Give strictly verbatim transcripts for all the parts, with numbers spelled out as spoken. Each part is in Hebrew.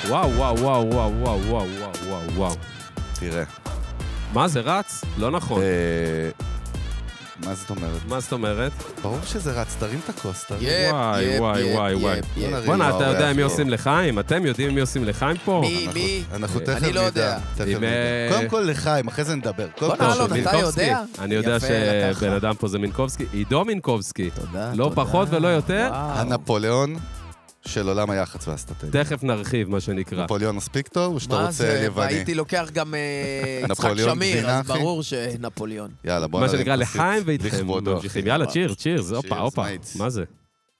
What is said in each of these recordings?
וואו, וואו, וואו, וואו, וואו, וואו, וואו, וואו. תראה. מה זה רץ? לא נכון. מה זאת אומרת? מה זאת אומרת? ברור שזה רץ, תרים את הכוס, תרים. וואי, וואי, וואי, וואי. בוא'נה, אתה יודע מי עושים לחיים? אתם יודעים מי עושים לחיים פה? מי? מי? אנחנו תכף אני לא יודע. קודם כל לחיים, אחרי זה נדבר. בוא'נה, אלון, אתה יודע? אני יודע שבן אדם פה זה מינקובסקי. עידו מינקובסקי. תודה. לא פחות ולא יותר. הנפוליאון של עולם היח"צ והאסטרטגיה. תכף נרחיב, מה שנקרא. נפוליאון מספיק טוב, או שאתה מה רוצה זה? יווני? והייתי לוקח גם יצחק שמיר, אז ברור שנפוליאון. יאללה, בוא מה שנקרא לחיים ואיתכם. ממשיכים. יאללה, צ'יר, צ'ירס, הופה, הופה. מה זה?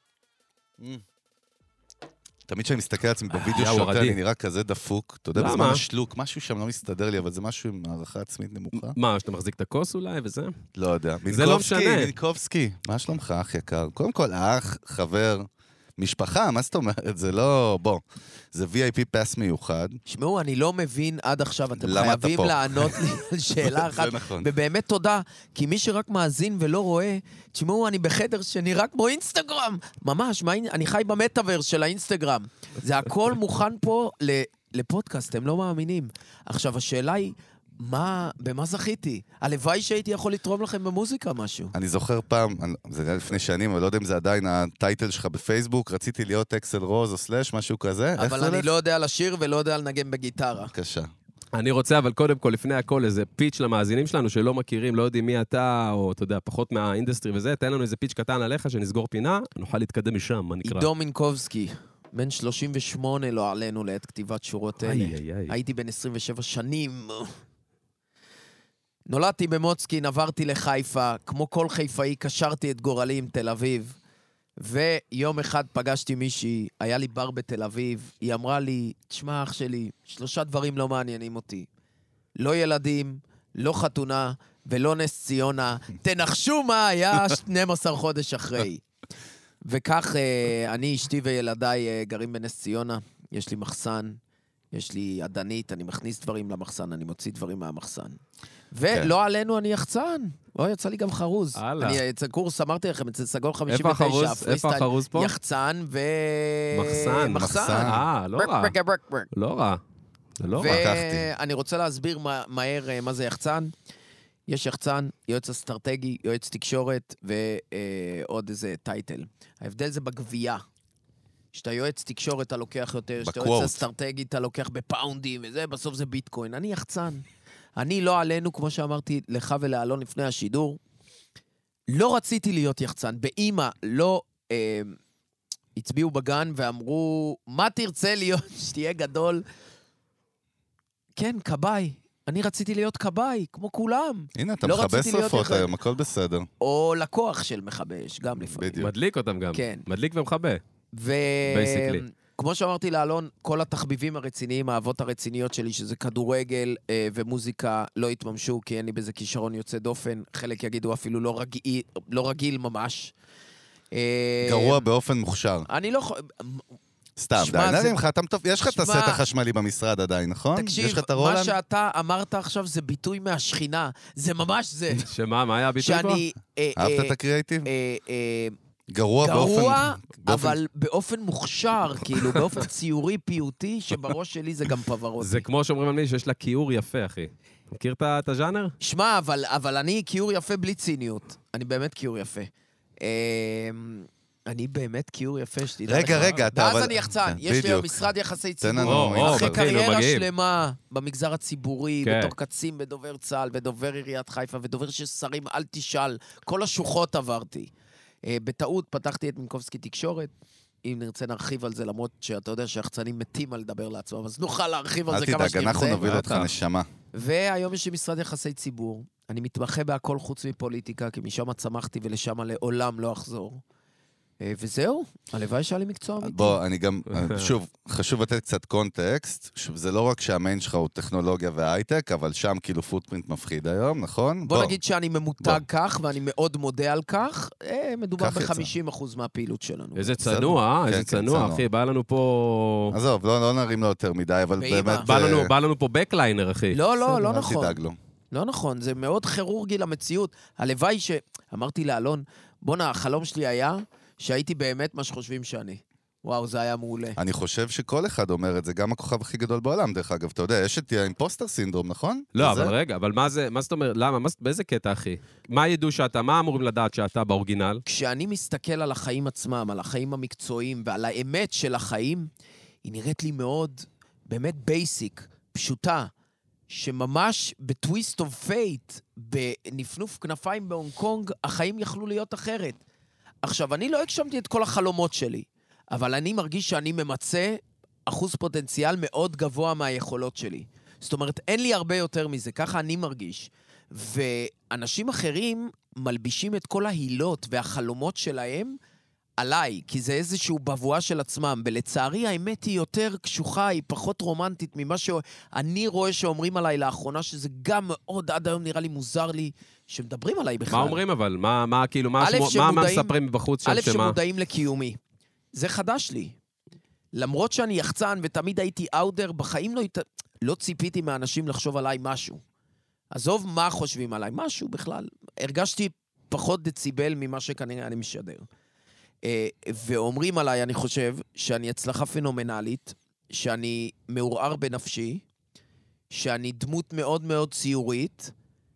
תמיד כשאני מסתכל על עצמי בווידאו שותה, אני נראה כזה דפוק. אתה יודע, בזמן השלוק, משהו שם לא מסתדר לי, אבל זה משהו עם הערכה עצמית נמוכה. מה, שאתה מחזיק את הכוס אולי וזה? לא יודע. זה לא משנה. מינקובסקי, מה שלומך, אח יקר? קודם כל, אח, חבר, משפחה, מה זאת אומרת? זה לא... בוא, זה וי איי פי פס מיוחד. שמעו, אני לא מבין עד עכשיו, אתם חייבים לענות לי על שאלה אחת. ובאמת תודה, כי מי שרק מאזין ולא רואה, תשמעו, אני בחדר שנראה כמו אינסטגרם. ממש, אני חי במטאברס של האינסטגרם. זה הכל מוכן פה לפודקאסט, הם לא מאמינים. עכשיו, השאלה היא, מה, במה זכיתי? הלוואי שהייתי יכול לתרום לכם במוזיקה משהו. אני זוכר פעם, זה היה לפני שנים, אבל לא יודע אם זה עדיין הטייטל שלך בפייסבוק, רציתי להיות אקסל רוז או סלש, משהו כזה. אבל אני לא יודע לשיר ולא יודע לנגן בגיטרה. בבקשה. אני רוצה, אבל קודם כל, לפני הכל, איזה פיץ' למאזינים שלנו שלא מכירים, לא יודעים מי אתה, או אתה יודע, פחות מהאינדסטרי וזה, תן לנו איזה פיץ' קטן עליך, שנסגור פינה, נוכל להתקדם משם, מה נקרא. עידו מינקובסקי. בן שלושים ושמונה לא עלינו לעת כתיבת שורות אלה. הייתי בן עשרים ושבע שנים. נולדתי במוצקין, עברתי לחיפה, כמו כל חיפאי, קשרתי את גורלי עם תל אביב, ויום אחד פגשתי מישהי, היה לי בר בתל אביב, היא אמרה לי, תשמע אח שלי, שלושה דברים לא מעניינים אותי. לא ילדים, לא חתונה, ולא נס ציונה. תנחשו מה היה שנים עשר חודש אחרי. וכך אני, אשתי וילדיי גרים בנס ציונה, יש לי מחסן, יש לי עדנית, אני מכניס דברים למחסן, אני מוציא דברים מהמחסן. ולא עלינו אני יחצן. אוי, יצא לי גם חרוז. אני אצל קורס, אמרתי לכם, אצל סגול חמישים ותשע. איפה החרוז פה? יחצן ו... מחסן. מחסן. אה, לא רע. לא רע. זה לא רע. ואני רוצה להסביר מהר מה זה יחצן. יש יחצן, יועץ אסטרטגי, יועץ תקשורת ועוד איזה טייטל. ההבדל זה בגבייה. שאתה יועץ תקשורת, אתה לוקח יותר, שאתה יועץ אסטרטגי, אתה לוקח בפאונדים וזה, בסוף זה ביטקוין. אני יחצן. אני לא עלינו, כמו שאמרתי לך ולאלון לפני השידור, לא רציתי להיות יחצן. באמא לא אה, הצביעו בגן ואמרו, מה תרצה להיות שתהיה גדול? כן, קבאי. אני רציתי להיות קבאי, כמו כולם. הנה, אתה לא מכבה שרפות היום, הכל בסדר. או לקוח של מכבש, גם לפעמים. בדיוק. מדליק אותם גם. כן. מדליק ומכבה. ו... כמו שאמרתי לאלון, כל התחביבים הרציניים, האהבות הרציניות שלי, שזה כדורגל אה, ומוזיקה, לא התממשו, כי אין לי בזה כישרון יוצא דופן. חלק יגידו אפילו לא רגיל, לא רגיל ממש. גרוע באופן מוכשר. אני לא... סתם, די, נראה ממך, יש לך את הסט החשמלי במשרד עדיין, נכון? תקשיב, מה שאתה אמרת עכשיו זה ביטוי מהשכינה. זה ממש זה. שמה, מה היה הביטוי פה? אהבת את הקריאטיב? גרוע, גרוע, אבל באופן מוכשר, כאילו, באופן ציורי פיוטי, שבראש שלי זה גם פברותי. זה כמו שאומרים על מי שיש לה כיור יפה, אחי. מכיר את הז'אנר? שמע, אבל, אבל אני כיור יפה בלי ציניות. אני באמת כיור יפה. אני באמת כיור יפה, שתדע לך. רגע, רגע, אתה... ואז אני יחצן. יש לי משרד יחסי ציבור. אחרי קריירה שלמה במגזר הציבורי, בתור קצין בדובר צה"ל, בדובר עיריית חיפה, ודובר של שרים, אל תשאל. כל השוחות עברתי. בטעות פתחתי את מינקובסקי תקשורת, אם נרצה נרחיב על זה, למרות שאתה יודע שהחצנים מתים על לדבר לעצמם, אז נוכל להרחיב על זה כמה שנרצה. אל תדאג, אנחנו נוביל אותך נשמה. והיום יש לי משרד יחסי ציבור, אני מתמחה בהכל חוץ מפוליטיקה, כי משם צמחתי ולשם לעולם לא אחזור. וזהו, הלוואי שהיה לי מקצוע אמיתי. בוא, אני גם, שוב, חשוב לתת קצת קונטקסט, זה לא רק שהמיין שלך הוא טכנולוגיה והייטק, אבל שם כאילו פוטפרינט מפחיד היום, נכון? בוא נגיד שאני ממותג כך, ואני מאוד מודה על כך, מדובר ב-חמישים אחוז מהפעילות שלנו. איזה צנוע, איזה צנוע, אחי, בא לנו פה... עזוב, לא נרים לו יותר מדי, אבל באמת... בא לנו פה בקליינר, אחי. לא, לא, לא נכון. אל תדאג לו. לא נכון, זה מאוד כירורגי למציאות. הלוואי ש... אמרתי לאלון, בוא'נה, החלום שלי היה שהייתי באמת מה שחושבים שאני. וואו, זה היה מעולה. אני חושב שכל אחד אומר את זה, גם הכוכב הכי גדול בעולם, דרך אגב. אתה יודע, יש את האימפוסטר סינדרום, נכון? לא, זה? אבל רגע, אבל מה זה, מה זאת אומרת, למה, מה, באיזה קטע, אחי? מה ידעו שאתה, מה אמורים לדעת שאתה באורגינל? כשאני מסתכל על החיים עצמם, על החיים המקצועיים ועל האמת של החיים, היא נראית לי מאוד, באמת בייסיק, פשוטה, שממש בטוויסט אוף פייט, בנפנוף כנפיים בהונג קונג, החיים יכלו להיות אחרת. עכשיו, אני לא הגשמתי את כל החלומות שלי, אבל אני מרגיש שאני ממצא אחוז פוטנציאל מאוד גבוה מהיכולות שלי. זאת אומרת, אין לי הרבה יותר מזה, ככה אני מרגיש. ואנשים אחרים מלבישים את כל ההילות והחלומות שלהם עליי, כי זה איזשהו בבואה של עצמם, ולצערי האמת היא יותר קשוחה, היא פחות רומנטית ממה שאני רואה שאומרים עליי לאחרונה, שזה גם מאוד עד היום נראה לי מוזר לי, שמדברים עליי בכלל. מה אומרים אבל? מה, מה, כאילו, מה, שמו, מה, מה מספרים מבחוץ שם א' שמה? שמודעים לקיומי. זה חדש לי. למרות שאני יחצן ותמיד הייתי אאודר, בחיים לא, הת... לא ציפיתי מאנשים לחשוב עליי משהו. עזוב מה חושבים עליי, משהו בכלל. הרגשתי פחות דציבל ממה שכנראה אני משדר. ואומרים עליי, אני חושב, שאני הצלחה פנומנלית, שאני מעורער בנפשי, שאני דמות מאוד מאוד ציורית,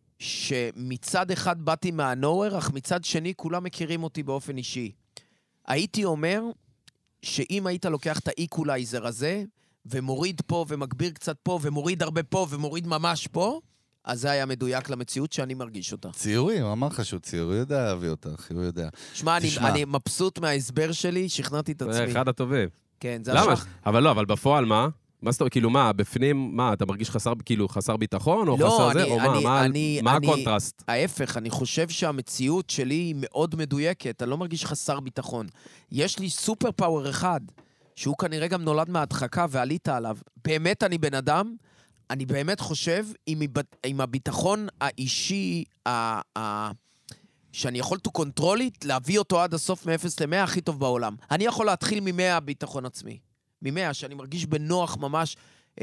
שמצד אחד באתי מהנוער, אך מצד שני כולם מכירים אותי באופן אישי. הייתי אומר שאם היית לוקח את האיקולייזר הזה, ומוריד פה ומגביר קצת פה, ומוריד הרבה פה ומוריד ממש פה, אז זה היה מדויק למציאות שאני מרגיש אותה. ציורי, הוא אמר לך שהוא ציורי, הוא יודע להביא אותך, הוא יודע. שמע, אני, אני מבסוט מההסבר שלי, שכנעתי את עצמי. זה אחד הטובים. כן, זה למה? השח... אבל לא, אבל בפועל מה? מה זאת אומרת, כאילו מה, בפנים, מה, אתה מרגיש חסר, כאילו, חסר ביטחון, או לא, חסר אני, זה, או אני, מה, מה, אני, מה אני, הקונטרסט? ההפך, אני חושב שהמציאות שלי היא מאוד מדויקת, אני לא מרגיש חסר ביטחון. יש לי סופר פאוור אחד, שהוא כנראה גם נולד מההדחקה ועלית עליו. באמת אני בן אדם, אני באמת חושב, עם, עם הביטחון האישי, ה, ה, שאני יכול to control it, להביא אותו עד הסוף מ-אפס ל-מאה הכי טוב בעולם. אני יכול להתחיל מ-מאה ביטחון עצמי. מ-מאה, שאני מרגיש בנוח ממש,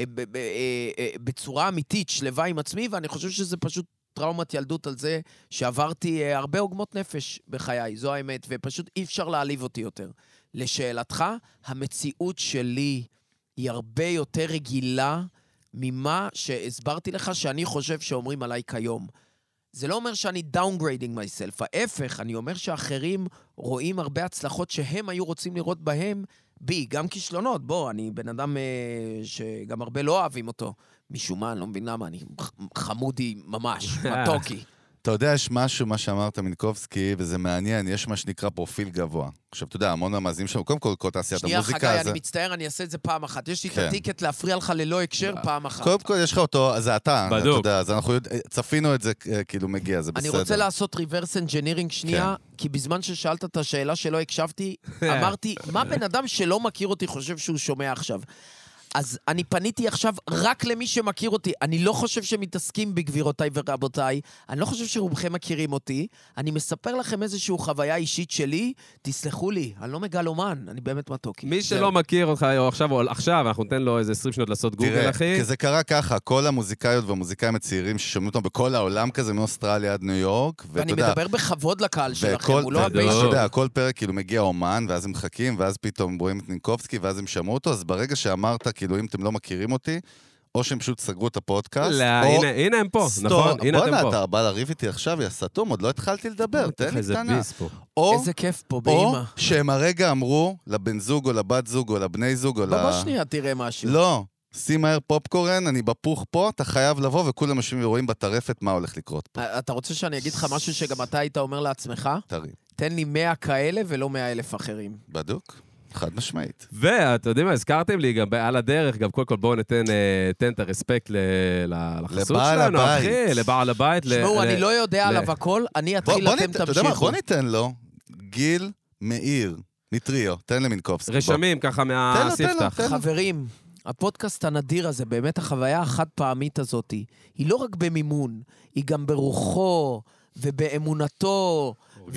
בצורה אמיתית, שלווה עם עצמי, ואני חושב שזה פשוט טראומת ילדות על זה, שעברתי הרבה עוגמות נפש בחיי, זו האמת, ופשוט אי אפשר להעליב אותי יותר. לשאלתך, המציאות שלי היא הרבה יותר רגילה ממה שהסברתי לך שאני חושב שאומרים עליי כיום. זה לא אומר שאני downgrading myself, ההפך, אני אומר שאחרים רואים הרבה הצלחות שהם היו רוצים לראות בהם, בי, גם כישלונות, בוא, אני בן אדם אה, שגם הרבה לא אוהבים אותו. משום מה, אני לא מבין למה, אני חמודי ממש, מתוקי. אתה יודע, יש משהו, מה שאמרת מינקובסקי, וזה מעניין, יש מה שנקרא פרופיל גבוה. עכשיו, אתה יודע, המון המאזינים שלנו, קודם כל, כל תעשיית המוזיקה... שנייה, חגי, זה... אני מצטער, אני אעשה את זה פעם אחת. יש לי כן. את הטיקט להפריע לך ללא הקשר פעם אחת. קודם כל, יש לך אותו, זה אתה, בדוק. אתה יודע, אז אנחנו צפינו את זה, כאילו מגיע, זה בסדר. אני רוצה לעשות reverse engineering שנייה, כן. כי בזמן ששאלת את השאלה שלא הקשבתי, אמרתי, מה בן אדם שלא מכיר אותי חושב שהוא שומע עכשיו? אז אני פניתי עכשיו רק למי שמכיר אותי. אני לא חושב שמתעסקים בגבירותיי ורבותיי. אני לא חושב שרובכם מכירים אותי. אני מספר לכם איזושהי חוויה אישית שלי. תסלחו לי, אני לא מגלומן, אני באמת מתוקי. מי שלא מכיר אותך, או עכשיו, או עכשיו, אנחנו ניתן לו איזה עשרים שניות לעשות גוגל, אחי. תראה, כי זה קרה ככה, כל המוזיקאיות והמוזיקאים הצעירים ששומעים אותם בכל העולם כזה, מאוסטרליה עד ניו יורק. ואני מדבר בכבוד לקהל שלכם, הוא לא הבייס. אתה יודע, כל פרק כאילו מגיע אומן, ואז הם מחכים, ואז פתאום רואים את נינקובסקי, ואז הם שמעו אותו, אז ברגע שאמרת, כאילו, אם אתם לא מכירים אותי, או שהם פשוט סגרו את הפודקאסט, לא, הנה, הנה הם פה, נכון, הנה אתם פה. בוא, אתה בא לריב איתי עכשיו, יא סתום, עוד לא התחלתי לדבר, תן לי קטנה. איזה כיף פה, באמא. או שהם הרגע אמרו לבן זוג או לבת זוג או לבני זוג או ל... בוא שנייה, תראה משהו. לא, שים מהר פופקורן, אני בפוך פה, אתה חייב לבוא, וכולם יושבים ורואים בטרפת מה הולך לקרות פה. אתה רוצה שאני אגיד לך משהו שגם אתה היית אומר לעצמך? תרים. תן לי מאה כאלה ולא מאה אלף אחרים. בדוק. חד משמעית. ואתה יודעים מה, הזכרתם לי גם על הדרך, גם קודם כל בואו ניתן את הרספקט לחסות שלנו, אחי, לבעל הבית. שמעו, אני לא יודע עליו הכל, אני אתחיל, אתם תמשיכו. בוא ניתן לו, גיל מאיר, מטריו, תן למינקובסקי. רשמים ככה מהספתח. חברים, הפודקאסט הנדיר הזה, באמת החוויה החד פעמית הזאת, היא לא רק במימון, היא גם ברוחו ובאמונתו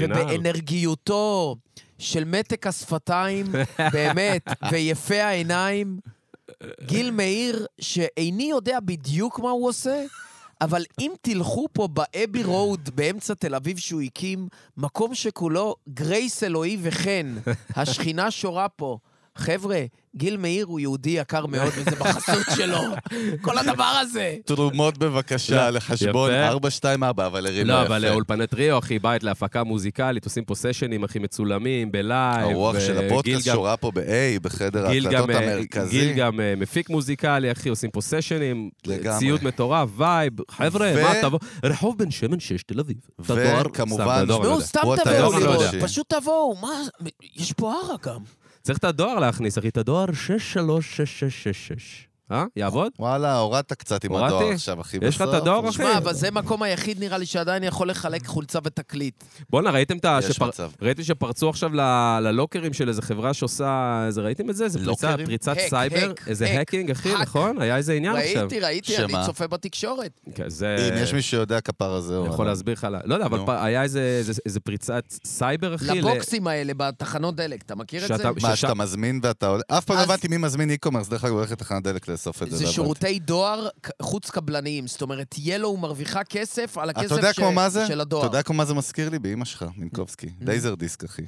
ובאנרגיותו של מתק השפתיים, באמת, ויפה העיניים. גיל מאיר, שאיני יודע בדיוק מה הוא עושה, אבל אם תלכו פה באבי רוד, באמצע תל אביב שהוא הקים, מקום שכולו גרייס אלוהי וחן, השכינה שורה פה, חבר'ה, גיל מאיר הוא יהודי יקר מאוד, וזה בחסות שלו. כל הדבר הזה. תרומות בבקשה לחשבון יפה. ארבע שתיים ארבע, אבל הרים לא לא, יפה. אבל אולפני טריו, אחי, בית להפקה מוזיקלית, עושים פה סשנים, אחי, מצולמים, בלייב. הרוח של וגיל הפודקאסט גם- שורה פה ב-A, בחדר גיל ההקלטות גם, אה, המרכזי. גיל גם אה, מפיק מוזיקלי, אחי, עושים פה סשנים, לגמרי. ציוד מטורף, וייב, חבר'ה, ו- מה תבוא? רחוב בן שמן שש, תל אביב. את הדואר, וכמובן- סתם, את הדואר, אני לא נו, יודע. סתם הוא תבואו הטייס לראות, הראשי. פשוט תבואו, מה, יש פה ערה גם. צריך את הדואר להכניס, אחי, את הדואר שש שלוש שש שש שש שש. אה? יעבוד? וואלה, הורדת קצת עם הורדתי? הדואר עכשיו, אחי. יש לך את בסוף. הדואר, אחי? שמע, אבל זה מקום היחיד נראה לי שעדיין יכול לחלק חולצה ותקליט. בוא'נה, ראיתם את ה... יש שפר- מצב. ראיתי שפרצו עכשיו ל- ללוקרים של איזה חברה שעושה... איזה, ראיתם את זה? איזה פריצה, לוקרים? פריצת האק, סייבר? האק, איזה האק, האקינג, אחי, האק. נכון? היה איזה עניין עכשיו. ראיתי, ראיתי, אני שמה? צופה בתקשורת. כן, זה... אם יש מי שיודע כפר הזה, אני או... יכול להסביר לך... לא יודע, אבל נו. פ- היה איזה- איזה- איזה פריצת סייבר, אחי. ל- לבוקסים האלה בתחנות דלק, אתה מכיר את זה? שאתה- מה, שש- שאתה מזמין ואתה... עולה- אף פעם לא אז- הבנתי מי מזמין אי-קומרס, דרך אגב, הולך לתחנת דלק לאסוף את זה. זה לא שירותי דואר חוץ קבלניים, זאת אומרת, ילו מרוויחה כסף על הבנתי. הכסף אתה יודע ש- כמו מה זה? של אתה הדואר. יודע כמו מה זה מזכיר לי? באמא שלך, מינקובסקי. לייזר דיסק, אחי.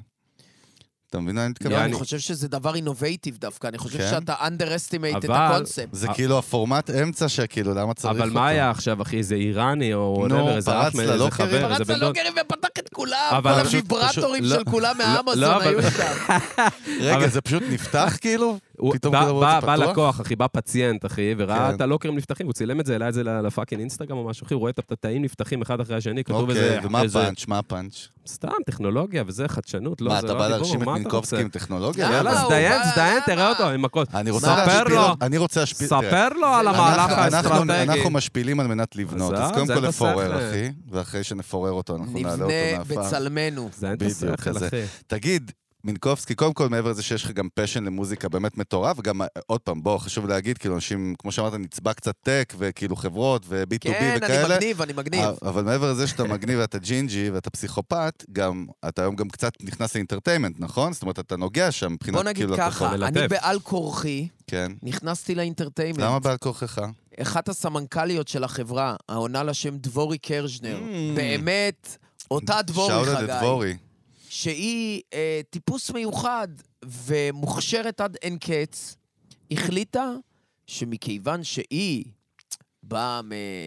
אתה מבין מה אני לא, מתכוון? אני חושב שזה דבר אינובייטיב דווקא, אני חושב כן? שאתה underestimate את אבל- הקונספט. זה כאילו הפורמט אמצע שכאילו, למה צריך אותו? אבל מה היה עכשיו, אחי? זה איראני או... נו, whatever, איזה פרץ אחמד, איזה ללוקרים, חבר, איזה פרץ בן דוד. ללוקרים ופתח את כולם, אבל כל פשוט- הוויברטורים פשוט- של כולם לא, מהאמזון לא, אבל- היו שם. רגע, אבל- זה פשוט נפתח כאילו? הוא- פתאום בא- כאילו בא- זה בא פתוח? לקוח, אחי, בא פציינט, אחי, וראה כן. את הלוקרים נפתחים, הוא צילם את זה, העלה את זה לפאקינג אינסטגרם או משהו, אחי, הוא רואה את התאים נפתחים אחד אחרי השני, כתוב איזה... אוקיי, ומה איזה- הפאנץ'? מה הפאנץ'? סתם, טכנולוגיה וזה, חדשנות, לא, מה, זה אתה לא בא הדיבור, להרשים את מה אתה מינקובסקי רוצה? עם טכנולוגיה? למה? יאללה, הוא זדיין, בא- זדיין, למה? תראה אותו עם מכות. אני רוצה ספר להשפיל לו. אותו, אני רוצה להשפיל... תראה, ספר לו על המהלך אנחנו- אנחנו- האסטרטגי. אנחנו משפילים על מנת לבנות, עזוב, אז קודם זה כל אתה לפורר, שכל. אחי, ואחרי שנפורר אותו, אנחנו נעלה אותו נבנה מהעפר. בצלמנו. זדיין את בדיוק, השכל, כזה. אחי. תגיד, מינקובסקי, קודם כל מעבר לזה שיש לך גם פשן למוזיקה באמת מטורף, וגם, עוד פעם, בוא, חשוב להגיד, כאילו, אנשים, כמו שאמרת, נצבע קצת טק, וכאילו חברות, ו-בי טו בי כן, אני וכאלה. מגניב, אני מגניב. אבל מעבר לזה שאתה מגניב ואתה ג'ינג'י ואתה פסיכופת, גם, אתה היום גם קצת נכנס לאינטרטיימנט, נכון? זאת אומרת, אתה נוגע שם מבחינת בוא נגיד כאילו, אתה ככה, יכול- ללטף. אני בעל כורחי, כן. נכנסתי לאינטרטיימנט. למה בעל כורכך? אחת הסמנכ"ליות של החברה, העונה לשם דבורי קרז'נר, Mm. באמת, אותה דבורי שאולה חגי, לדבורי. שהיא אה, טיפוס מיוחד ומוכשרת עד אין קץ, החליטה שמכיוון שהיא באה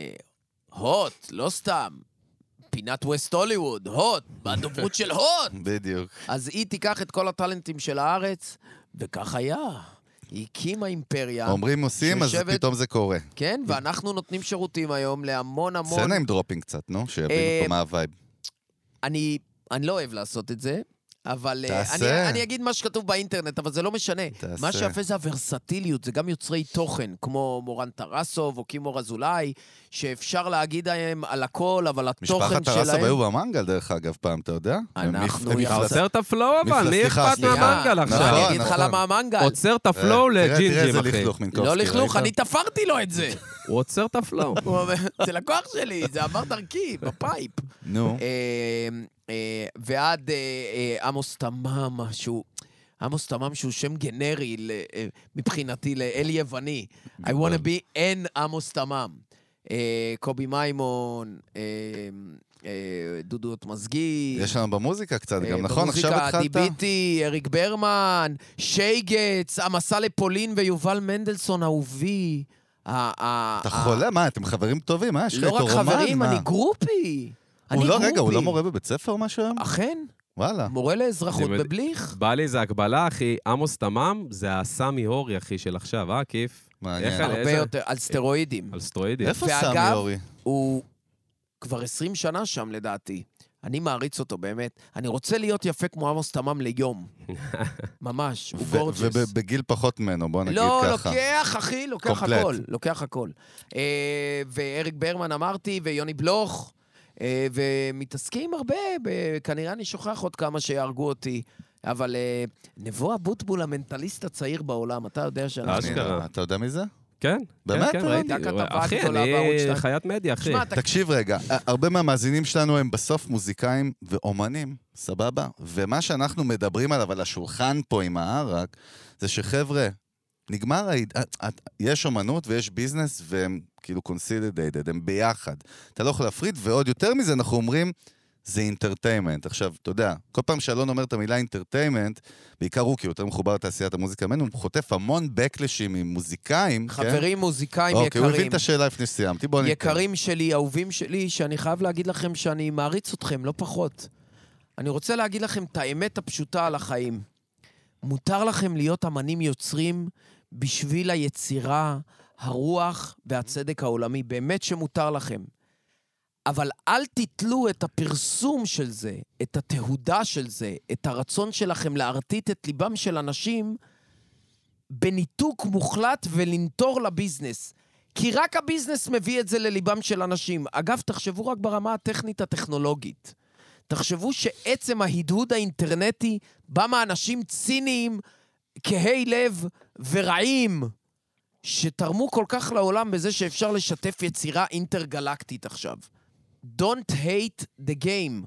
מהוט, לא סתם, פינת ווסט הוליווד, הוט, בדוברות של הוט, בדיוק. אז היא תיקח את כל הטלנטים של הארץ, וכך היה. היא הקימה אימפריה, אומרים עושים, אז שיושבת- פתאום זה קורה. כן, ואנחנו נותנים שירותים היום להמון המון... סצנה עם דרופינג קצת, נו? שיבינו אה, פה מה הווייב. אני, אני לא אוהב לעשות את זה, אבל אה, תעשה. אני, אני אגיד מה שכתוב באינטרנט, אבל זה לא משנה. תעשה. מה שיפה זה הוורסטיליות, זה גם יוצרי תוכן, כמו מורן טרסוב או קימור אזולאי, שאפשר להגיד להם על הכל, אבל התוכן משפחת שלהם... טרסוב היו במנגל, דרך אגב, פעם, אתה יודע? אנחנו הם יחד- אתה מפלצ- עוצר את הפלואו, אבל מפלצ- מי סליחה, אכפת סליחה. מהמנגל נכון, עכשיו? אני אגיד לך נכון. למה המנגל. עוצר את הפלואו תראה, תראה לג'ינג'ים, איזה אחי. לכלוך מינקובסקי, לא לכלוך, ראית? אני תפרתי לו את זה. הוא עוצר את הפלואו. הוא אומר, זה לקוח שלי, זה עבר דרכי, בפייפ. נו. אה, אה, ועד אה, אה, עמוס תמם, שהוא... עמוס תמם שהוא שם גנרי ל- אה, מבחינתי לאל יווני. I want to be אין עמוס תמם. אה, קובי מימון, אה, אה, דודו מזגי. יש לנו במוזיקה קצת אה, גם, נכון? עכשיו במוזיקה, התחלת? דיביטי, אריק ברמן, שייגץ, המסע לפולין ויובל מנדלסון, אהובי. ה- ה- אתה ה- חולה? מה, אתם חברים טובים? מה, יש לך לא איתו רק רומן? חברים, מה? אני גרופי. הוא אני לא, גרופי. רגע, הוא לא מורה בבית ספר או משהו היום? אכן, וואלה. מורה לאזרחות אני יודע- בבליך. בא לי איזה הקבלה, אחי, עמוס תמם זה הסמי הורי, אחי, של עכשיו, אה, כיף? מעניין. איך- הרבה איזה- יותר, על סטרואידים. על סטרואידים. איפה ואגב, סמי אורי? הוא כבר עשרים שנה שם לדעתי. אני מעריץ אותו באמת. אני רוצה להיות יפה כמו עמוס תמם ליום. ממש, הוא גורג'ס. ובגיל פחות ממנו, בוא נגיד לא, ככה. לוקח, אחי, לוקח קומפלט. הכל. לוקח הכל. אה, ואריק ברמן אמרתי, ויוני בלוך, אה, ומתעסקים הרבה, ב- כנראה אני שוכח עוד כמה שיהרגו אותי. אבל אה, נבו אבוטבול, המנטליסט הצעיר בעולם, אתה יודע שאני... אה, אני אשכרה. לא- אתה יודע מי זה? כן, באמת? כן, כן, אתה ראיתי. הייתה כתבה אחי, גדולה אני בערוץ שתיים. חיית מדיה, אחי. שמע, אתה- תקשיב רגע, הרבה מהמאזינים שלנו הם בסוף מוזיקאים ואומנים, סבבה? ומה שאנחנו מדברים עליו על השולחן פה עם הערק, זה שחבר'ה, נגמר, העיד- יש אומנות ויש ביזנס והם כאילו consolidated, הם ביחד. אתה לא יכול להפריד, ועוד יותר מזה אנחנו אומרים, זה אינטרטיימנט. עכשיו, אתה יודע, כל פעם שאלון אומר את המילה אינטרטיימנט, בעיקר הוא, כי הוא יותר מחובר לתעשיית המוזיקה ממנו, הוא חוטף המון בקלשים עם מוזיקאים. חברים, כן? מוזיקאים אוקיי, יקרים. הוא הבין את השאלה לפני סיימתי, בוא נתקדם. יקרים שלי, אהובים שלי, שאני חייב להגיד לכם שאני מעריץ אתכם, לא פחות. אני רוצה להגיד לכם את האמת הפשוטה על החיים. מותר לכם להיות אמנים יוצרים בשביל היצירה, הרוח והצדק העולמי. באמת שמותר לכם. אבל אל תתלו את הפרסום של זה, את התהודה של זה, את הרצון שלכם להרטיט את ליבם של אנשים בניתוק מוחלט ולנטור לביזנס. כי רק הביזנס מביא את זה לליבם של אנשים. אגב, תחשבו רק ברמה הטכנית הטכנולוגית. תחשבו שעצם ההדהוד האינטרנטי בא מאנשים ציניים, כהי לב ורעים, שתרמו כל כך לעולם בזה שאפשר לשתף יצירה אינטרגלקטית עכשיו. Don't hate the game.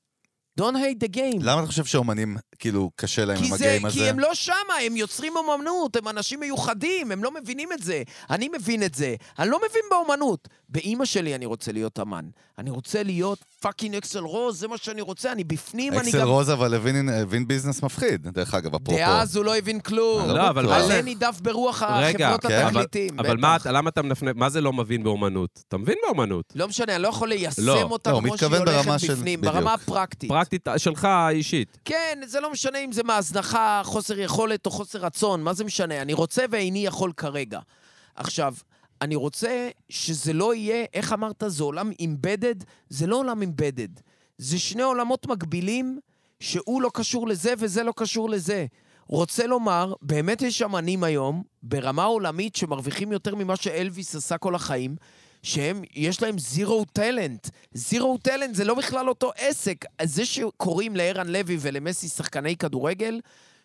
Don't hate the game. למה אתה חושב שהאומנים, כאילו, קשה להם עם הגיים הזה? כי הם לא שמה, הם יוצרים אומנות, הם אנשים מיוחדים, הם לא מבינים את זה. אני מבין את זה. אני לא מבין באומנות. באמא שלי אני רוצה להיות אמן. אני רוצה להיות פאקינג אקסל רוז, זה מה שאני רוצה, אני בפנים, אני גם... אקסל רוז, אבל הבין, הבין ביזנס מפחיד, דרך אגב, אפרופו. דאז הוא לא הבין כלום. לא, אבל מה עלה נידף ברוח החברות התקליטים. אבל למה אתה מנפנף, מה זה לא מבין באומנות? אתה מבין באומנות? לא משנה, אני לא יכול ליישם אותה כמו שהיא הולכת בפנים, ברמה הפרקטית. פרקטית שלך האישית. כן, זה לא משנה אם זה מהזנחה, חוסר יכולת או חוסר רצון, מה זה משנה? אני רוצה ואיני יכול כרגע. עכשיו, אני רוצה שזה לא יהיה, איך אמרת, זה עולם אימבדד? זה לא עולם אימבדד. זה שני עולמות מקבילים, שהוא לא קשור לזה וזה לא קשור לזה. רוצה לומר, באמת יש אמנים היום, ברמה עולמית שמרוויחים יותר ממה שאלוויס עשה כל החיים, שהם, יש להם זירו טלנט. זירו טלנט זה לא בכלל אותו עסק. זה שקוראים לערן לוי ולמסי שחקני כדורגל,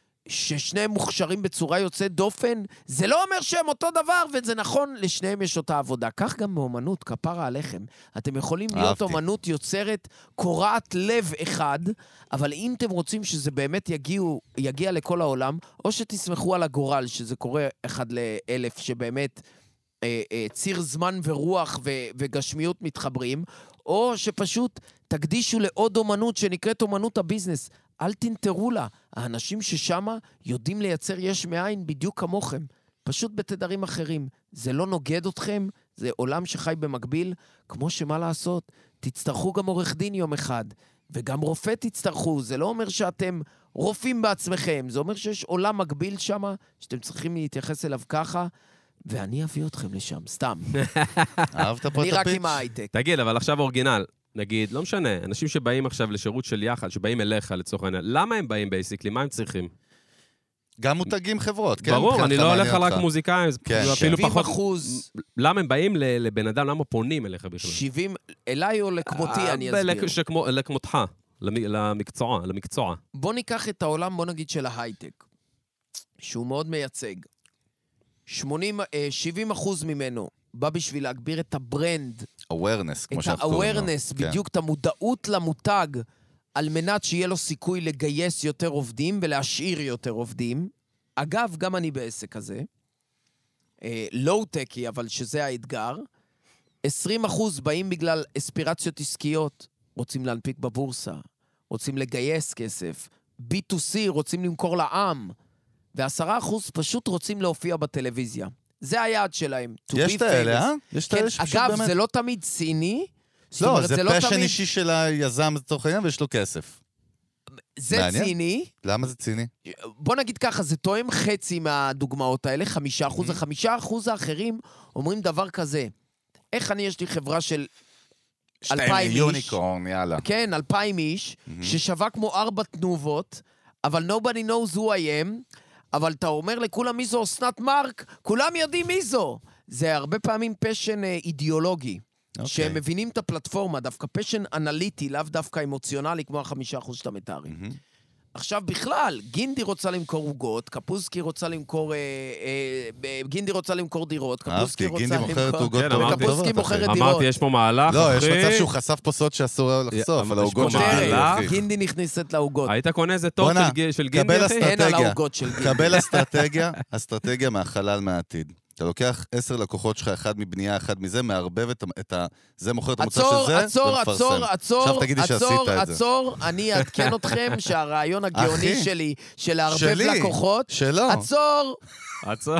ששניהם מוכשרים בצורה יוצאת דופן, זה לא אומר שהם אותו דבר, וזה נכון, לשניהם יש אותה עבודה. כך גם באומנות, כפרה עליכם. אתם יכולים להיות אהבתי. אומנות יוצרת, קורעת לב אחד, אבל אם אתם רוצים שזה באמת יגיעו, יגיע לכל העולם, או שתסמכו על הגורל, שזה קורה אחד לאלף, שבאמת אה, אה, ציר זמן ורוח ו- וגשמיות מתחברים, או שפשוט תקדישו לעוד אומנות שנקראת אומנות הביזנס. אל תנטרו לה. האנשים ששמה יודעים לייצר יש מאין בדיוק כמוכם. פשוט בתדרים אחרים. זה לא נוגד אתכם, זה עולם שחי במקביל, כמו שמה לעשות. תצטרכו גם עורך דין יום אחד, וגם רופא תצטרכו. זה לא אומר שאתם רופאים בעצמכם, זה אומר שיש עולם מקביל שמה, שאתם צריכים להתייחס אליו ככה, ואני אביא אתכם לשם, סתם. אהבת פה את אני רק הפיץ'? עם ההייטק. תגיד, אבל עכשיו אורגינל. נגיד, לא משנה, אנשים שבאים עכשיו לשירות של יחד, שבאים אליך לצורך העניין, למה הם באים בייסיקלי? מה הם צריכים? גם מותגים חברות, כן? ברור, אני לא הולך על רק מוזיקאים, כן, אפילו שבעים פחות... אחוז. למה הם באים לבן אדם, למה פונים אליך בכלל? שבעים, אליי או לכמותי, אני אסביר. לכמותך, למקצוע, למקצוע. בוא ניקח את העולם, בוא נגיד, של ההייטק, שהוא מאוד מייצג. שמונים, שבעים אחוז ממנו בא בשביל להגביר את הברנד, awareness, כמו את שאנחנו קוראים לו. ה-awareness, בדיוק את המודעות למותג, על מנת שיהיה לו סיכוי לגייס יותר עובדים ולהשאיר יותר עובדים. אגב, גם אני בעסק הזה, לואו-טקי, אבל שזה האתגר. עשרים אחוז באים בגלל אספירציות עסקיות, רוצים להנפיק בבורסה, רוצים לגייס כסף, בי טו סי רוצים למכור לעם, ועשרה אחוז פשוט רוצים להופיע בטלוויזיה. זה היעד שלהם. יש את האלה, אה? יש את האלה שפשוט באמת... אגב, זה לא תמיד ציני. לא, זה פשן אישי של היזם לצורך העניין, ויש לו כסף. זה ציני. למה זה ציני? בוא נגיד ככה, זה תואם חצי מהדוגמאות האלה, חמישה אחוז. החמישה אחוז האחרים אומרים דבר כזה. איך אני, יש לי חברה של אלפיים איש. יוניקורן, יאללה. כן, אלפיים איש, ששווה כמו ארבע תנובות, אבל nobody knows who I am, אבל אתה אומר לכולם מי זו אסנת מארק, כולם יודעים מי זו. זה הרבה פעמים פשן אידיאולוגי, okay. שהם מבינים את הפלטפורמה, דווקא פשן אנליטי, לאו דווקא אמוציונלי, כמו החמישה אחוז שאתה מתארים. Mm-hmm. עכשיו בכלל, גינדי רוצה למכור עוגות, קפוסקי רוצה למכור, אה, אה, גינדי רוצה למכור דירות, קפוסקי רוצה גינדי למכור... מוכרת עוגות כן, טובות. קפוסקי מוכרת דירות. אמרתי, יש פה מהלך, לא, אחי. יש מצב שהוא חשף פה סוד שאסור לחשוף, על העוגות של גינדי, אחי. גינדי נכנסת לעוגות. היית קונה איזה טוב של גינדי, אחי? אין על העוגות של גינדי. קבל אסטרטגיה, אסטרטגיה מהחלל מהעתיד. אתה לוקח עשר לקוחות שלך, אחד מבנייה, אחד מזה, מערבב את, את ה... זה מוכר את המוצר עצור, של זה, עצור, ומפרסם. עצור, עצור, עכשיו תגידי שעשית עצור, את זה. עצור, אני אעדכן אתכם שהרעיון הגאוני אחי, שלי, של לערבב שלי, לקוחות, שלא. עצור, עצור.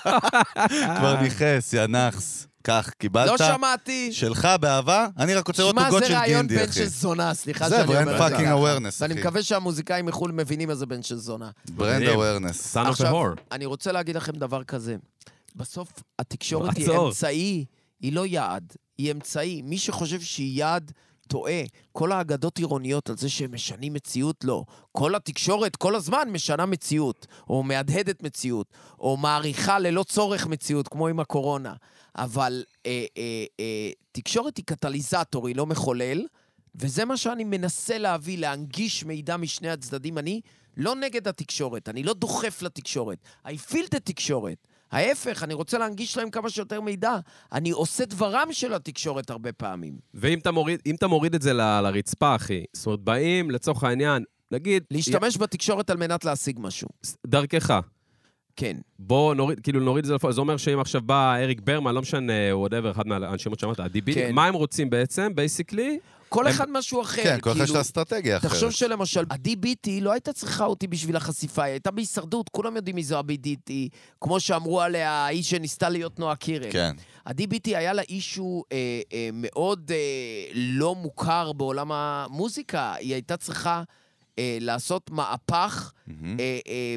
כבר נכנס, יא נחס. כך, קיבלת. לא שמעתי. שלך באהבה, אני רק רוצה לראות שמע, עוגות זה של רעיון גינדי, בן אחי. של זונה, סליחה זה שאני אומר ברנד את זה. פאקינג אווירנס, ואני אחי. מקווה שהמוזיקאים מחול מבינים איזה בן של זונה. ברנד אווירנס. son of a עכשיו, whore. אני רוצה להגיד לכם דבר כזה. בסוף, התקשורת היא עצור. אמצעי, היא לא יעד, היא אמצעי. מי שחושב שהיא יעד, טועה. כל האגדות עירוניות על זה שהם משנים מציאות, לא. כל התקשורת כל הזמן משנה מציאות, או מהדהדת מציאות, או מעריכה ללא צורך מציאות, כמו עם הקורונה. אבל אה, אה, אה, תקשורת היא קטליזטור, היא לא מחולל, וזה מה שאני מנסה להביא, להנגיש מידע משני הצדדים. אני לא נגד התקשורת, אני לא דוחף לתקשורת. I feel את התקשורת. ההפך, אני רוצה להנגיש להם כמה שיותר מידע. אני עושה דברם של התקשורת הרבה פעמים. ואם אתה מוריד, אם אתה מוריד את זה ל- לרצפה, אחי, זאת אומרת, באים לצורך העניין, נגיד... להשתמש בתקשורת על מנת להשיג משהו. דרכך. כן. בוא נוריד, כאילו נוריד את זה לפועל. זה אומר שאם עכשיו בא אריק ברמן, לא משנה, whatever, אחד מהאנשים שאמרת, ה-די בי, כן. מה הם רוצים בעצם, basically? כל הם- אחד משהו אחר. כן, כל אחד יש כאילו, לו אסטרטגיה אחרת. תחשוב שלמשל, ה-די בי טי לא הייתה צריכה אותי בשביל החשיפה, היא הייתה בהישרדות, כולם יודעים מי זו ה-די בי טי, כמו שאמרו עליה, האיש שניסתה להיות נועה קירל. כן. ה-די בי טי היה לה אישו אה, אה, מאוד אה, לא מוכר בעולם המוזיקה, היא הייתה צריכה אה, לעשות מהפך מהמם. אה, אה,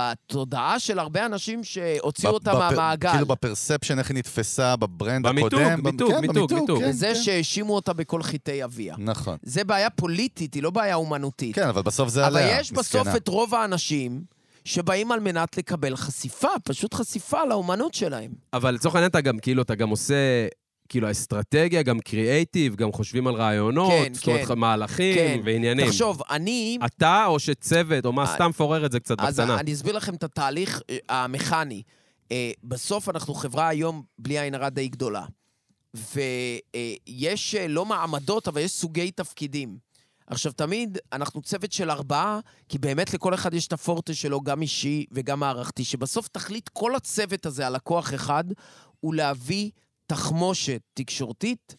בתודעה של הרבה אנשים שהוציאו אותה בפ- מהמעגל. כאילו בפרספשן, איך היא נתפסה בברנד במיתוג, הקודם. מיתוג, כן, מיתוג, מיתוג. כן, וזה כן. שהאשימו אותה בכל חיטי אביה. נכון. זה בעיה פוליטית, היא לא בעיה אומנותית. כן, אבל בסוף זה אבל עליה, יש בסוף מסכנה. את רוב האנשים שבאים על מנת לקבל חשיפה, פשוט חשיפה לאומנות שלהם. אבל לצורך העניין אתה גם, כאילו, אתה גם עושה, כאילו, האסטרטגיה, גם קריאייטיב, גם חושבים על רעיונות, כן, זאת אומרת, כן. מהלכים כן. ועניינים. תחשוב, אני... אתה או שצוות, או מה, אה, סתם פורר את זה קצת אז בקטנה. אני אסביר לכם את התהליך אה, המכני. אה, בסוף אנחנו חברה היום בלי עין הרע די גדולה. ויש אה, לא מעמדות, אבל יש סוגי תפקידים. עכשיו, תמיד אנחנו צוות של ארבעה, כי באמת לכל אחד יש את הפורטה שלו, גם אישי וגם מערכתי, שבסוף תכלית כל הצוות הזה, הלקוח אחד, הוא להביא תחמושת תקשורתית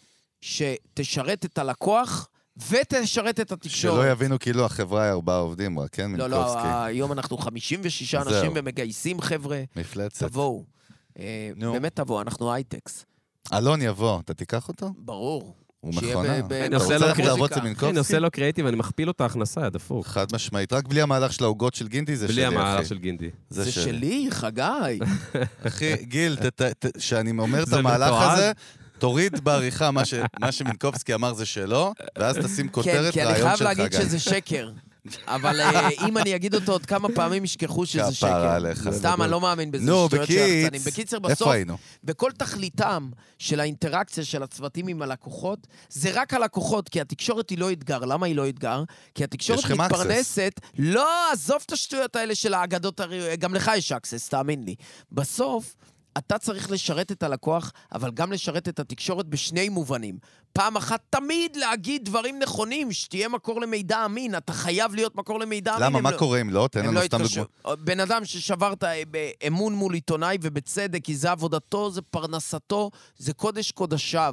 שתשרת את הלקוח ותשרת את התקשורת. שלא יבינו כאילו החברה היא ארבעה עובדים רק, כן? לא, לא, מינקובסקי. היום אנחנו חמישים ושישה זהו. אנשים ומגייסים חבר'ה. מפלצת. תבואו. אה, נו. באמת תבואו, אנחנו הייטקס. אלון יבוא, אתה תיקח אותו? ברור. הוא שיהיה מכונה. ב- ב- אני אתה עושה רוצה לו ללכת קריאה- לעבוד אצל אני מינקובסקי? עושה לו קריאייטיב, אני מכפיל לו את ההכנסה, יא דפוק. חד משמעית. רק בלי המהלך של העוגות של גינדי זה שלי, בלי אחי. המהלך של גינדי. זה שלי, חגי. אחי, גיל, ת- ת- ת- שאני אומר את זה המהלך מתועד? הזה, תוריד בעריכה מה ש- מה שמינקובסקי אמר זה שלו, ואז תשים כן, כותרת כי אני רעיון חייב שלך, להגיד גיא. שזה שקר. אבל אה, אם אני אגיד אותו עוד כמה פעמים, ישכחו שזה כפרה שקר. עליך. סתם, אני לא מאמין בזה. נו, שטויות של בקיץ, יחצנים. בקיצר, בסוף, איפה היינו? וכל תכליתם של האינטראקציה של הצוותים עם הלקוחות, זה רק הלקוחות, כי התקשורת היא לא אתגר. למה היא לא אתגר? כי התקשורת יש לכם מתפרנסת... לא, עזוב את השטויות האלה של האגדות, הרי- גם לך יש אקסס, תאמין לי. בסוף, אתה צריך לשרת את הלקוח, אבל גם לשרת את התקשורת בשני מובנים. פעם אחת תמיד להגיד דברים נכונים, שתהיה מקור למידע אמין. אתה חייב להיות מקור למידע אמין. למה, הם מה לא- קורה אם לא? תן הם לנו לא סתם התקשרו. דוגמא. בן אדם ששברת אמון מול עיתונאי, ובצדק, כי זה עבודתו, זה פרנסתו, זה קודש קודשיו.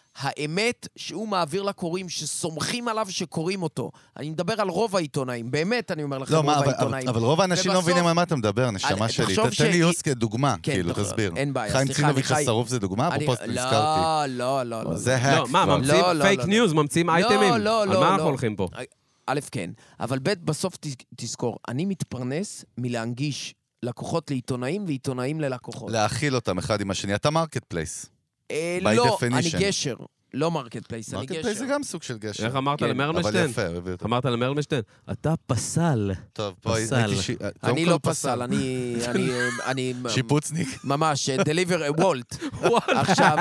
האמת שהוא מעביר לקוראים, שסומכים עליו שקוראים אותו. אני מדבר על רוב העיתונאים, באמת אני אומר לכם, לא, רוב מה, אבל- העיתונאים. אבל רוב האנשים לא ובסוף- מבינים על מה אתה מדבר, נשמה אני- שלי. תחשוב ת- תן לי ש- יוס כדוגמה, כן, כאילו, תח- תסביר. אין בעיה, חיים סליחה, צינוביץ' אני חי- השרוף זה דוגמה? אני- אפרופו לא, נזכרתי. לא, לא, לא. זה האק. לא, מה, כבר. ממציאים לא, לא, פייק לא, לא. ניוז, ממציאים אייטמים. לא, לא, על לא, מה לא. אנחנו הולכים פה? א', כן. אבל ב', בסוף ת- תזכור, אני מתפרנס מלהנגיש לקוחות לעיתונאים ועיתונאים ללקוחות. להאכיל אותם אחד עם השני. אתה מרקט פלייס. אה, by לא, אני definition. גשר. לא מרקט פלייס, אני מרקט גשר. פלייס זה גם סוג של גשר. איך אמרת כן, למרלמשטיין? אבל יפה, הביא אותו. אמרת למרלמשטיין, אתה פסל. טוב, פה פסל. הייתי ש... קודם אני כל לא פסל, אני... אני... אני... שיפוצניק. ממש, דליבר, וולט. עכשיו,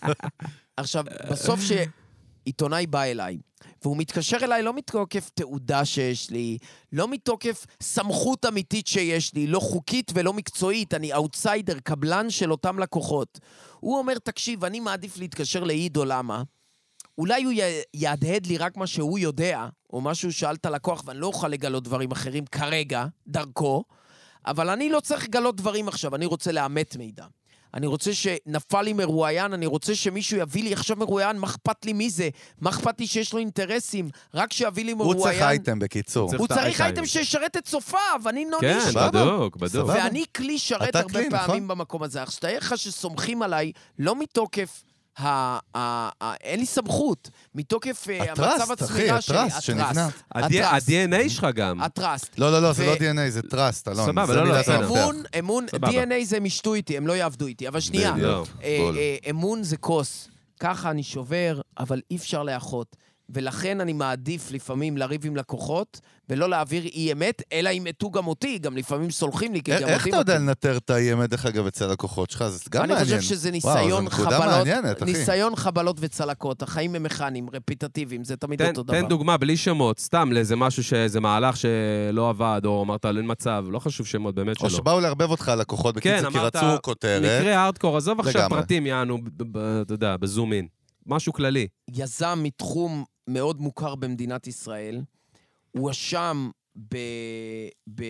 עכשיו, בסוף שעיתונאי בא אליי, והוא מתקשר אליי לא מתוקף תעודה שיש לי, לא מתוקף סמכות אמיתית שיש לי, לא חוקית ולא מקצועית, אני אאוטסיידר, קבלן של אותם לקוחות. הוא אומר, תקשיב, אני מעדיף להתקשר לעידו, למה? אולי הוא י- יהדהד לי רק מה שהוא יודע, או משהו שאל את הלקוח, ואני לא אוכל לגלות דברים אחרים כרגע, דרכו, אבל אני לא צריך לגלות דברים עכשיו, אני רוצה לאמת מידע. אני רוצה שנפל לי מרואיין, אני רוצה שמישהו יביא לי עכשיו מרואיין, מה אכפת לי מי זה? מה אכפת לי שיש לו אינטרסים? רק שיביא לי מרואיין. הוא צריך אייטם, בקיצור. הוא צריך אייטם שישרת את צופיו, אני נוני כן, שרת. בדוק, בדוק. ואני כלי שרת אתה הרבה כלי, פעמים נכון? במקום הזה. אך שתאר לך שסומכים עליי, לא מתוקף... ה- ה- ה- אין לי סמכות, מתוקף אה, הטראסט, המצב אחי, הצמירה שלי. הטראסט שנבנה. ה-די אן איי שלך גם. הטראסט. לא, לא, לא, זה ו- לא די אן איי, זה טראסט, אלון. סבבה, זה לא, לא, מילת בסדר. המפתח. אמון, אמון, סבבה. די אן איי זה הם ישתו איתי, הם לא יעבדו איתי. אבל שנייה, בדיוק, אה, בול. אה, אמון זה כוס. ככה אני שובר, אבל אי אפשר לאחות. ולכן אני מעדיף לפעמים לריב עם לקוחות, ולא להעביר אי אמת, אלא אם מתו גם אותי, גם לפעמים סולחים לי, כי גם אותי... איך אתה יודע לנטר את האי אמת, דרך אגב, אצל לקוחות שלך? זה גם אני מעניין. חושב שזה וואו, ניסיון זו נקודה חבלות, מעניינת, אחי. ניסיון חבלות וצלקות. החיים הם מכניים, רפיטטיביים, זה תמיד תן, אותו דבר. תן דוגמה, בלי שמות, סתם לאיזה משהו, שאיזה מהלך שלא עבד, או אמרת, אין מצב, לא חשוב שמות, באמת שלא. או שבאו לערבב אותך לקוחות, כן, בקיצור, כי אמרת, רצו כותרת. מקרה הארדקור, עזוב עכשיו לגמרי. פרטים, יענו, ב- ב- אתה יודע, בזום אין. משהו כללי. יזם מתחום מאוד מוכר במדינת ישראל, הוא אשם ב... ב...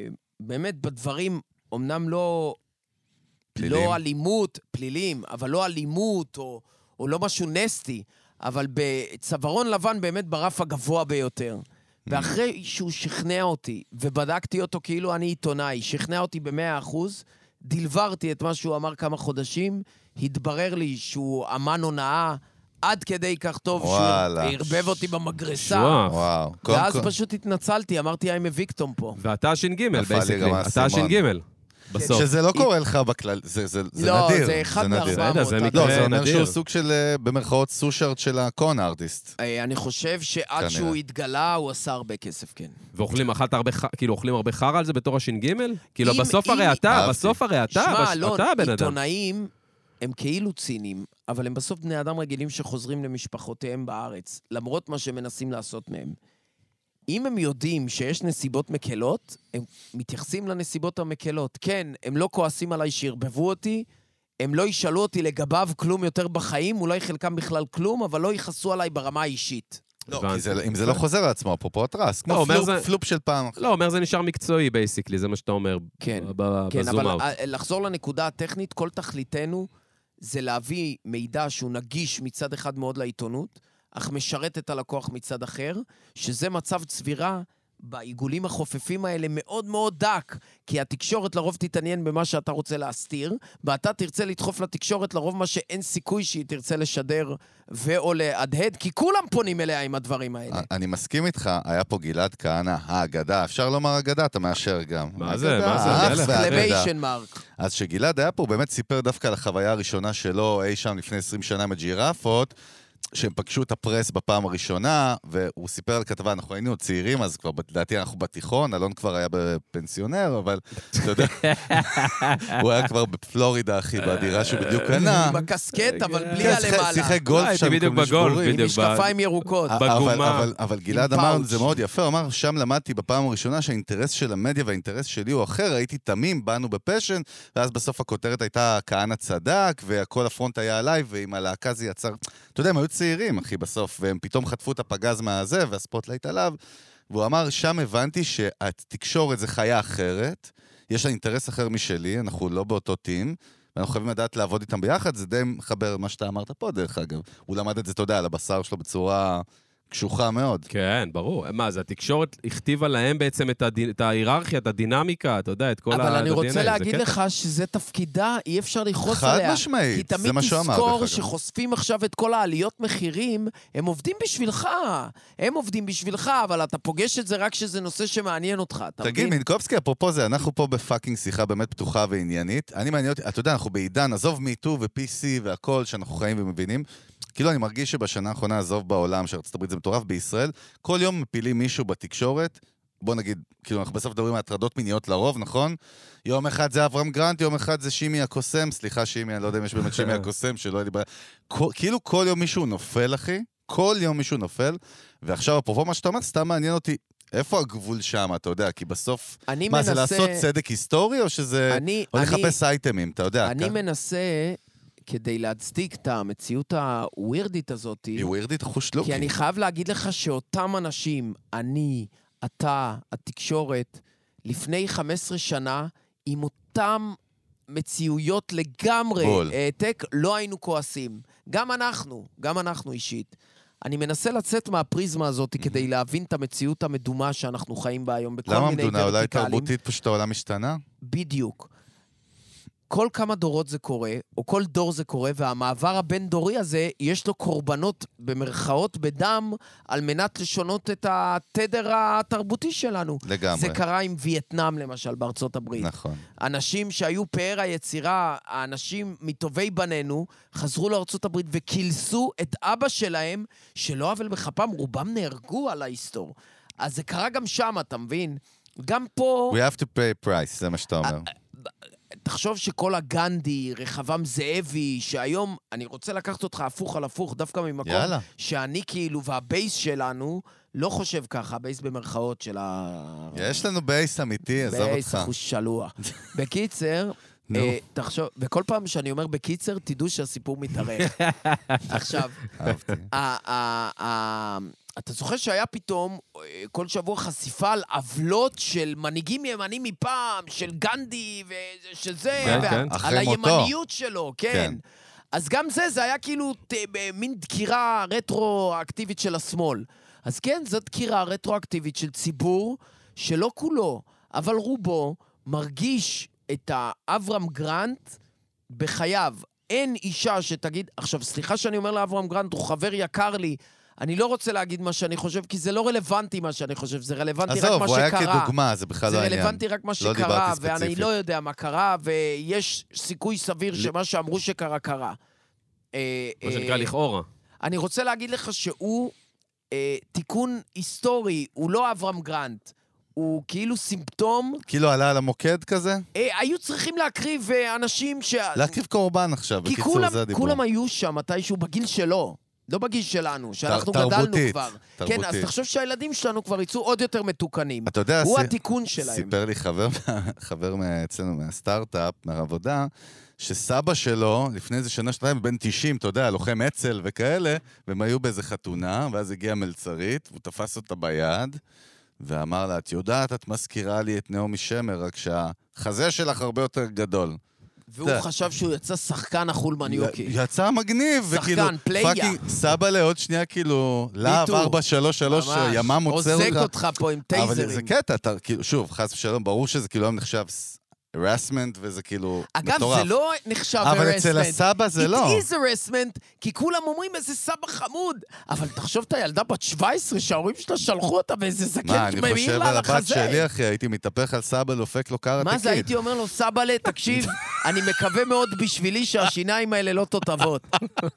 באמת בדברים, אמנם לא... פלילים. לא אלימות, פלילים, אבל לא אלימות, או, או לא משהו נסטי, אבל בצווארון לבן באמת ברף הגבוה ביותר. ואחרי שהוא שכנע אותי, ובדקתי אותו כאילו אני עיתונאי, שכנע אותי במאה אחוז, דלברתי את מה שהוא אמר כמה חודשים, התברר לי שהוא אמן הונאה, עד כדי כך טוב וואלה. שהוא הרבב אותי במגרסה. שוואח. וואו. קודם ואז כל- פשוט התנצלתי, אמרתי, I'm a victim פה. ואתה הש"ג, נפל לי גם בייסקלי. אתה האסימון. הש"ג. בסוף. שזה לא קורה לך בכלל, זה, זה, זה לא, נדיר. זה אחד נדיר. מארבע בסדר, זה מאות. מקרה לא, זה אומר נדיר. שהוא סוג של, אה, במרכאות, סושארט של הקון ארטיסט. אה, אני חושב שעד כנראה. שהוא התגלה, הוא עשה הרבה כסף, כן. ואוכלים, אכלת הרבה, ח- כאילו, אוכלים הרבה חרא על זה בתור הש"ג? כאילו, אם- בסוף אם- הרי אתה, אהבתי. בסוף הרי אתה, שמע, בש- לא, אתה הבן אדם. עיתונאים הם כאילו ציניים, אבל הם בסוף בני אדם רגילים שחוזרים למשפחותיהם בארץ, למרות מה שהם מנסים לעשות מהם. אם הם יודעים שיש נסיבות מקלות, הם מתייחסים לנסיבות המקלות. כן, הם לא כועסים עליי שירבבו אותי, הם לא ישאלו אותי לגביו כלום יותר בחיים, אולי חלקם בכלל כלום, אבל לא יכעסו עליי ברמה האישית. לא, הבנתי. כי זה, אם זה לא חוזר על עצמו, אפרופו הטרס, כמו לא, אומר פלופ, זה- פלופ של פעם. לא, אומר זה נשאר מקצועי, בייסיקלי, זה מה שאתה אומר. כן, ב- ב- כן, בזום אבל אאוט. ה- לחזור לנקודה הטכנית, כל תכליתנו זה להביא מידע שהוא נגיש מצד אחד מאוד לעיתונות, אך משרת את הלקוח מצד אחר, שזה מצב צבירה בעיגולים החופפים האלה מאוד מאוד דק, כי התקשורת לרוב תתעניין במה שאתה רוצה להסתיר, ואתה תרצה לדחוף לתקשורת לרוב מה שאין סיכוי שהיא תרצה לשדר ואו להדהד, כי כולם פונים אליה עם הדברים האלה. אני מסכים איתך, היה פה גלעד כהנא, האגדה, אפשר לומר אגדה, אתה מאשר גם. מה זה? אגדה, מה זה? האח מלך. והאגדה. אקסקלמיישן מרק. אז שגלעד היה פה, הוא באמת סיפר דווקא על החוויה הראשונה שלו, אי שם לפני עשרים שנה עם הג'ירפות, שהם פגשו את הפרס בפעם הראשונה, והוא סיפר על כתבה, אנחנו היינו צעירים, אז כבר, לדעתי, אנחנו בתיכון, אלון כבר היה בפנסיונר, אבל אתה יודע, הוא היה כבר בפלורידה, אחי, בדירה שהוא בדיוק קנה. עם הקסקט, אבל בלי כן, שיחק- הלמעלה. שיחק גולף הייתי שם, בדיוק כל מיני בגולף, שבורים. עם בדיוק. משקפיים ירוקות. אבל, בגומה. אבל, אבל גלעד עם אמר, פאוץ'. זה מאוד יפה, הוא אמר, שם למדתי בפעם הראשונה שהאינטרס של המדיה והאינטרס שלי הוא אחר, הייתי תמים, באנו בפשן, ואז בסוף הכותרת הייתה כהנא צדק, וכל הפרונט היה עליי, ועם הלהקה זה יצר... אתה יודע, הם היו צעירים, אחי, בסוף, והם פתאום חטפו את הפגז מהזה, והספוטלייט עליו, והוא אמר, שם הבנתי שהתקשורת זה חיה אחרת, יש לה אינטרס אחר משלי, אנחנו לא באותו טים, ואנחנו חייבים לדעת לעבוד איתם ביחד, זה די מחבר מה שאתה אמרת פה, דרך אגב. הוא למד את זה, אתה יודע, על הבשר שלו בצורה קשוחה מאוד. כן, ברור. מה, זה התקשורת הכתיבה להם בעצם את, הדין, את ההיררכיה, את הדינמיקה, אתה יודע, את כל ה... אבל אני ה-די אן איי, רוצה זה להגיד קטע. לך שזה תפקידה, אי אפשר לכעוס חד עליה. משמעית, כי זה תמיד מה שהוא אמר, דרך תזכור אגב. שחושפים עכשיו את כל העליות מחירים, הם עובדים בשבילך. הם עובדים בשבילך, אבל אתה פוגש את זה רק שזה נושא שמעניין אותך, אתה תגיד, מבין? מינקובסקי, אפרופו זה, אנחנו פה בפאקינג שיחה באמת פתוחה ועניינית. אני מעניין אותי, אתה יודע, אנחנו בעידן, עזוב מיטו ו-פי סי והכל שאנחנו חיים ומבינים. כאילו, אני מרגיש שבשנה האחרונה, עזוב בעולם, שארצות הברית זה מטורף, בישראל, כל יום מפילים מישהו בתקשורת, בוא נגיד, כאילו, אנחנו בסוף מדברים על הטרדות מיניות לרוב, נכון? יום אחד זה אברהם גרנט, יום אחד זה שימי הקוסם, סליחה שימי, אני לא יודע אם יש באמת שימי הקוסם, שלא יהיה לי בעיה. כל- כאילו, כל יום מישהו נופל, אחי, כל יום מישהו נופל, ועכשיו, אפרופו מה שאתה אומר, סתם מעניין אותי, איפה הגבול שם, אתה יודע? כי בסוף, אני מה, מנסה... זה לעשות צדק היסטורי, או שזה... אני, או אני, לחפש אייטמים, אתה יודע? אני כ- מנסה, כדי להצדיק את המציאות הווירדית הזאת, היא ווירדית חושלוקי. כי אני חייב להגיד לך שאותם אנשים, אני, אתה, התקשורת, לפני חמש עשרה שנה, עם אותם מציאויות לגמרי בול. העתק, לא היינו כועסים. גם אנחנו, גם אנחנו אישית. אני מנסה לצאת מהפריזמה הזאת כדי להבין את המציאות המדומה שאנחנו חיים בה היום בכל למה מיני מדונה? אולי ורטיקלים. תרבותית פשוט העולם השתנה? בדיוק. כל כמה דורות זה קורה, או כל דור זה קורה, והמעבר הבין-דורי הזה, יש לו קורבנות במרכאות בדם, על מנת לשונות את התדר התרבותי שלנו. לגמרי. זה קרה עם וייטנאם, למשל, בארצות הברית. נכון. אנשים שהיו פאר היצירה, האנשים מטובי בנינו, חזרו לארצות הברית וכילסו את אבא שלהם, שלא אבל בכפם, רובם נהרגו על ההיסטור. אז זה קרה גם שם, אתה מבין? גם פה... We have to pay price, זה מה שאתה אומר. תחשוב שכל הגנדי, רחבם זאבי, שהיום, אני רוצה לקחת אותך הפוך על הפוך, דווקא ממקום יאללה. שאני כאילו, והבייס שלנו, לא חושב ככה, הבייס במרכאות של ה... יש לנו בייס אמיתי, עזוב אותך. בייס אחוש שלוע. בקיצר, נו. אה, תחשוב, וכל פעם שאני אומר בקיצר, תדעו שהסיפור מתארך. עכשיו, אהבתי. ה- ה- ה- אתה זוכר שהיה פתאום אה, כל שבוע חשיפה על עוולות של מנהיגים ימנים מפעם, של גנדי ושזה, כן, וה- כן. אחרי על מותו. הימניות שלו, כן. כן. אז גם זה, זה היה כאילו ת- ב- מין דקירה רטרואקטיבית של השמאל. אז כן, זאת דקירה רטרואקטיבית של ציבור שלא כולו, אבל רובו מרגיש את האברהם גרנט בחייו. אין אישה שתגיד, עכשיו, סליחה שאני אומר לאברהם גרנט, הוא חבר יקר לי, אני לא רוצה להגיד מה שאני חושב, כי זה לא רלוונטי מה שאני חושב, זה רלוונטי רק עזוב, מה הוא שקרה. היה כדוגמה, זה בכלל לא זה העניין. רלוונטי רק מה לא שקרה, דיברתי ואני ספציפית. לא יודע מה קרה, ויש סיכוי סביר שמה שאמרו שקרה, קרה. אה, מה אה, שנקרא לכאורה. אני רוצה להגיד לך שהוא אה, תיקון היסטורי, הוא לא אברהם גרנט, הוא כאילו סימפטום. כאילו עלה על המוקד כזה? אה, היו צריכים להקריב אה, אנשים ש... להקריב קורבן עכשיו, כי בקיצור, כולם, זה הדיבור. כולם היו שם מתישהו בגיל שלו, לא בגיל שלנו, שאנחנו תר- גדלנו תרבותית, כבר. תרבותית. כן, אז תחשוב שהילדים שלנו כבר יצאו עוד יותר מתוקנים. אתה יודע, הוא סי- התיקון שלהם. סיפר לי חבר, חבר אצלנו מהסטארט-אפ, מהעבודה, שסבא שלו, לפני איזה שנה, שנתיים, בן תשעים, אתה יודע, לוחם אצל וכאלה, והם היו באיזה חתונה, ואז הגיעה מלצרית, והוא תפס אותה ביד, ואמר לה, את יודעת, את מזכירה לי את נעמי שמר, רק שהחזה שלך הרבה יותר גדול. והוא חשב שהוא יצא שחקן החולמן יוקי. י- יצא מגניב, שחקן, וכאילו, פליה. פאקינג, סבא לעוד שנייה, כאילו, להב טו. ארבע שלוש שלוש, ממש. ימם עוצר עוזק אותך. אותך פה עם אבל זה טייזרים. קטע, אתה, כאילו, שוב, חס ושלום, ברור שזה כאילו היום נחשב harassment, וזה כאילו אגב, מטורף. זה לא נחשב אבל harassment. אצל הסבא זה לא. It is harassment, כי כולם אומרים איזה סבא חמוד. אבל תחשוב את הילדה בת שבע עשרה שההורים שלה שלחו אותה באיזה מה, זקן אני מעיר חושב לה על על הבת שלי, החזה. אחי, הייתי מתהפך על סבא, דופק לו קארטה מה זה, הייתי אומר לו, סבאלה, תקשיב, אני מקווה מאוד בשבילי שהשיניים האלה לא תותבות.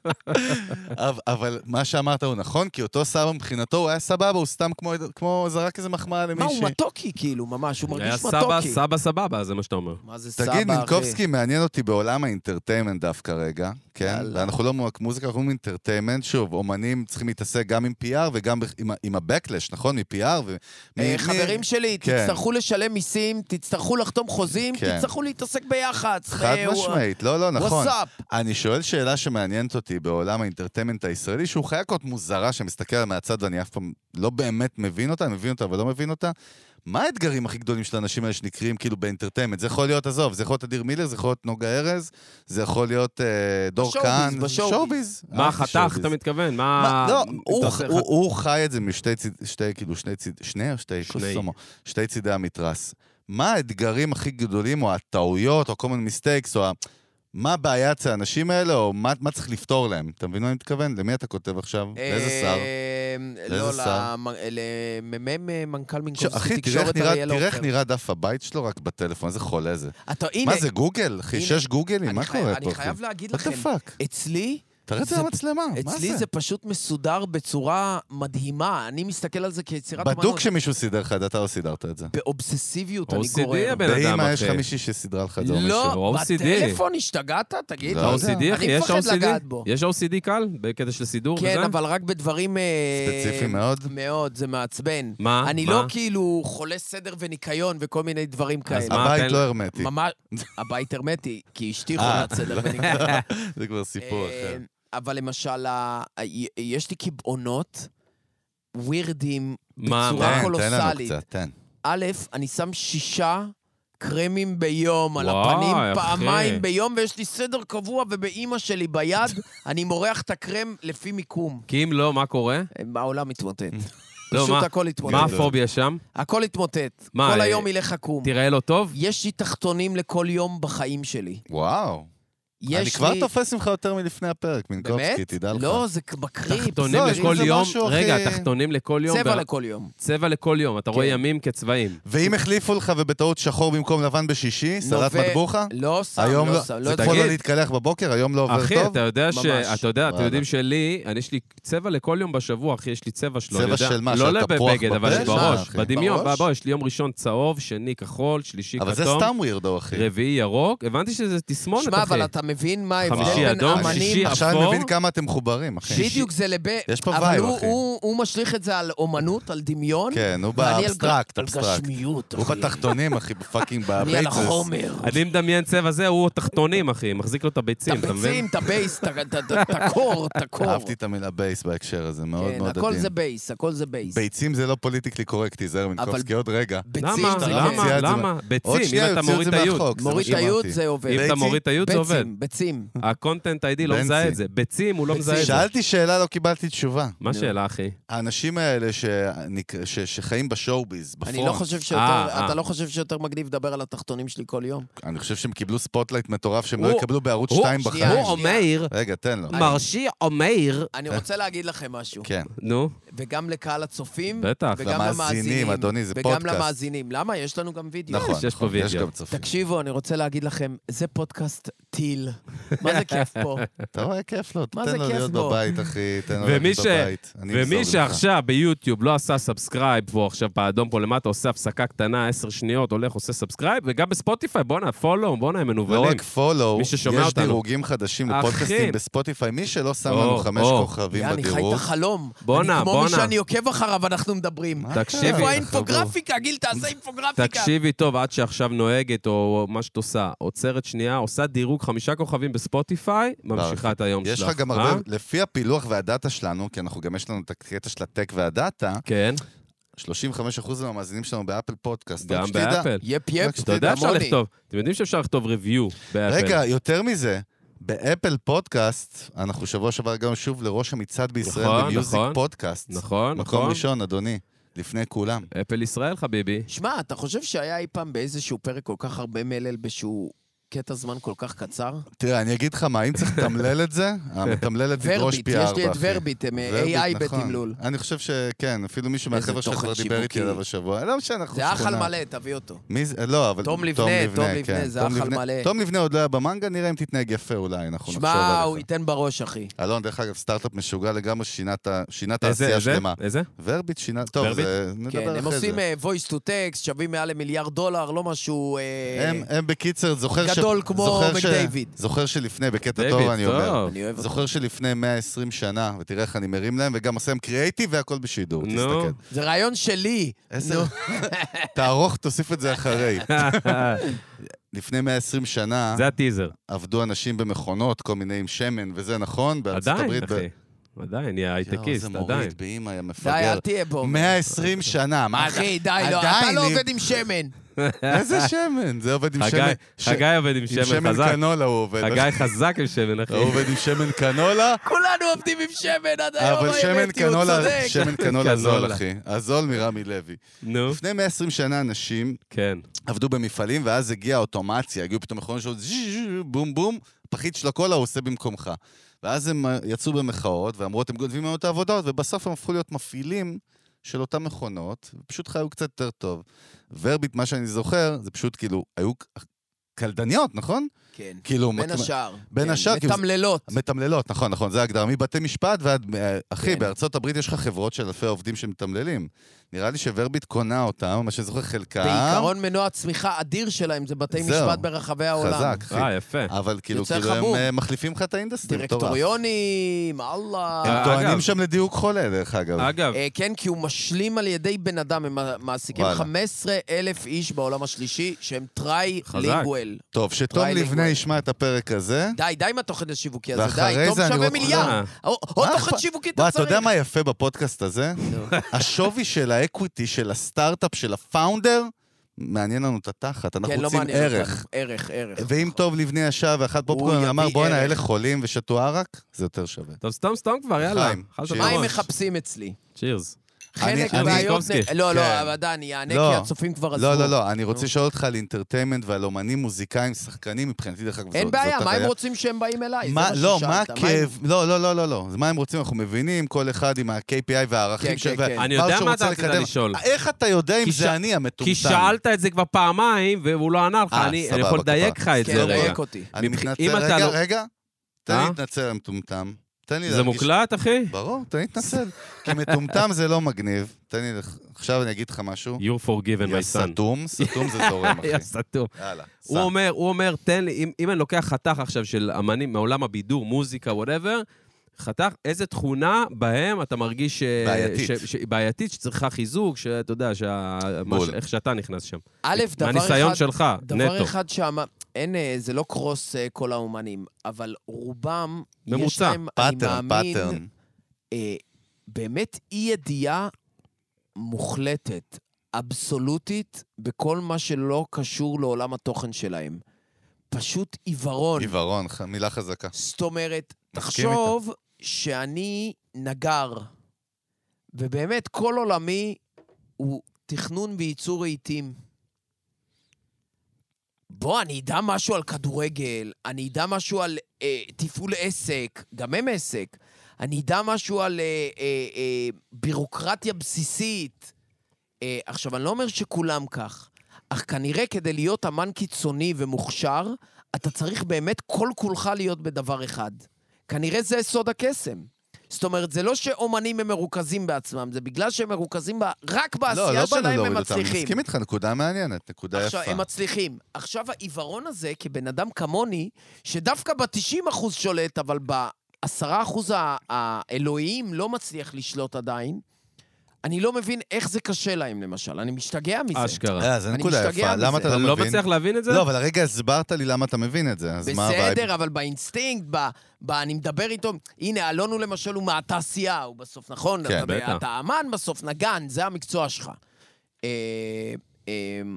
אבל- אבל מה שאמרת הוא נכון, כי אותו סבא מבחינתו, הוא היה סבבה, הוא סתם כמו- כמו זרק איזה מחמאה מה, למישהי. הוא מתוקי כאילו, ממש, הוא היה מרגיש סבא, מתוקי. סבא סבבה, זה מה שאתה אומר. מה זה סבא, תגיד, אחי? מינקובסקי מעניין אותי בעולם האינטרטיימנט דווקא רגע, כן? יאללה. ואנחנו לא רק מוזיקה, אנחנו אומרים אינטרטיימנט, שוב, אומנים צריכים להתעסק גם עם פי אר וגם ב- עם ה- עם ה-Backlash, נכון? מ-פי אר ו... אה, מ- חברים מ- שלי, כן. תצטרכו לשלם מיסים, תצטרכו לחתום חוזים, כן. תצטרכו להתעסק ביח"צ. חד אה, משמעית, לא, לא, נכון. וואטסאפ. אני שואל שאלה שמעניינת אותי בעולם האינטרטיימנט הישראלי, שהוא חיה כות מוזרה שמסתכל על מהצד ואני אף פעם לא באמת מבין אותה, אני מבין אותה אבל לא מבין אותה. מה האתגרים הכי גדולים של האנשים האלה שנקראים כאילו באינטרטיימנט? זה יכול להיות, עזוב, זה יכול להיות אדיר מילר, זה יכול להיות נוגה ארז, זה יכול להיות אה, דור בשואוביז, כאן. בשואוביז. שואוביז. מה אהבתי חתך, שואוביז. אתה מתכוון? מה, מה... לא, אתה הוא, עושה הוא, חת- הוא חי את זה משתי ציד, שתי, כאילו, שני ציד, שני או שתי? שני. קוסומו, שתי צידי המתרס. מה האתגרים הכי גדולים, או הטעויות, או common mistakes, או ה... מה הבעיה אצל האנשים האלה, או מה, מה צריך לפתור להם? אתה מבין מה אני מתכוון? למי אתה כותב עכשיו? לאיזה שר? אה, לא, לאיזה שר? למ"מ מנכ"ל ש- מינקובסקי אחי, תראה איך תקשורת נראה- אריאל תראה איך עופר. נראה דף הבית שלו רק בטלפון, איזה חולה זה. אתה, הנה, מה זה, גוגל? אחי, הנה. שש גוגלים? אני מה חייב- קורה אני פה, אחי? חייב להגיד What לכם, the fuck? אצלי, תראה את זה זה- למצלמה, מה אצלי זה? זה פשוט מסודר בצורה מדהימה. אני מסתכל על זה כיצירת אמנות. בדוק שמישהו סידר לך, אתה לא סידרת את זה. באובססיביות אני או סי די גורר. הבן אדם, באמא יש אחי. לך מישהי שסידרה לך את זה או מישהו. לא, או סי די. בטלפון השתגעת? תגיד. לא, או סי די, אחי, אני יש מפחד או סי די? לגעת בו. יש או סי די קל? בקטע של סידור וזה? כן, אבל רק בדברים... אה, ספציפי מאוד? מאוד, זה מעצבן. מה? אני מה? לא כאילו חולה סדר וניקיון וכל מיני דברים כאלה. מה, הבית תן- לא הרמטי. ממש, הבית הרמטי, כי אשתי אה. חולת סדר וניקיון. זה כבר סיפור אה, אחר. אבל למשל, ה- יש לי קבעונות ווירדים מה, בצורה תן, תן לנו קולוסלית. קצת, תן. א', אני שם שישה קרמים ביום, על וואי, הפנים אחי. פעמיים ביום, ויש לי סדר קבוע, ובאמא שלי ביד, אני מורח את הקרם לפי מיקום. כי אם לא, מה קורה? העולם מתמוטט. לא, פשוט מה- הכל התמוטט. מה הפוביה שם? הכל התמוטט. מה, כל אה, היום ילך עקום. תראה לו טוב? יש לי תחתונים לכל יום בחיים שלי. וואו. יש אני כבר לי... תופס ממך יותר מלפני הפרק, מינקובסקי, באמת? תדע לך. לא, זה בקריפ. תחתונים לא, לכל זה יום, משהו, אחי. רגע, תחתונים לכל יום. צבע ב- לכל יום. צבע לכל יום, אתה רואה כן. ימים כצבעים. ואם החליפו לך ובטעות שחור במקום לבן בשישי, סלט נובע- מטבוחה? לא שם, היום לא לא, שם. זה לא יכול תגיד. לא להתקלח בבוקר, היום לא עובר אחי, טוב? אתה יודע ש... ממש. אתה יודע, אתם וואלה. יודעים שלי, אני יש לי צבע לכל יום בשבוע, אחי, יש לי צבע שלו. צבע אני יודע- של מה, לא של תפוח בבגד, אבל בפה? בראש, אחי. בדמיון. בראש? בוא, בוא, יש לי יום ראשון צהוב, שני כחול, שלישי אבל זה כתום, סתם ווירדו, אחי. רביעי ירוק. הבנתי שזה תסמונת, שמע, אחי. אבל אתה מבין מה ההבדל חמישי בין אדום, אמנים... שישי עכשיו אני אפור. מבין כמה אתם מחוברים, אחי. בדיוק זה לב... יש פה אבל וייב, הוא- אחי. הוא- הוא משליך את זה על אומנות, על דמיון. כן, הוא ואני על באבסטרקט, על אבסטרקט. גשמיות, הוא אחי. בתחתונים, אחי, בפאקינג אני על בבייצס. החומר. אני מדמיין צבע זה, הוא תחתונים, אחי, מחזיק לו את הביצים, את אתה מבין? הביצים, את הבייס, את ה- את ה- את הקור, את הקור. אהבתי את המילה בייס בהקשר הזה, מאוד כן, מאוד הכל עדין. זה בייס, הכל זה בייס. ביצים זה לא פוליטיקלי קורקטי, זהר מינקובסקי, עוד רגע. ביצים למה? זה המשטרה כן. מוציאה למה? את זה למה? עוד ביצים, שנייה אם אתה יוציאו את מוריד זה את היוד. מהחוק. זה מה מוריד את שאמרתי. היוד זה עובד. אם אתה ביצים? מוריד את היוד זה עובד. ביצים, ביצים. הקונטנט איי די לא בנצי. מזהה את זה. ביצים, הוא לא מזהה את זה. שאלתי שאלה, לא קיבלתי תשובה. מה השאלה, אחי? האנשים האלה שנק- ש- שחיים בשואו-ביז, בפרונט, אני לא חושב שיותר, אה, אה. אתה לא חושב שיותר מגניב לדבר על התחתונים שלי כל יום? אני חושב שהם קיבלו ספוטלייט מטורף שהם לא הוא- יקבלו בערוץ הוא- שתיים שנייה, בחיים. הוא אומר, רגע, תן לו. מרשי אומר, אני רוצה להגיד לכם משהו. כן. נו, וגם לקהל הצופים, בטח. וגם למאזינים, למאזינים. אדוני, זה וגם פודקאסט. למאזינים. למה? יש לנו גם וידאו. נכון, יש פה נכון, יש וידאו. גם צופים. תקשיבו, אני רוצה להגיד לכם, זה פודקאסט טיל. מה זה כיף פה? אתה רואה, כיף לו, מה תן זה לו כיף להיות בו? בבית, אחי, תן לו ומי להיות ש- בבית. אני ומי אעזור לך. שעכשיו ביוטיוב לא עשה סאבסקרייב, והוא עכשיו באדום פה למטה, עושה הפסקה קטנה, עשר שניות, הולך, עושה סאבסקרייב, וגם בספוטיפיי, בואנה, פולו, בואנה, הם לא מנוולים. רק פולו, מי יש ששומע אותנו. דירוגים חדשים אחי. לפודקאסטים בספוטיפיי. מי שלא שם או, לנו חמש או. כוכבים אני חי את בדירוג, החלום. בואנה, אני כמו מי בואנה. שאני עוקב אחריו, אנחנו מדברים. תקשיבי, איפה חבוב. האינפוגרפיקה? גיל, תעשה אינפוגרפיקה. תקשיבי טוב, עד שעכשיו נוהגת, או מה שאת עושה, עוצרת שנייה, עושה דירוג חמישה כוכבים בספוטיפיי, ממשיכה את היום שלך. יש לך גם אה? הרבה, לפי הפילוח והדאטה שלנו, כי אנחנו גם יש לנו את הקטע של הטק והדאטה, כן, שלושים וחמישה אחוז מהמאזינים שלנו באפל פודקאסט. רק גם שתדע. באפל. יפ יפ. אתה יודע אפשר כמוני. לכתוב, אתם יודעים שאפשר לכתוב ריוויו באפל. רגע, יותר מזה, באפל פודקאסט, אנחנו שבוע שעבר גם שוב לראש המצעד בישראל נכון, במיוזיק נכון. פודקאסט. נכון, מקום נכון. ראשון, אדוני, לפני כולם. אפל ישראל, חביבי. שמע, אתה חושב שהיה אי פעם באיזשהו פרק כל כך הרבה מלל בשביל קטע זמן כל כך קצר? תראה, אני אגיד לך מה, אם צריך לתמלל את זה, המתמללת תדרוש ורביט, פי ארבע, יש לי את אחי. ורביט, הם ורביט, איי איי נכון. בתמלול. אני חושב שכן, אפילו מישהו איזה מהחבר'ה שלך תוכן כבר דיבר איתי שיווקי. עליו השבוע. לא משנה, אנחנו זה אכל שכונה. מלא, תביא אותו. מי זה? לא, אבל... תום לבנה, תום לבנה, כן. זה תום אכל לבנה- מלא. תום לבנה עוד לא היה במנגה, נראה אם תתנהג יפה אולי, אנחנו נחשוב שמע, הוא עליך. ייתן בראש, אחי. אלון, דרך אגב, סטארט-אפ משוגע לגמרי, שינה את ה- שינה את איזה, העשייה איזה? שלמה. איזה? ורביט שינה, טוב, ורביט? זה... כן, נדבר הם אחרי עושים זה. אה, voice to text, שווים מעל למיליארד דולר, לא משהו... אה, הם, הם בקיצר, זוכר ש... גדול כמו זוכר ש- מקדייוויד. זוכר שלפני, בקטע דיוויד, טוב אני אומר. טוב. אני אוהב אותו. זוכר שלפני מאה ועשרים שנה, ותראה איך אני מרים להם, וגם עושה להם קריאייטיב והכל בשידור, נו. תסתכל. זה רעיון שלי. עשר... תערוך, תוסיף את זה אחרי. לפני מאה ועשרים שנה, זה הטיזר. עבדו אנשים במכונות, כל מיני עם שמן, וזה נכון, בארצות עדיין, הברית... ב- אחי. עדיין, נהיה יואו, הייטקיסט, איזה עדיין. מוריד באמא, יא די, מפגר. אל תהיה בו. מאה ועשרים שנה, מה אתה... אחי, די, לא, אתה עדיין, לא אם- עובד עם שמן. איזה שמן? זה עובד עם חגי, שמן... ש- חגי עובד עם עם שמן שמן חזק. קנולה הוא עובד. חגי חזק עם שמן, אחי. הוא עובד עם שמן קנולה, כולנו עובדים עם שמן עד היום, אבל שמן האמת היא, הוא קנולה, צודק. שמן קנולה זול, קנולה. אחי. הזול מרמי לוי. נו, לפני מאה ועשרים שנה אנשים כן. עבדו במפעלים, ואז הגיעה האוטומציה, הגיעו פתאום מכונות שעוד בום בום, פחית של הקולה הוא עושה במקומך. ואז הם יצאו במחאות, ואמרו, אתם גונבים לנו את העבודות, ובסוף הם הפכו להיות מפעילים של אותם מכונות, ופשוט חיו קצת יותר טוב. ורביט, מה שאני זוכר, זה פשוט כאילו, היו קלדניות, נכון? כן, כאילו, בין מת- השאר. בין כן, השאר, כאילו, מתמללות. מתמללות, נכון, נכון, זה ההגדרה. מבתי משפט ועד... אה, אחי, כן. בארצות הברית יש לך חברות של אלפי עובדים שמתמללים. נראה לי שוורביט קונה אותם, מה שזוכר חלקם. בעיקרון מנוע צמיחה אדיר שלהם, זה בתי זהו. משפט ברחבי העולם. חזק, אחי. אה, יפה. אבל כאילו, יוצא כאילו הם חמור. אה, מחליפים לך את האינדסטרי, מטורף. דירקטוריונים, אללה. הם אגב. טוענים שם לדיוק חולה, דרך אגב. אגב, אה, כן, כי הוא משלים על ידי בן אדם, הם מעסיקים וואלה. חמישה עשר אלף איש בעולם השלישי, שהם חזק. טרי-לינגואל. טוב, שתום טריילי לבנה גוול. ישמע את הפרק הזה. די, די עם התוכן השיווקי הזה, ואחרי די, תום זה אני שווה רוצה- מיליארד. עוד עוד מה תוכן אכפת? שיווקי וואי, אתה אתה יודע צריך. מה יפה בפודקאסט הזה? השווי של האקוויטי, של הסטארט-אפ, של הפאונדר, מעניין לנו את התחת, אנחנו כן, לא רוצים מעניין ערך. אותנו. ערך, ערך. ואם טוב לבני ישב ואחד פופקורן יביא אמר, בואנה, ערך." אלה חולים ושתו ערק, זה יותר שווה. טוב, סתם סתם כבר, יאללה. חיים, אכלת שיהיה. מה הם בראש. מחפשים אצלי? צ'ירס. חלק אני- מהבעיות... קובסקי. לא, לא, כן. אבל עדיין, יענה לא. כי הצופים כבר עזבו. לא, לא, לא, אני רוצה לשאול אותך על אינטרטיימנט ועל אומנים, מוזיקאים, שחקנים, מבחינתי דרך אגב, אין זאת- בעיה, זאת מה הם הראייה. רוצים שהם באים אליי? זה מה, מה לא, ששאלת. מה הם- הכאב? לא, לא, לא, לא, לא. זה מה הם רוצים, אנחנו מבינים, כל אחד עם ה-קיי פי איי והערכים כן, שלו. כן, כן. אני יודע שהוא מה רוצה אתה רצית לקדם. לשאול. איך אתה יודע אם כי זה ש- אני המטומטם? כי שאלת את זה כבר פעמיים, והוא לא ענה לך, אה, אני סבבה, אני יכול לדייק כפרה. לך את כן, זה רגע. דייק אותי. אני מבח- מתנצל, אם אתה רגע, לא- רגע. תן לי אה? להתנצל, מטומטם. תן לי זה להרגיש- מוקלט, אחי? ברור, תן לי להתנצל. כי מטומטם זה לא מגניב. תן לי, לח- עכשיו אני אגיד לך משהו. You're forgiven, יא my son. סתום, סתום זה זורם, אחי. יא סתום. יאללה, הוא סע. אומר, הוא אומר, תן לי, אם, אם אני לוקח חתך עכשיו של אמנים מעולם הבידור, מוזיקה, whatever, חתך, איזה תכונה בהם אתה מרגיש ש... בעייתית. ש... ש... בעייתית, שצריכה חיזוק, שאתה יודע, שה... מה ש... בול. איך שאתה נכנס שם. א', דבר אחד... מהניסיון שלך, דבר נטו. אחד שאמר... אין, אה, זה לא קרוס אה, כל האומנים, אבל רובם, יש ממוצע. להם, אני פאטרן, מאמין, פאטרן. אה, באמת אי-ידיעה מוחלטת, אבסולוטית, בכל מה שלא קשור לעולם התוכן שלהם. פשוט עיוורון. עיוורון, ח- מילה חזקה. זאת אומרת, מסכים תחשוב שאני נגר, ובאמת כל עולמי הוא תכנון וייצור רהיטים. בוא, אני אדע משהו על כדורגל, אני אדע משהו על אה, תפעול עסק, גם הם עסק, אני אדע משהו על אה, אה, אה, בירוקרטיה בסיסית. אה, עכשיו, אני לא אומר שכולם כך, אך כנראה כדי להיות אמן קיצוני ומוכשר, אתה צריך באמת כל כולך להיות בדבר אחד. כנראה זה סוד הקסם. זאת אומרת, זה לא שאומנים הם מרוכזים בעצמם, זה בגלל שהם מרוכזים ב... רק לא, בעשייה לא באנו שלהם הם להוריד אותם. אני מצליחים. מסכים איתך, נקודה מעניינת, נקודה עכשיו, יפה. הם מצליחים. עכשיו, העיוורון הזה, כבן אדם כמוני, שדווקא ב-תשעים אחוז שולט, אבל ב-עשרה אחוז האלוהיים לא מצליח לשלוט עדיין, אני לא מבין איך זה קשה להם, למשל. אני משתגע מזה. אשכרה. אה, זה אני נקודה משתגע יפה. מזה. למה אתה אתה לא לא מבין? מצליח להבין את זה? לא, אבל הרגע הסברת לי למה אתה מבין את זה, אז מה הווייב? בסדר, אבל באינסטינקט, ב, ב, אני מדבר איתו, הנה, אלון הוא למשל הוא מהתעשייה, הוא בסוף, נכון? כן, אתה, בטח. אתה אמן בסוף, נגן, זה המקצוע שלך. אה, אה,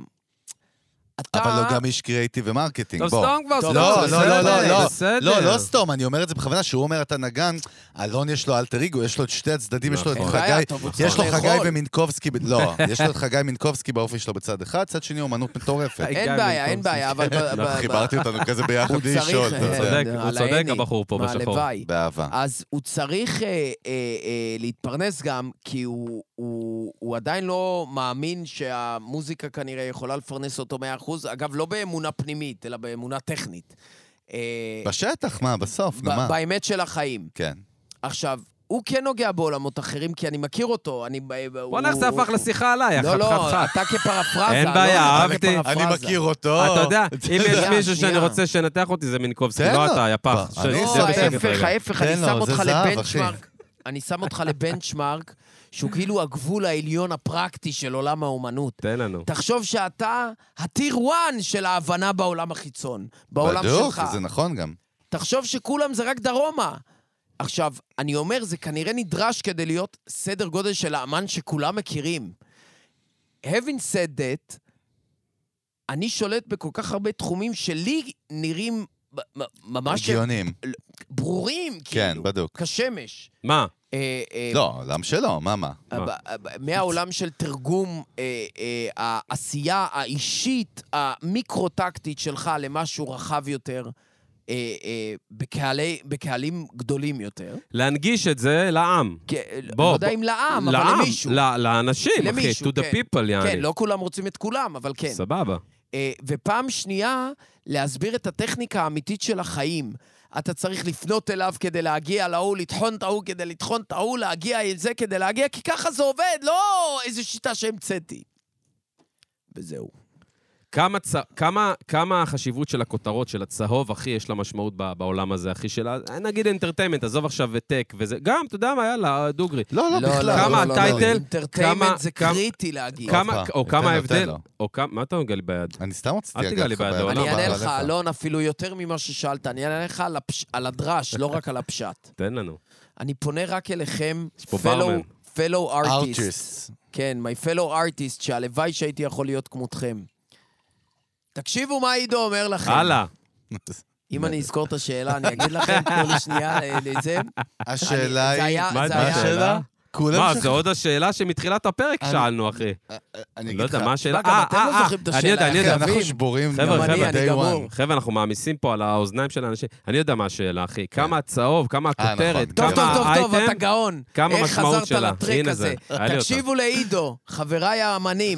אתה... אבל לא גם איש קריאיטיב ומרקטינג, טוב, בוא. סתום כבר, טוב, סתום. לא, לא, לא, לא, לא. בסדר. לא, לא סתום, אני אומר את זה בכוונה, שהוא אומר אתה נגן, אלון יש לו אלטר אגו, יש לו את שתי הצדדים, יש לו את נכון. אין בעיה, חגי, טוב, הוא צריך יש לו חגי לאכול. ומינקובסקי, ב- לא, יש לו את חגי מינקובסקי באופי שלו בצד אחד, צד שני אומנות מטורפת. חגי אין בעיה, אין מינקובסקי. בעיה, אבל... ב- ב- ב- חיברתי אותנו כזה ביחד הוא בלי צריך... לשאול, אתה אה, יודע. צודק, הוא על צודק, העני, הבחור פה בשחור. מהלוואי. באהבה. אז הוא צריך אה, אה, אה, להתפרנס גם, כי הוא, הוא, הוא עדיין לא מאמין שהמוזיקה כנראה יכולה לפרנס אותו מאה אחוז, אגב, לא באמונה פנימית, אלא באמונה טכנית. אה, בשטח, מה, בסוף, נו ב- מה? באמת של החיים. כן. עכשיו, הוא כן נוגע בעולמות אחרים, כי אני מכיר אותו, אני... בוא נעשה, זה הפך לשיחה עליי, לא, חד לא, חד חד. אתה כפרפרזה. אין לא, בעיה, אתה אהבתי. כפרפרזה. אני מכיר אותו. אתה יודע, אם יש שנייה, מישהו שאני שנייה. רוצה שנתח אותי, זה מינקובסקי, תן לא לו. אתה, יא פח. לא, שב- אני לא, שב בשקט ההפך, רגע. ההפך, תן אני לו, שם זה אותך זהב, לבנצ'מארק. אני שם אותך לבנצ'מארק, שהוא כאילו הגבול העליון הפרקטי של עולם האומנות. תן לנו. תחשוב שאתה הטיר וואן של ההבנה בעולם החיצון, בעולם בדיוק, שלך. זה נכון גם. תחשוב שכולם זה רק דרומה. עכשיו, אני אומר, זה כנראה נדרש כדי להיות סדר גודל של האמן שכולם מכירים. Having said that, אני שולט בכל כך הרבה תחומים שלי נראים ב- ב- ממש הגיונים. ברורים, כן, כאילו, בדיוק. כשמש. מה? אה, אה, לא, עולם שלו, מה מה? ב- ב- מהעולם של תרגום אה, אה, העשייה האישית, המיקרו-טקטית שלך למשהו רחב יותר, אה, אה, בקהלי, בקהלים גדולים יותר. להנגיש את זה לעם. כ- בוא, לא יודע בוא. אם לעם, אבל לעם, למישהו. ל- לאנשים, אחי, למישהו, to the כן. people, יעני. כן, לא כולם רוצים את כולם, אבל כן. סבבה. אה, ופעם שנייה, להסביר את הטכניקה האמיתית של החיים. אתה צריך לפנות אליו כדי להגיע להוא, לטחון את ההוא כדי לטחון את ההוא, להגיע אל זה כדי להגיע, כי ככה זה עובד, לא איזו שיטה שהמצאתי. וזהו. כמה, צ... כמה, כמה החשיבות של הכותרות, של הצהוב, אחי, יש לה משמעות ב- בעולם הזה, אחי, של ה- נגיד אינטרטיימנט, עזוב עכשיו וטק וזה, גם, אתה יודע מה, יאללה, דוגרי. לא, לא, בכלל. כמה לא, לא, הטייטל- לא. אינטרטיימנט כמה- זה כמה- קריטי להגיד. כמה, הופה, או כמה נותן ההבדל, לו. או כמה, מה אתה נוגע לי ביד? אני סתם רציתי אל תיגע לי לך ביד, ביד. לא, אני לא, אענה אבל לך, עליך. אלון, אפילו יותר ממה ששאלת, אני אענה לך על, הפש... על הדרש, לא רק על הפשט. תן לנו. אני פונה רק אליכם, יש פה fellow, ברמן. fellow artists. ארטיסט. כן, my fellow artist, שהלוואי שהייתי יכול להיות כמותכם. תקשיבו מה עידו אומר לכם. הלאה. אם אני אזכור את השאלה, אני אגיד לכם, תנו לי שנייה לזה. השאלה היא... מה השאלה? מה, זו עוד השאלה שמתחילת הפרק שאלנו, אחי. אני לא יודע, מה השאלה? גם אתם לא זוכרים את השאלה. אני יודע, אני יודע. אנחנו שבורים. חבר'ה, חבר'ה, אני גמור. חבר'ה, אנחנו מעמיסים פה על האוזניים של האנשים. אני יודע מה השאלה, אחי. כמה הצהוב, כמה הכותרת, טוב, טוב, טוב, טוב, אתה האייטם, גאון. כמה איך משמעות חזרת שלה. לטרק הנה הזה? זה, היה לי אותה. תקשיבו לעידו, חבריי האמנים.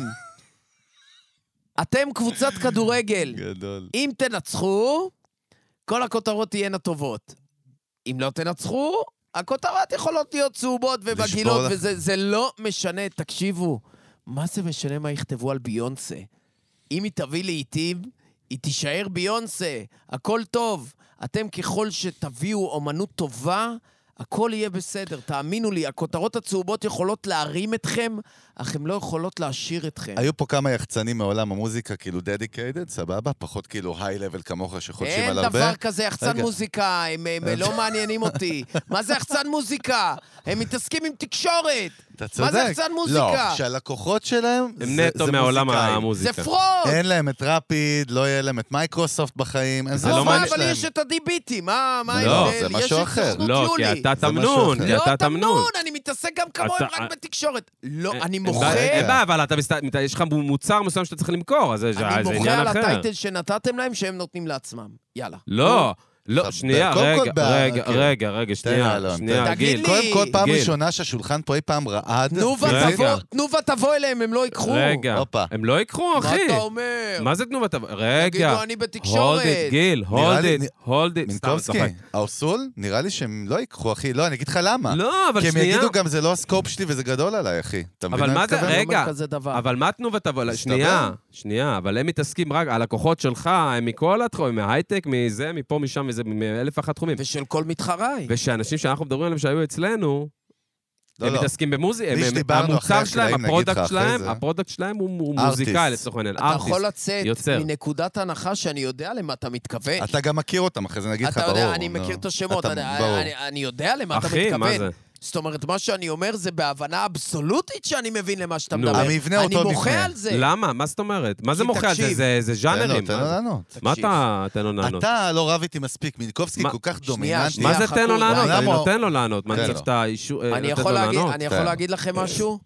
אתם קבוצת כדורגל. גדול. אם תנצחו, כל הכותרות תהיינה טובות. אם לא תנצחו, הכותרות יכולות להיות צהובות ובגילות, לך. וזה זה לא משנה. תקשיבו, מה זה משנה מה יכתבו על ביונסה? אם היא תביא לעיתים, היא תישאר ביונסה. הכל טוב. אתם ככל שתביאו אומנות טובה, הכל יהיה בסדר. תאמינו לי, הכותרות הצהובות יכולות להרים אתכם, אך הן לא יכולות להשאיר אתכם. היו פה כמה יחצנים מעולם המוזיקה, כאילו dedicated, סבבה? פחות כאילו high level כמוך שחודשים על הרבה. אין דבר כזה, יחצן מוזיקה, הם, הם לא מעניינים אותי. מה זה יחצן מוזיקה? הם מתעסקים עם תקשורת. אתה צודק. מה זה יחצן מוזיקה? לא, שהלקוחות שלהם זה, הם נטו זה מעולם מוזיקאים. המוזיקה. זה פרוד! אין להם את רפיד, לא יהיה להם את מייקרוסופט בחיים. זה לא לא מה, מעניין אבל שלהם. יש את הדי-ביטי, מה מה לא, ההבדל? זה יש משהו את אחר. סוכנות לא, כי יולי. אתה זה משהו תמנון, אחר. כי לא אתה תמנון, תמנון. אני מתעסק גם כמוהם אתה- רק בתקשורת. לא, אין- אני אין מוחה... בעיה, אין בעיה, אבל אתה מסת- מת- יש לך מוצר מסוים שאתה צריך למכור, אז זה זה אני עניין מוחה על אחר. הטייטל שנתתם להם שהם נותנים לעצמם. יאללה. לא, לא, חבר- שנייה, קודם כל רגע, ב- רגע, כן. רגע, רגע, שנייה, אלון, שנייה, תן. תגיד גיל. לי. קודם כל, פעם גיל. ראשונה שהשולחן פה אי פעם רעד. תנובה רגע. תבוא- תנובה תבוא אליהם, הם לא ייקחו. רגע, הופה. הם לא יקחו, מה אחי. אתה אומר? מה זה תנובת... רגע. יגידו, אני hold בתקשורת. it, גיל, נראה hold לי- it, hold it. סתם, מינקובסקי, צוחק. האוסול, נראה לי שהם לא ייקחו, אחי. לא, אני אגיד לך למה. לא, אבל כי הם שנייה. יגידו גם, זה לא הסקופ שלי וזה גדול עליי, אחי. אתה מבין אבל מה זה, מתכוון? לא רגע, אומר כזה דבר. אבל מה תנובת תבוא? מסתבר. שנייה, שנייה, אבל הם מתעסקים רק, הלקוחות שלך, הם מכל התחומים, מההייטק, מזה, מפה, משם, וזה, מאלף ואחת תחומים. ושל כל מתחריי. ושאנשים שאנחנו מדברים עליהם שהיו אצלנו, לא, הם לא. מתעסקים במוזיקה, מי שדיברנו אחרי המוצר שלהם, הקלעים, נגיד לך הפרודקט אחרי שלהם, זה. הפרודקט שלהם הוא הוא ארטיסט. מוזיקאי לצורך העניין, אתה ארטיסט. יכול לצאת יוצר. מנקודת הנחה שאני יודע למה אתה מתכוון. אתה גם מכיר אותם, אחרי זה נגיד לך, אתה ברור. יודע, אני נו. מכיר את השמות, אתה- אני- ברור. אני- אני יודע למה אתה אחי, מה מתכוון. זה? זאת אומרת, מה שאני אומר זה בהבנה אבסולוטית שאני מבין למה שאתה נו. מדבר. המבנה אותו אני מוחה מבנה. על זה. למה? מה זאת אומרת? מה זה כי מוחה על זה? תקשיב. זה- זה תן לו, ז'אנרים. תן לו מה זה? לענות. מה תקשיב. אתה תן לו לענות? אתה לא רב איתי מספיק, מינקובסקי מה- כל כך שנייה, דומיננטי. שנייה. מה זה תן לו חכו, לענות? למה אני הוא- נותן לו לענות. מה תן אני לו. צריך את האישור, אה, אני לתת יכול לו להגיד- לענות? אני יכול כן. להגיד לכם משהו?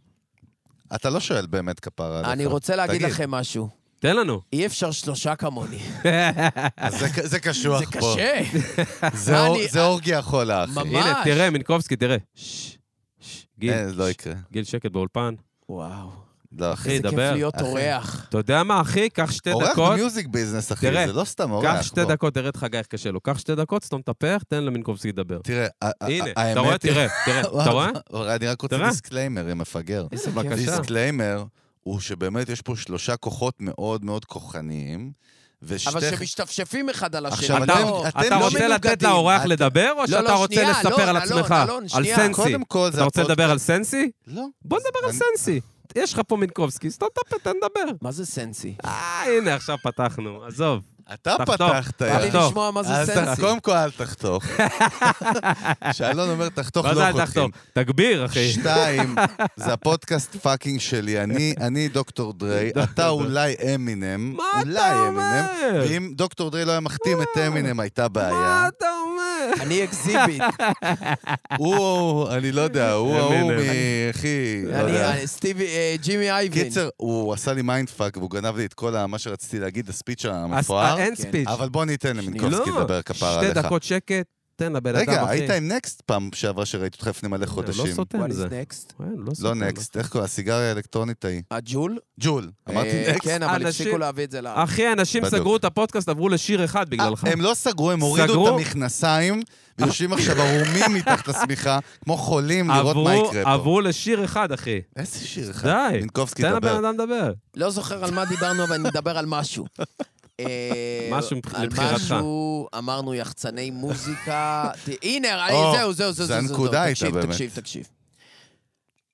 אתה לא שואל באמת כפרה עליך. אני רוצה להגיד תגיד. לכם משהו. תן לנו. אי אפשר שלושה כמוני. אז זה- זה קשוח זה פה. קשה. זה מה אור- אני- זה אורגיה חולה, אחי. ממש. הנה, תראה, מינקובסקי, תראה. שש, שש, גיל, אה, לא יקרה. גיל שקט באולפן. וואו. לא, אחי. אחי, איזה כיף דבר. להיות אחי. אורח. אתה יודע מה, אחי? קח שתי אורח דקות. במיוזיק ביזנס, אחי. תראה, זה לא סתם אורח. קח שתי בוא. דקות, תראה את חגי איך קשה לו. קח שתי דקות, סתום את הפח, תן למינקובסקי לדבר. תראה, ה- ה- הנה, האמת אתה רואה? היא- תראה, תראה. אתה רואה? אורי, אני רק רוצה תראה. דיסקליימר, יא מפגר. איזה בבקשה. כיף. דיסקליימר הוא שבאמת יש פה שלושה כוחות מאוד מאוד כוחניים, ושתי... אבל שמשתפשפים אחד על השני. עכשיו, אתה- אתם- אתה אתם לא רוצה לתת מנוגדים. לאורח אתה- לדבר, או לא, שאתה לא, רוצה שנייה, לספר לא, על אלון, עצמך? אלון, על שנייה. סנסי. קודם כל, זה אתה רוצה הפודקאסט. לדבר על סנסי? לא. בוא נדבר על אני- סנסי. יש לך פה מינקובסקי, סתום את הפה, תן לדבר. מה זה סנסי? אה, הנה, עכשיו פתחנו, עזוב. אתה תחתוך. פתחת, בא יא. לי תחתוך. לשמוע מה זה אז ת- סנסי. קודם כל אל תחתוך. שאלון אומר תחתוך, מה זה לא אל חותכים. תחתום? תגביר, אחי. שתיים, זה הפודקאסט פאקינג שלי. אני, אני דוקטור דריי, אתה אולי אמינם. מה אתה אולי אמינם. אומר? ואם דוקטור דריי לא היה מחתים את אמינם, הייתה מה בעיה. אתה אומר? אני אקזיביט. הוא, אני לא יודע, הוא ההוא אמינם. מ... אחי, לא יודע. אני, סטיבי, אה, ג'ימי אייבין. קיצר, הוא עשה לי מיינד פאק, והוא גנב לי את כל ה- מה שרציתי להגיד, הספיץ' אז, המפואר. אה, אין כן. ספיץ'. אבל בוא ניתן למינקובסקי לא, לדבר כפרה שתי עליך. דקות שקט, תן לבן אדם, אחי. רגע, היית עם נקסט פעם שעברה שראיתי אותך לפני מלא לא חודשים. סותם What זה. is next? כן, לא לא סותם. נקסט, איך קוראים? הסיגריה האלקטרונית ההיא. הג'ול? ג'ול. אמרתי אה, נקסט. כן, אבל אנשים- הפסיקו להביא את זה לארץ. אחי, אנשים בדיוק. סגרו את הפודקאסט, עברו לשיר אחד בגללך. הם לא סגרו, הם הורידו סגרו? את המכנסיים, ויושבים עכשיו ערומים מתחת לשמיכה, כמו חולים, לראות מה עברו- יקרה פה. עברו לשיר אחד, אחי. איזה שיר אחד. די. מינקובסקי תן דבר. לבן אדם לדבר. לא זוכר על מה דיברנו, אבל אני מדבר על משהו. אה, משהו על לבחירתך. משהו, אמרנו יחצני מוזיקה. ת- הנה, אני- או, זהו, זהו, זהו. זה זהו, זהו, הנקודה הייתה תקשיב, באמת. תקשיב, תקשיב.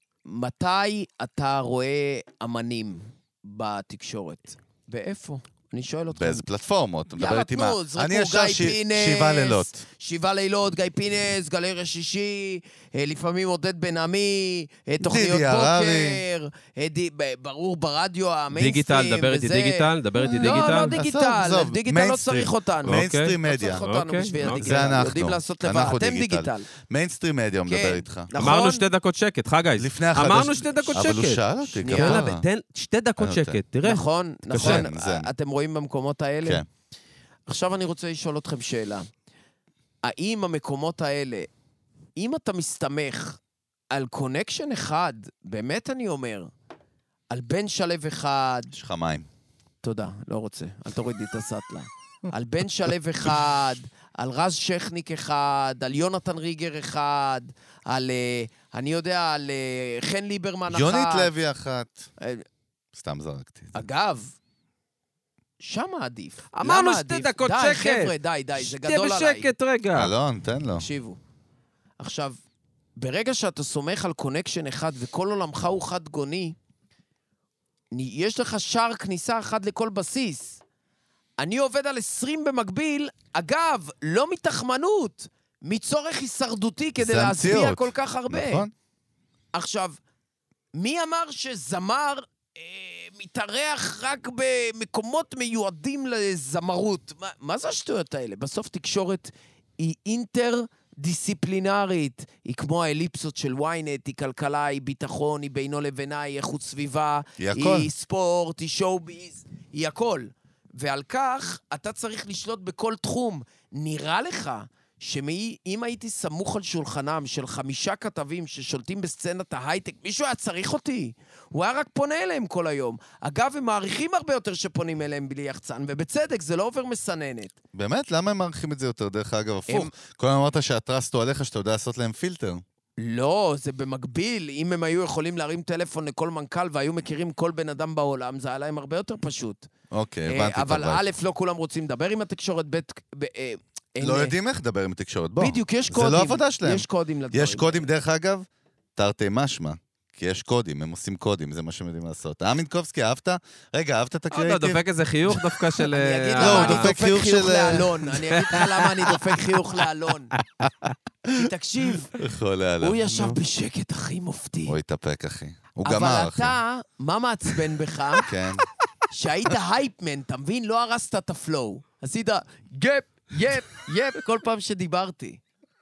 מתי אתה רואה אמנים בתקשורת? ואיפה? אני שואל אתכם. באיזה פלטפורמות? אתה מדבר יאללה, איתי מה? תנו, זרקו אני ישר גיא ש- פינס. שבעה לילות. שבעה לילות, גיא פינס, גלריה שישי, אה, לפעמים עודד בן עמי, אה, תוכניות דידי הררי. בוקר, אה, די- ב- ברור ברדיו, המיינסטרים, דיגיטל, דבר איתי וזה. דיגיטל, דבר איתי לא, לא דיגיטל. דיגיטל, עזוב, עזוב, דיגיטל לא מיינסטרים. צריך אותנו. מיינסטרים לא מדיה. צריך אותנו אוקיי, בשביל אוקיי. הדיגיטל. זה אנחנו. יודעים לעשות לבד, אנחנו אתם דיגיטל. דיגיטל. מיינסטרים מדיה הוא מדבר כן. איתך. נכון? אמרנו שתי דקות שקט, חגי. לפני החדש... אמרנו שתי דקות אבל הוא שקט. שאל אותי, שנייה. יאללה, כפרה. תן שתי דקות אני נותן. שקט, תראה. נכון, נכון. זן, זן. אתם רואים במקומות האלה? כן. עכשיו אני רוצה לשאול אתכם שאלה. האם המקומות האלה, אם אתה מסתמך על קונקשן אחד, באמת אני אומר, על בן שלו אחד, יש לך מים. תודה, לא רוצה, אל תוריד לי את הסטלה. על בן שלו אחד, על רז שכניק אחד, על יונתן ריגר אחד, על, אה, אני יודע, על אה, חן ליברמן אחד. יונית לוי אחת. אה, סתם זרקתי. את זה. אגב, שם עדיף. אמרנו למה שתי עדיף? דקות די, שקט. חבר'ה, די, די, זה שתה גדול עליי. בשקט רגע. אלון, תן לו. תקשיבו. עכשיו, ברגע שאתה סומך על קונקשן אחד וכל עולמך הוא חד גוני, יש לך שער כניסה אחד לכל בסיס. אני עובד על עשרים במקביל, אגב, לא מתחמנות, מצורך הישרדותי כדי זה להסביע המציאות. כל כך הרבה. נכון? עכשיו, מי אמר שזמר אה, מתארח רק במקומות מיועדים לזמרות? מה, מה זה השטויות האלה? בסוף תקשורת היא אינטר-דיסציפלינרית. היא כמו האליפסות של וויינט, היא כלכלה, היא ביטחון, היא בינו לבינה, היא איכות סביבה, היא הכל. היא ספורט, היא שואו-ביז, היא הכל. ועל כך אתה צריך לשלוט בכל תחום. נראה לך שאם הייתי סמוך על שולחנם של חמישה כתבים ששולטים בסצנת ההייטק, מישהו היה צריך אותי. הוא היה רק פונה אליהם כל היום. אגב, הם מעריכים הרבה יותר שפונים אליהם בלי יחצן, ובצדק, זה לא עובר מסננת. באמת? למה הם מעריכים את זה יותר? דרך אגב, הפוך. הם- כל הזמן אמרת שהטרסט הוא עליך, שאתה יודע לעשות להם פילטר. לא, זה במקביל. אם הם היו יכולים להרים טלפון לכל מנכ"ל והיו מכירים כל בן אדם בעולם, זה היה להם הרבה יותר פשוט. אוקיי, אה, הבנתי את אבל הבעיה. א', לא כולם רוצים לדבר עם התקשורת, ב', ב- אה, אין- לא יודעים איך לדבר עם התקשורת, בוא. בדיוק, יש זה קודים. לא עבודה שלהם. יש קודים לדברים. יש קודים, דרך אגב, תרתי משמע. כי יש קודים, הם עושים קודים, זה מה שהם יודעים לעשות. אה, מינקובסקי, אהבת? רגע, אהבת את עוד הקריאיטיב? דופק איזה חיוך דווקא של... אני אגיד אה, לא, הוא למה אני דופק דופק חיוך חיוך של- לאלון. אני אגיד לך למה אני דופק חיוך לאלון. כי תקשיב, חולה עליו. הוא ישב נו. בשקט, הכי מופתי. הוא התאפק, אחי. הוא גמר, אבל אחי. אתה, מה מעצבן בך? כן. שהיית הייפמן, אתה מבין? לא הרסת את הפלואו. עשית גפ, יפ, יפ, כל פעם שדיברתי.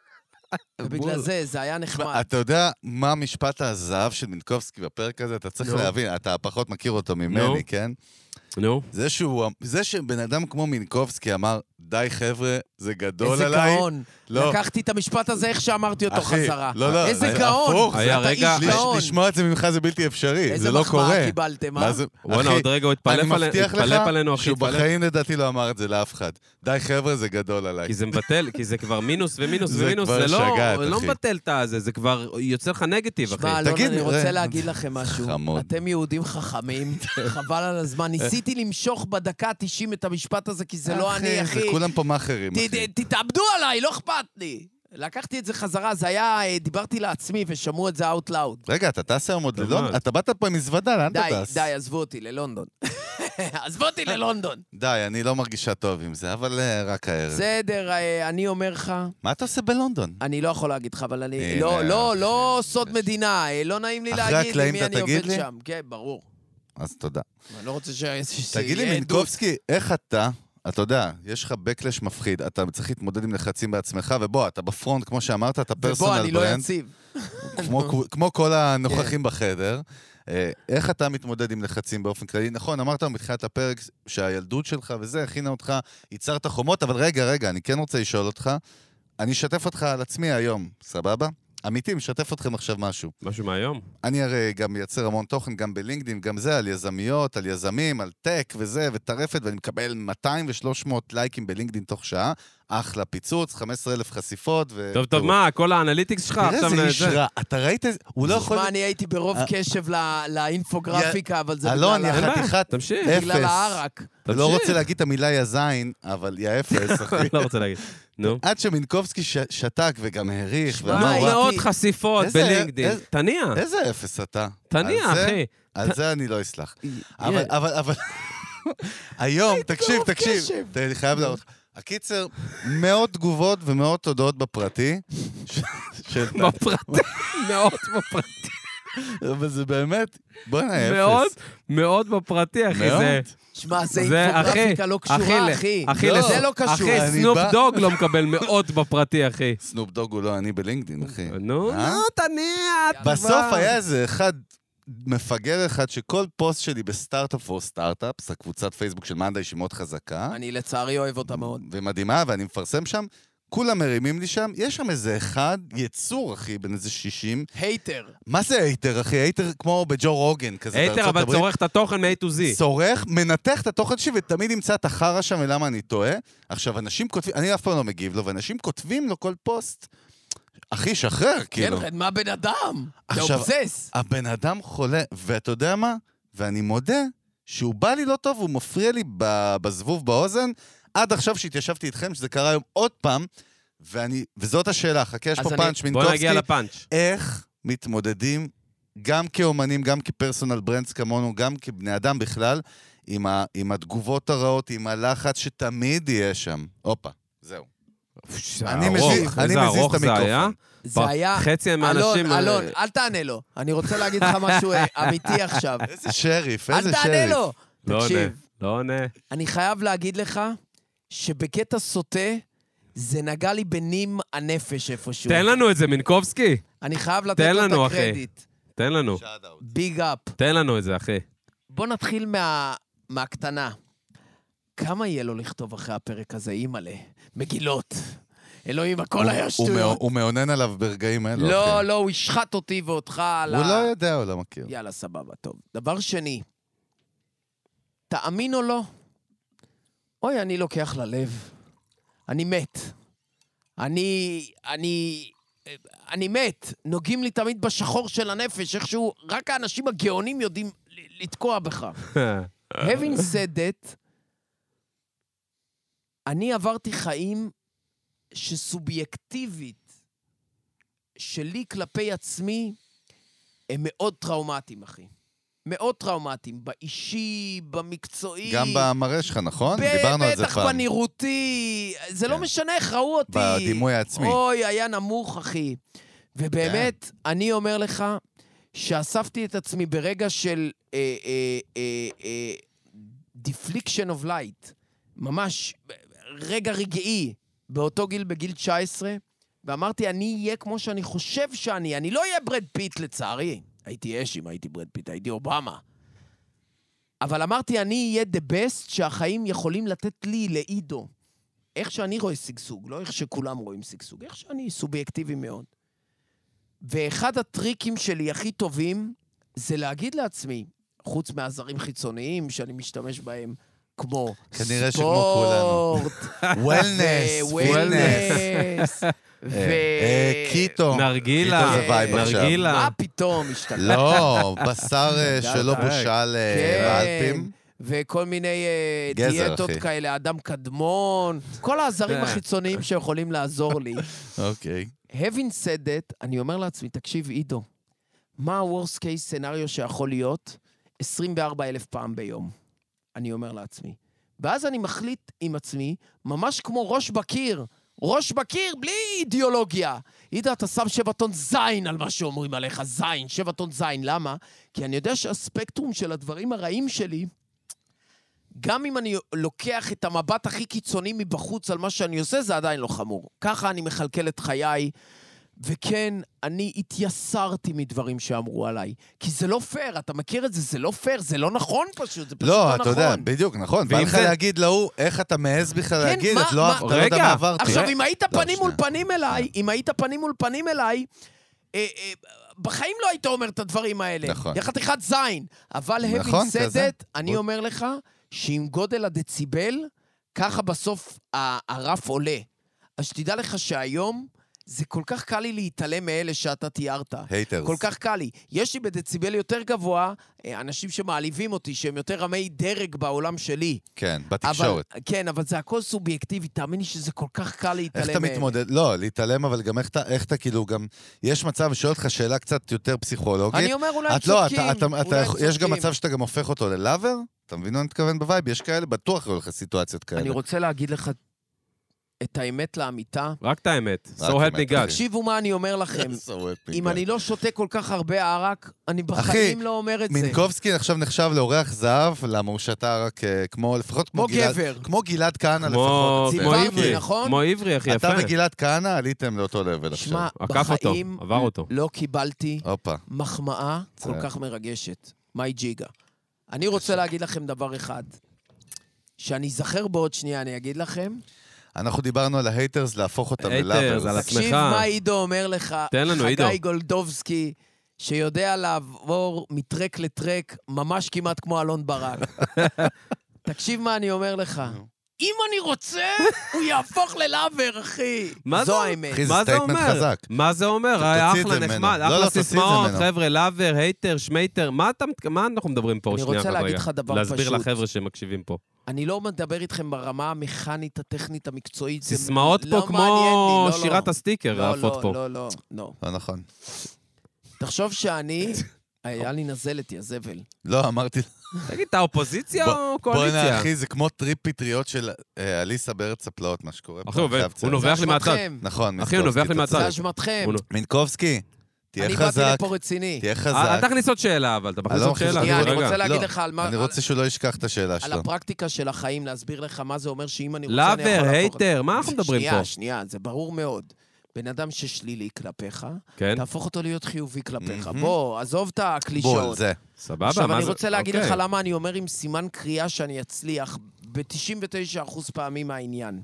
ובגלל זה, זה היה נחמד. אתה יודע מה משפט הזהב של מינקובסקי בפרק הזה? אתה צריך נו. להבין, אתה פחות מכיר אותו נו. ממני, כן? נו. זה שהוא, זה שבן אדם כמו מינקובסקי אמר, די חבר'ה, זה גדול איזה עליי. גאון. לא. לקחתי את המשפט הזה איך שאמרתי אותו אחי, חזרה. לא, לא, איזה זה גאון. הפוך, היה אתה רגע- איש לש- גאון. לשמוע את זה ממך זה בלתי אפשרי, איזה זה לא מחמאה קורה. קיבלתם, מה אה? זה- וואנה, אחי, עוד רגע הוא התפלפ אני עלינו, מבטיח התפלפ לך עלינו, אחי. שהוא התפלפ. בחיים לדעתי לא אמר את זה לאף אחד. די חבר'ה, זה גדול עליי. כי זה מבטל, כי זה כבר מינוס ומינוס זה ומינוס, כבר זה לא, שגעת, לא אחי. מבטל את הזה, זה כבר יוצר לך נגטיב, אחי. שמע, אלון, תגיד, אני ראה. רוצה להגיד לכם משהו. חמוד. אתם יהודים חכמים, חבל על הזמן. ניסיתי למשוך בדקה ה-תשעים את המשפט הזה, כי זה לא אני, אחי. זה כולם פה מאחרים, ת- אחי. ת- תתאבדו עליי, לא אכפת לי. לקחתי את זה חזרה, זה היה, אה, דיברתי לעצמי ושמעו את זה out loud. רגע, אתה טס היום עוד ממש. ללונדון? אתה באת פה עם מזוודה, לאן אתה די, טס? די, עזבו אותי ללונדון. עזבו אותי ללונדון. די, אני לא מרגישה טוב עם זה, אבל אה, רק הערב. בסדר, אה, אני אומר לך, מה אתה עושה בלונדון? אני לא יכול להגיד לך, אבל אני... הנה, לא, לא, אחי. לא סוד מדינה, אה, לא נעים לי אחרי להגיד הקלעים למי אתה אני תגיד עובד לי? שם. כן, ברור. אז תודה. אני לא רוצה ש... ש- תגיד לי, שיהיה עדות. מינקובסקי, איך אתה, אתה יודע, יש לך בקלש מפחיד, אתה צריך להתמודד עם לחצים בעצמך, ובוא, אתה בפרונט, כמו שאמרת, אתה ובוא, פרסונל אני לא ברנד, יציב. כמו- כמו כל כן. הנוכחים בחדר. אה, איך אתה מתמודד עם לחצים באופן כללי? נכון, אמרת מתחילת הפרק שהילדות שלך וזה, הכינה אותך, ייצרת חומות, אבל רגע, רגע, אני כן רוצה לשאול אותך, אני אשתף אותך על עצמי היום, סבבה? אמיתי, משתף אתכם עכשיו משהו. משהו מהיום? אני הרי גם מייצר המון תוכן, גם בלינקדאין, גם זה, על יזמיות, על יזמים, על טק וזה, וטרפת, ואני מקבל מאתיים ושלוש מאות לייקים בלינקדאין תוך שעה, אחלה פיצוץ, חמישה עשר אלף חשיפות, ו... טוב, טוב, מה, כל האנליטיקס שלך תראה עכשיו... איזה זה- איש רע, אתה ראית איזה... הוא לא יכול... שמע, אני הייתי ברוב אה. קשב ל- לאינפוגרפיקה, אבל זה אלון, בגלל יא ה- חתיכת תמשיך. אפס. בגלל הערק. לא תמשיך. רוצה להגיד את המילה יזין, אבל יא אפס, אחי. לא רוצה להגיד. נו. עד שמינקובסקי ש- שתק וגם העריך, שמע, ואמר, הייתי- מאות חשיפות איזה- בלינקדאין. איזה- תניע. איזה אפס אתה. תניע, על זה- אחי. על זה אני לא אסלח. י- אבל, אבל, אבל, היום, תקשיב, תקשיב. אני חייב להראות לך. הקיצר, מאות תגובות ומאות תודעות בפרטי. בפרטי, מאות בפרטי. אבל זה באמת, בוא נהיה אפס. מאוד, מאוד בפרטי, אחי. זה... שמע, זה אינפוגרפיקה לא קשורה, אחי. אחי, זה לא קשור. אחי, סנופ דוג לא מקבל מאות בפרטי, אחי. סנופ דוג הוא לא אני בלינקדין, אחי. נו, נו, תניע. בסוף היה איזה אחד, מפגר אחד, שכל פוסט שלי בסטארט-אפ או סטארט-אפס, הקבוצת פייסבוק של מנדי שהיא מאוד חזקה. אני לצערי אוהב אותה מאוד. ומדהימה, ואני מפרסם שם. כולם מרימים לי שם, יש שם איזה אחד, יצור, אחי, בין איזה שישים. הייטר. מה זה הייטר, אחי? הייטר כמו בג'ו רוגן, כזה בארצות הייטר, הברית. אבל צורך את התוכן מ-A to Z. צורך, מנתח את התוכן שלי, ותמיד ימצא את החרא שם, ולמה אני טועה. עכשיו, אנשים כותבים, אני אף פעם לא מגיב לו, ואנשים כותבים לו כל פוסט. אחי, שחרר, כאילו. כן, מה בן אדם? זה עכשיו, אובסס. הבן אדם חולה, ואתה יודע מה? ואני מודה שהוא בא לי לא טוב, הוא מפריע לי בזבוב באוזן, עד עכשיו שהתיישבתי איתכם, שזה קרה היום עוד פעם, ואני, וזאת השאלה, חכה, יש פה אני, פאנץ' מינקובסקי. בוא נגיע לפאנץ'. איך מתמודדים, גם כאומנים, גם כפרסונל ברנדס כמונו, גם כבני אדם בכלל, עם, ה, עם התגובות הרעות, עם הלחץ שתמיד יהיה שם. הופה, זהו. אני מזיז, אני מזיז את המיקרופון. זה היה... חצי מהאנשים... אלון, אלון, אל תענה לו. אני רוצה להגיד לך משהו אמיתי עכשיו. איזה שריף, איזה שריף. אל תענה לו. לא עונה, תקשיב. לא עונה. אני חייב להגיד לך שבקטע סוטה, זה נגע לי בנים הנפש איפשהו. תן לנו את זה, מינקובסקי. אני חייב לתת לו את הקרדיט. תן לנו. ביג אפ. תן לנו את זה, אחי. בוא נתחיל מה... מהקטנה. כמה יהיה לו לכתוב אחרי הפרק הזה, אימא'לה? מגילות. אלוהים, הכל היה שטויות. הוא מעונן עליו ברגעים האלו. לא, לא, הוא ישחט אותי ואותך על ה... הוא לא יודע, הוא לא מכיר. יאללה, סבבה, טוב. דבר שני, תאמין או לא? אוי, אני לוקח ללב. אני מת. אני... אני... אני מת. נוגעים לי תמיד בשחור של הנפש, איכשהו רק האנשים הגאונים יודעים לתקוע בך. Having said that, אני עברתי חיים שסובייקטיבית שלי כלפי עצמי הם מאוד טראומטיים, אחי. מאוד טראומטיים, באישי, במקצועי. גם במראה שלך, נכון? דיברנו על זה בטח פעם. בנראותי. זה לא משנה איך ראו אותי. בדימוי העצמי. אוי, היה נמוך, אחי. ובאמת, אני אומר לך שאספתי את עצמי ברגע של deflection of light, ממש רגע רגעי, באותו גיל, בגיל תשע עשרה, ואמרתי, אני אהיה כמו שאני חושב שאני, אני לא אהיה ברד פיט לצערי. הייתי אש אם הייתי ברד פיט, הייתי אובמה. אבל אמרתי, אני אהיה the best שהחיים יכולים לתת לי, לאידו. איך שאני רואה סגסוג, לא איך שכולם רואים סגסוג, איך שאני סובייקטיבי מאוד. ואחד הטריקים שלי הכי טובים, זה להגיד לעצמי, חוץ מהעזרים חיצוניים שאני משתמש בהם, כמו כנראה שכמו כולנו. וולנס, וולנס. קיטו. נרגילה. נרגילה. מה פתאום השתגע? לא, בשר שלא בושל באלפים. וכל מיני דיאטות כאלה, אדם קדמון, כל העזרים החיצוניים שיכולים לעזור לי. אוקיי. Having said that, אני אומר לעצמי, תקשיב, עידו, מה ה-worst case סנריו שיכול להיות? עשרים וארבעה אלף פעם ביום. אני אומר לעצמי. ואז אני מחליט עם עצמי, ממש כמו ראש בקיר, ראש בקיר בלי אידיאולוגיה. עידו, אתה שם שבע טון זין על מה שאומרים עליך, זין, שבע טון זין. למה? כי אני יודע שהספקטרום של הדברים הרעים שלי, גם אם אני לוקח את המבט הכי קיצוני מבחוץ על מה שאני עושה, זה עדיין לא חמור. ככה אני מחלקל את חיי, וכן, אני התייסרתי מדברים שאמרו עליי. כי זה לא פייר, אתה מכיר את זה, זה לא פייר, זה לא נכון פשוט, זה פשוט לא נכון. לא, אתה יודע, בדיוק, נכון. בא לך להגיד לו, איך אתה מעז בכלל להגיד, אתה לא יודע מה עברתי. עכשיו, אם היית פנים מול פנים אליי, אם היית פנים מול פנים אליי, בחיים לא היית אומר את הדברים האלה. נכון. יחתיכת זין. אבל having said it, אני אומר לך, שעם גודל הדציבל, ככה בסוף הרף עולה. אז שתדע לך שהיום, זה כל כך קל לי להתעלם מאלה שאתה תיארת. הייטרס. כל כך קל לי. יש לי בדציבל יותר גבוה, אנשים שמעליבים אותי, שהם יותר רמי דרג בעולם שלי. כן, בתקשורת. אבל, כן, אבל זה הכל סובייקטיבי, תאמין לי שזה כל כך קל להתעלם. איך אתה מתמודד? לא, להתעלם, אבל גם איך אתה, איך אתה כאילו גם... יש מצב, ושואל אותך שאלה קצת יותר פסיכולוגית. אני אומר, אולי הם צודקים. לא, אתה, אתה, אתה, אתה, יש גם מצב שאתה גם הופך אותו ללאבר? אתה מבין מה אני מתכוון בווייב? יש כאלה, בטוח יהיו לך סיטואציות כאלה. אני רוצה להגיד לך את האמת לאמיתה. רק את האמת. So help me God. תקשיבו מה אני אומר לכם. אם אני לא שותה כל כך הרבה ערק, אני בחיים לא אומר את זה. מינקובסקי עכשיו נחשב לאורח זהב, למה הוא שתה רק כמו, לפחות כמו גלעד. כמו גלעד כהנא לפחות. כמו עברי, נכון? כמו עברי, הכי יפה. אתה וגלעד כהנא עליתם לאותו לבל עכשיו. שמע, בחיים לא קיבלתי מחמאה כל כך מרגשת. מהי ג'יגה? אני רוצה להגיד לכם דבר אחד, שאני זכר בעוד שנייה, אני אגיד לכם, אנחנו דיברנו על ההייטרס, להפוך אותם ללאברס. על עצמך. תקשיב מה עידו אומר לך, תן לנו, עידו. חגי גולדובסקי, שיודע לעבור מטרק לטרק, ממש כמעט כמו אלון ברק. תקשיב מה אני אומר לך. אם אני רוצה, הוא יהפוך ללאבר, אחי. זו האמת. מה זה אומר? מה זה אומר? היה אחלה נחמד, אחלה סיסמאות, חבר'ה, לאבר, הייטר, שמייטר, מה אנחנו מדברים פה? אני רוצה להגיד לך דבר פשוט. להסביר לחבר'ה שמקשיבים פה. אני לא מדבר איתכם ברמה המכנית, הטכנית, המקצועית. סיסמאות פה כמו שירת הסטיקר, העפות פה. לא, לא, לא. לא נכון. תחשוב שאני, היה לי נזלת, יא זבל. לא, אמרתי... תגיד, אתה אופוזיציה או קואליציה? בוא'נה, אחי, זה כמו טריפ פטריות של אליסה בארץ הפלאות, מה שקורה פה. אחי, הוא נובח לי מהצד. נכון, אחי, הוא נובח לי מהצד. זה אשמתכם. מינקובסקי, תהיה חזק. אני באתי לפה רציני. תהיה חזק. אל תכניס עוד שאלה, אבל אתה מכניס עוד שאלה. שנייה, אני רוצה להגיד לך על מה... אני רוצה שהוא לא ישכח את השאלה שלו. על הפרקטיקה של החיים, להסביר לך מה זה אומר שאם אני רוצה... לאבר, הייטר, מה אנחנו מדברים פה? שנייה, שנייה, זה ברור מאוד. בן אדם ששלילי כלפיך, תהפוך אותו להיות חיובי כלפיך. בוא, עזוב את הקלישאות. בול, זה. סבבה, עכשיו, אני רוצה להגיד לך למה אני אומר עם סימן קריאה שאני אצליח ב-תשעים ותשעה אחוז פעמים מהעניין.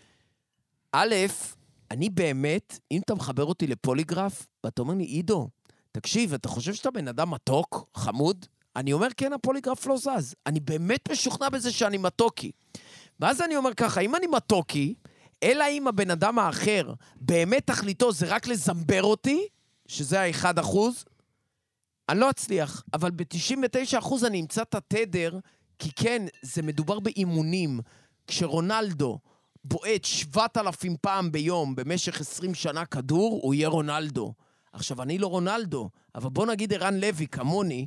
א', אני באמת, אם אתה מחבר אותי לפוליגרף, ואתה אומר לי, עידו, תקשיב, אתה חושב שאתה בן אדם מתוק, חמוד? אני אומר, כן, הפוליגרף לא זז. אני באמת משוכנע בזה שאני מתוקי. ואז אני אומר ככה, אם אני מתוקי, אלא אם הבן אדם האחר באמת תכליתו זה רק לזמבר אותי, שזה ה-אחד אחוז, אני לא אצליח. אבל ב-תשעים ותשעה אחוז אני אמצא את התדר, כי כן, זה מדובר באימונים. כשרונלדו בועט שבעת אלפים פעם ביום במשך עשרים שנה כדור, הוא יהיה רונלדו. עכשיו, אני לא רונלדו, אבל בוא נגיד ערן לוי, כמוני,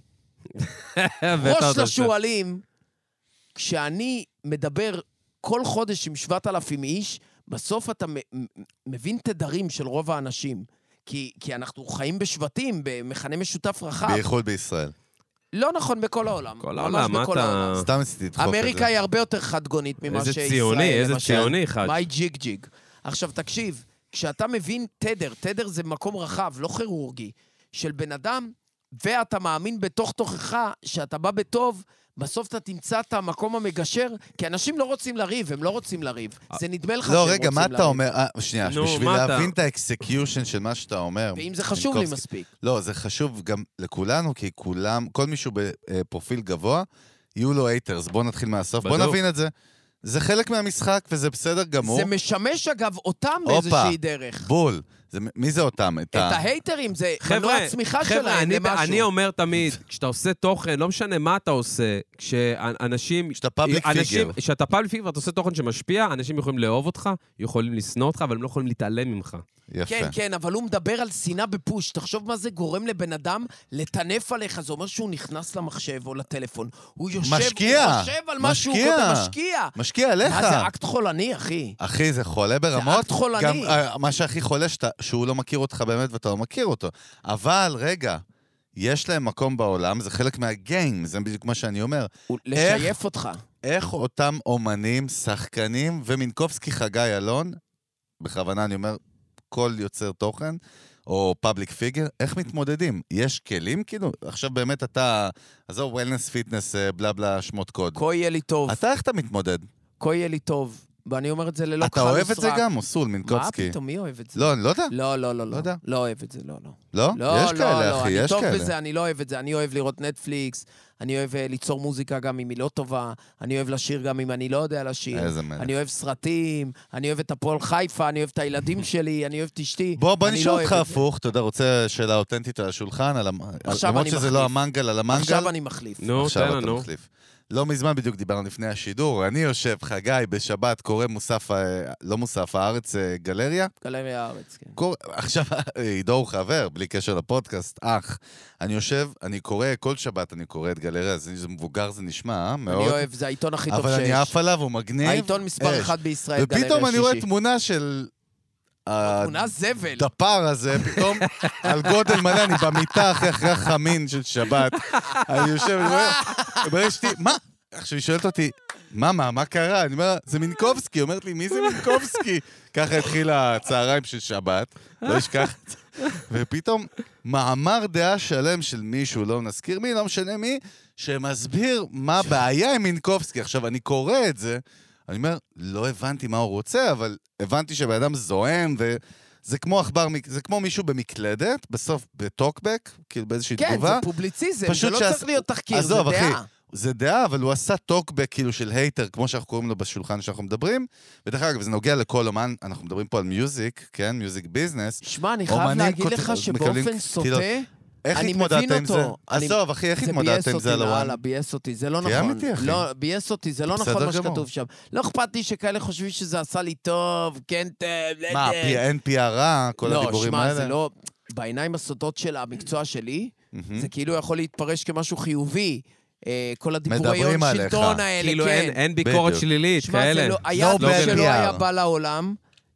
ראש לשואלים, כשאני מדבר כל חודש עם שבעת אלפים איש, בסוף אתה מבין תדרים של רוב האנשים. כי, כי אנחנו חיים בשבטים, במכנה משותף רחב. בייחוד בישראל. לא נכון, בכל העולם. כל העולם, מה אתה... סתם עשיתי לדחוף את זה. אמריקה היא הרבה יותר חדגונית ממה שישראל. איזה ציוני, איזה ציוני חד. מהי ג'יג ג'יג. עכשיו, תקשיב, כשאתה מבין תדר, תדר זה מקום רחב, לא כירורגי, של בן אדם, ואתה מאמין בתוך תוכך שאתה בא בטוב, בסוף אתה תמצא את המקום המגשר, כי אנשים לא רוצים לריב, הם לא רוצים לריב. זה נדמה לך שהם רוצים לריב. לא, רגע, מה אתה אומר? שנייה, בשביל להבין את האקסקיושן של מה שאתה אומר... ואם זה חשוב לי מספיק. לא, זה חשוב גם לכולנו, כי כולם, כל מישהו בפרופיל גבוה, יהיו לו הייטרס. בואו נתחיל מהסוף, בואו נבין את זה. זה חלק מהמשחק, וזה בסדר גמור. זה משמש, אגב, אותם באיזושהי דרך. בול. זה, מי זה אותם? את, את ה... ההייטרים, זה מנוע הצמיחה שלהם למשהו. אני אומר תמיד, כשאתה עושה תוכן, לא משנה מה אתה עושה, כשאנשים... כשאתה פאבליק פיגר. כשאתה פאבליק פיגר ואתה עושה תוכן שמשפיע, אנשים יכולים לאהוב אותך, יכולים לשנוא אותך, אבל הם לא יכולים להתעלם ממך. יפה. כן, כן, אבל הוא מדבר על שנאה בפוש. תחשוב מה זה גורם לבן אדם לטנף עליך. זה אומר שהוא נכנס למחשב או לטלפון. הוא יושב, משקיע. הוא חושב על מה שהוא כותב, משקיע. משקיע עליך. מה זה אקט חולני, אחי? אחי, זה חולה ברמות. זה אקט חולני. גם מה שהכי חולה, שאתה, שהוא לא מכיר אותך באמת ואתה לא מכיר אותו. אבל, רגע, יש להם מקום בעולם, זה חלק מהגיים, זה בדיוק מה שאני אומר. לשייף איך, אותך. איך אותם אומנים, שחקנים, ומינקובסקי חגי אלון, בכוונה אני אומר, כל יוצר תוכן, או פאבליק פיגר, איך מתמודדים? יש כלים כאילו? עכשיו באמת אתה, עזוב, וולנס, פיטנס, בלה בלה, שמות קוד. כה יהיה לי טוב. אתה איך אתה מתמודד? כה יהיה לי טוב. ואני אומר את זה ללא כחל וסרק. אתה אוהב את זה גם, אוסול, מינקובסקי? מה פתאום, מי אוהב את זה? לא, אני לא יודע. לא, לא, לא, לא יודע. לא אוהב את זה, לא, לא. לא? לא, יש כאלה, אחי, יש כאלה. אני טוב בזה, אני לא אוהב את זה. אני אוהב לראות נטפליקס, אני אוהב ליצור מוזיקה גם אם היא לא טובה, אני אוהב לשיר גם אם אני לא יודע לשיר, אני אוהב סרטים, אני אוהב את הפועל חיפה, אני אוהב את הילדים שלי, אני אוהב את אשתי. בוא, בוא נשאל אותך הפוך, אתה יודע, רוצה שאלה אותנטית על השולחן, למרות שזה לא המנגל על המנגל. עכשיו אני מחליף. נו, תן לנו. לא מזמן בדיוק דיברנו לפני השידור, אני יושב, חגי, בשבת, קורא מוסף, לא מוסף, הארץ, גלריה. גלריה הארץ, כן. קור... עכשיו, עידו הוא חבר, בלי קשר לפודקאסט, אח. אני יושב, אני קורא, כל שבת אני קורא את גלריה, זה מבוגר, זה נשמע, מאוד. אני אוהב, זה העיתון הכי טוב שיש. אבל אני עף עליו, הוא מגניב. העיתון מספר אחד בישראל, גלריה שישי. ופתאום אני רואה תמונה של... תמונה זבל. דפר הזה, פתאום על גודל מלא, אני במיטה אחרי אחרי החמין של שבת. אני יושב, אני אומר, אשתי, מה? עכשיו היא שואלת אותי, מה, מה קרה? אני אומר, זה מינקובסקי. היא אומרת לי, מי זה מינקובסקי? ככה התחיל הצהריים של שבת, לא אשכח את זה. ופתאום מאמר דעה שלם של מישהו, לא נזכיר מי, לא משנה מי, שמסביר מה הבעיה עם מינקובסקי. עכשיו, אני קורא את זה, אני אומר, לא הבנתי מה הוא רוצה, אבל הבנתי שבאדם זוהם, וזה כמו אכבר, זה כמו מישהו במקלדת, בסוף בטוקבק, כאילו באיזושהי תגובה. כן, זה פובליציזם, זה לא צריך להיות תחקיר, זה דעה. זה דעה, אבל הוא עשה טוקבק כאילו של הייטר, כמו שאנחנו קוראים לו בשולחן שאנחנו מדברים, ודרך אגב, זה נוגע לכל אומן, אנחנו מדברים פה על מיוזיק, כן? מיוזיק ביזנס. שמע, אני חייב להגיד לך שבאופן סוטה, אני מבין אותו. עזוב, אחי, איך התמודדת עם זה על הוואן? זה בייס אותי, זה לא נכון. בייס אותי, זה לא נכון מה שכתוב שם. לא אכפת לי שכאלה חושבים שזה עשה לי טוב, כן, מה, אין פי הרע, כל הדיבורים האלה? לא, שמע, זה לא... בעיניים הסודות של המקצוע שלי, זה כאילו יכול להתפרש כמשהו חיובי. כל הדיבורי הון שלטון האלה, כאילו אין ביקורת שלילית, כאלה. היה שלא היה בא לעולם,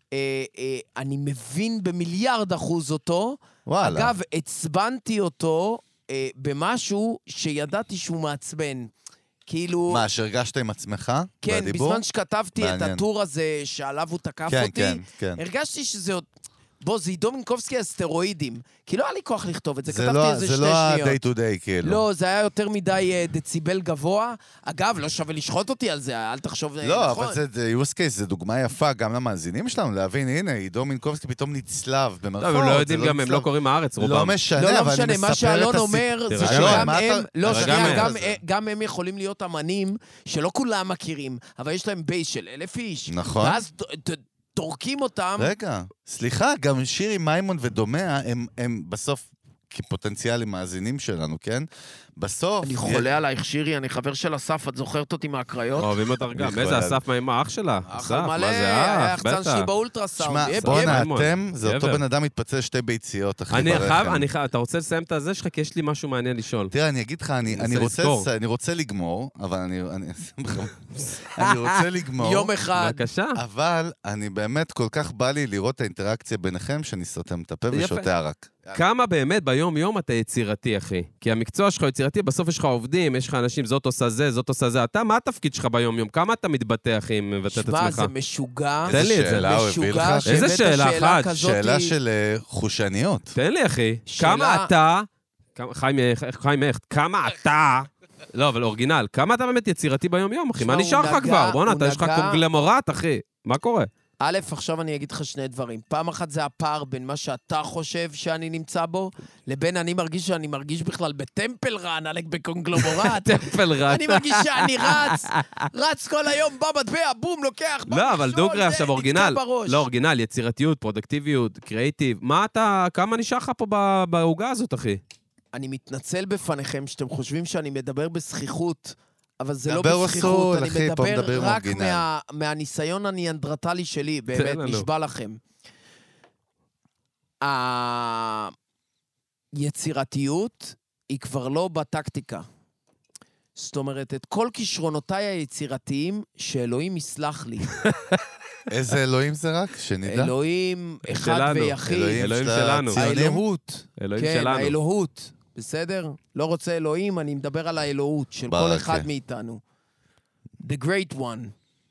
אני מבין במיליארד אחוז אותו, אגב, הצבנתי אותו במשהו שידעתי שהוא מעצבן. כאילו... מה, שהרגשת עם עצמך? כן, בזמן שכתבתי את הטור הזה שעליו הוא תקף אותי, הרגשתי שזה עוד... בוא, זה עידו מינקובסקי על סטרואידים. כי לא היה לי כוח לכתוב את זה, כתבתי איזה שתי שניות. זה לא ה-day to day, כאילו. לא, זה היה יותר מדי דציבל גבוה. אגב, לא שווה לשחוט אותי על זה, אל תחשוב... לא, אבל זה use case, זה דוגמה יפה גם למאזינים שלנו, להבין, הנה, עידו מינקובסקי פתאום נצלב במרכאות. לא, הם לא יודעים גם, הם לא קוראים הארץ, רובם. לא משנה, אבל אני מספר את הסיפור. מה שאלון אומר, זה שגם הם, לא, גם הם יכולים להיות אמנים שלא כולם מכירים, אבל יש להם בייס של אלף איש. נכון. ואז תורקים אותם. רגע, סליחה, גם שירי מיימון ודומיה, הם, הם בסוף כפוטנציאלים מאזינים שלנו, כן? בסוף... אני חולה עלייך, שירי, אני חבר של אסף, את זוכרת אותי מהקריות? אוהבים אותך גם, איזה אסף מה אח שלה? אח מלא, היה יחצן שלי באולטרסאונד. שמע, בואנה, אתם, זה אותו בן אדם מתפצל שתי ביציות, אחי ברחם. אני חייב, אתה רוצה לסיים את הזה שלך? כי יש לי משהו מעניין לשאול. תראה, אני אגיד לך, אני רוצה לגמור, אבל אני... אני רוצה לגמור. יום אחד. בבקשה. אבל אני באמת כל כך בא לי לראות את האינטראקציה ביניכם, שאני סותם את הפה ושותה ערק. כמה באמת ביום-יום אתה יצירתי, אחי? כי המקצוע שלך יצירתי, בסוף יש לך עובדים, יש לך אנשים, זאת עושה זה, זאת עושה זה. אתה, מה התפקיד שלך ביום-יום? כמה אתה מתבטא, אחי, אם מבטא את עצמך? שמע, זה משוגע. תן לי את זה. משוגע, איזה שאלה אחת? שאלה של חושניות. תן לי, אחי. כמה אתה... חיים איך, כמה אתה... לא, אבל אורגינל, כמה אתה באמת יצירתי ביום-יום, אחי? מה נשאר לך כבר? בוא'נה, אתה יש לך קונגלמורט, אחי. מה קורה? א', עכשיו אני אגיד לך שני דברים. פעם אחת זה הפער בין מה שאתה חושב שאני נמצא בו, לבין אני מרגיש שאני מרגיש בכלל בטמפל רן, עלק בקונגלומורט. טמפל רן. אני מרגיש שאני רץ, רץ כל היום, בא מטבע, בום, לוקח, בא לא, אבל דוגרי עכשיו אורגינל. לא, אורגינל, יצירתיות, פרודקטיביות, קריאיטיב. מה אתה, כמה נשאר לך פה בהוגה הזאת, אחי? אני מתנצל בפניכם שאתם חושבים שאני מדבר בסכיחות, אבל זה לא בזכיחות, אני מדבר רק מהניסיון הניאנדרטלי שלי, באמת, נשבע לכם. היצירתיות היא כבר לא בטקטיקה. זאת אומרת, את כל כישרונותיי היצירתיים, שאלוהים יסלח לי. איזה אלוהים זה רק? שנדע. אלוהים אחד ויחיד. אלוהים שלנו. האלוהות. אלוהים כן, שלנו. האלוהות. בסדר? לא רוצה אלוהים, אני מדבר על האלוהות של כל אחד מאיתנו. The great one.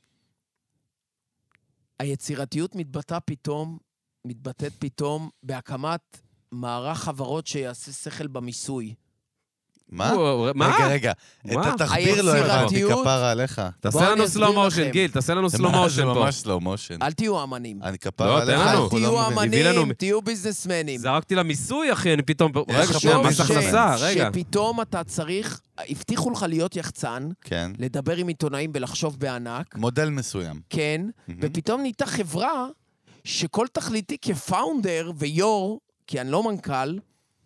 היצירתיות מתבטא פתאום, מתבטאת פתאום בהקמת מערך חברות שיעשה שכל במיסוי. מה? מה? רגע, רגע. את התחביר לא הבנתי, כפרה עליך. תעשה לנו סלו מושן, גיל, תעשה לנו סלו מושן פה. זה ממש סלו מושן. אל תהיו אמנים. אני כפרה עליך. אל תהיו אמנים, תהיו ביזנסמנים. זרקתי למיסוי, אחי, אני פתאום... רגע, שנייה, מס הכנסה, רגע. שפתאום אתה צריך... הבטיחו לך להיות יחצן, לדבר עם עיתונאים ולחשוב בענק. מודל מסוים. כן, ופתאום נהייתה חברה שכל תכליתי כפאונדר ויור, כי אני לא מנכ"ל,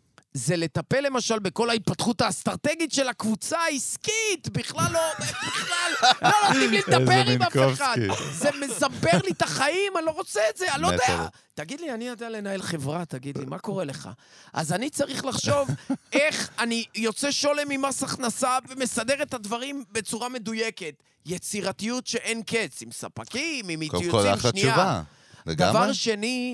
זה לטפל למשל בכל ההתפתחות האסטרטגית של הקבוצה העסקית, בכלל לא, בכלל, לא נותנים לי לדבר עם אף אחד. זה מסבר לי את החיים, אני לא רוצה את זה, אני לא יודע. תגיד לי, אני יודע לנהל חברה, תגיד לי, מה קורה לך? אז אני צריך לחשוב איך אני יוצא שולם ממס הכנסה ומסדר את הדברים בצורה מדויקת. יצירתיות שאין קץ, עם ספקים, עם יוצאים שנייה. כל אחת תשובה. דבר שני,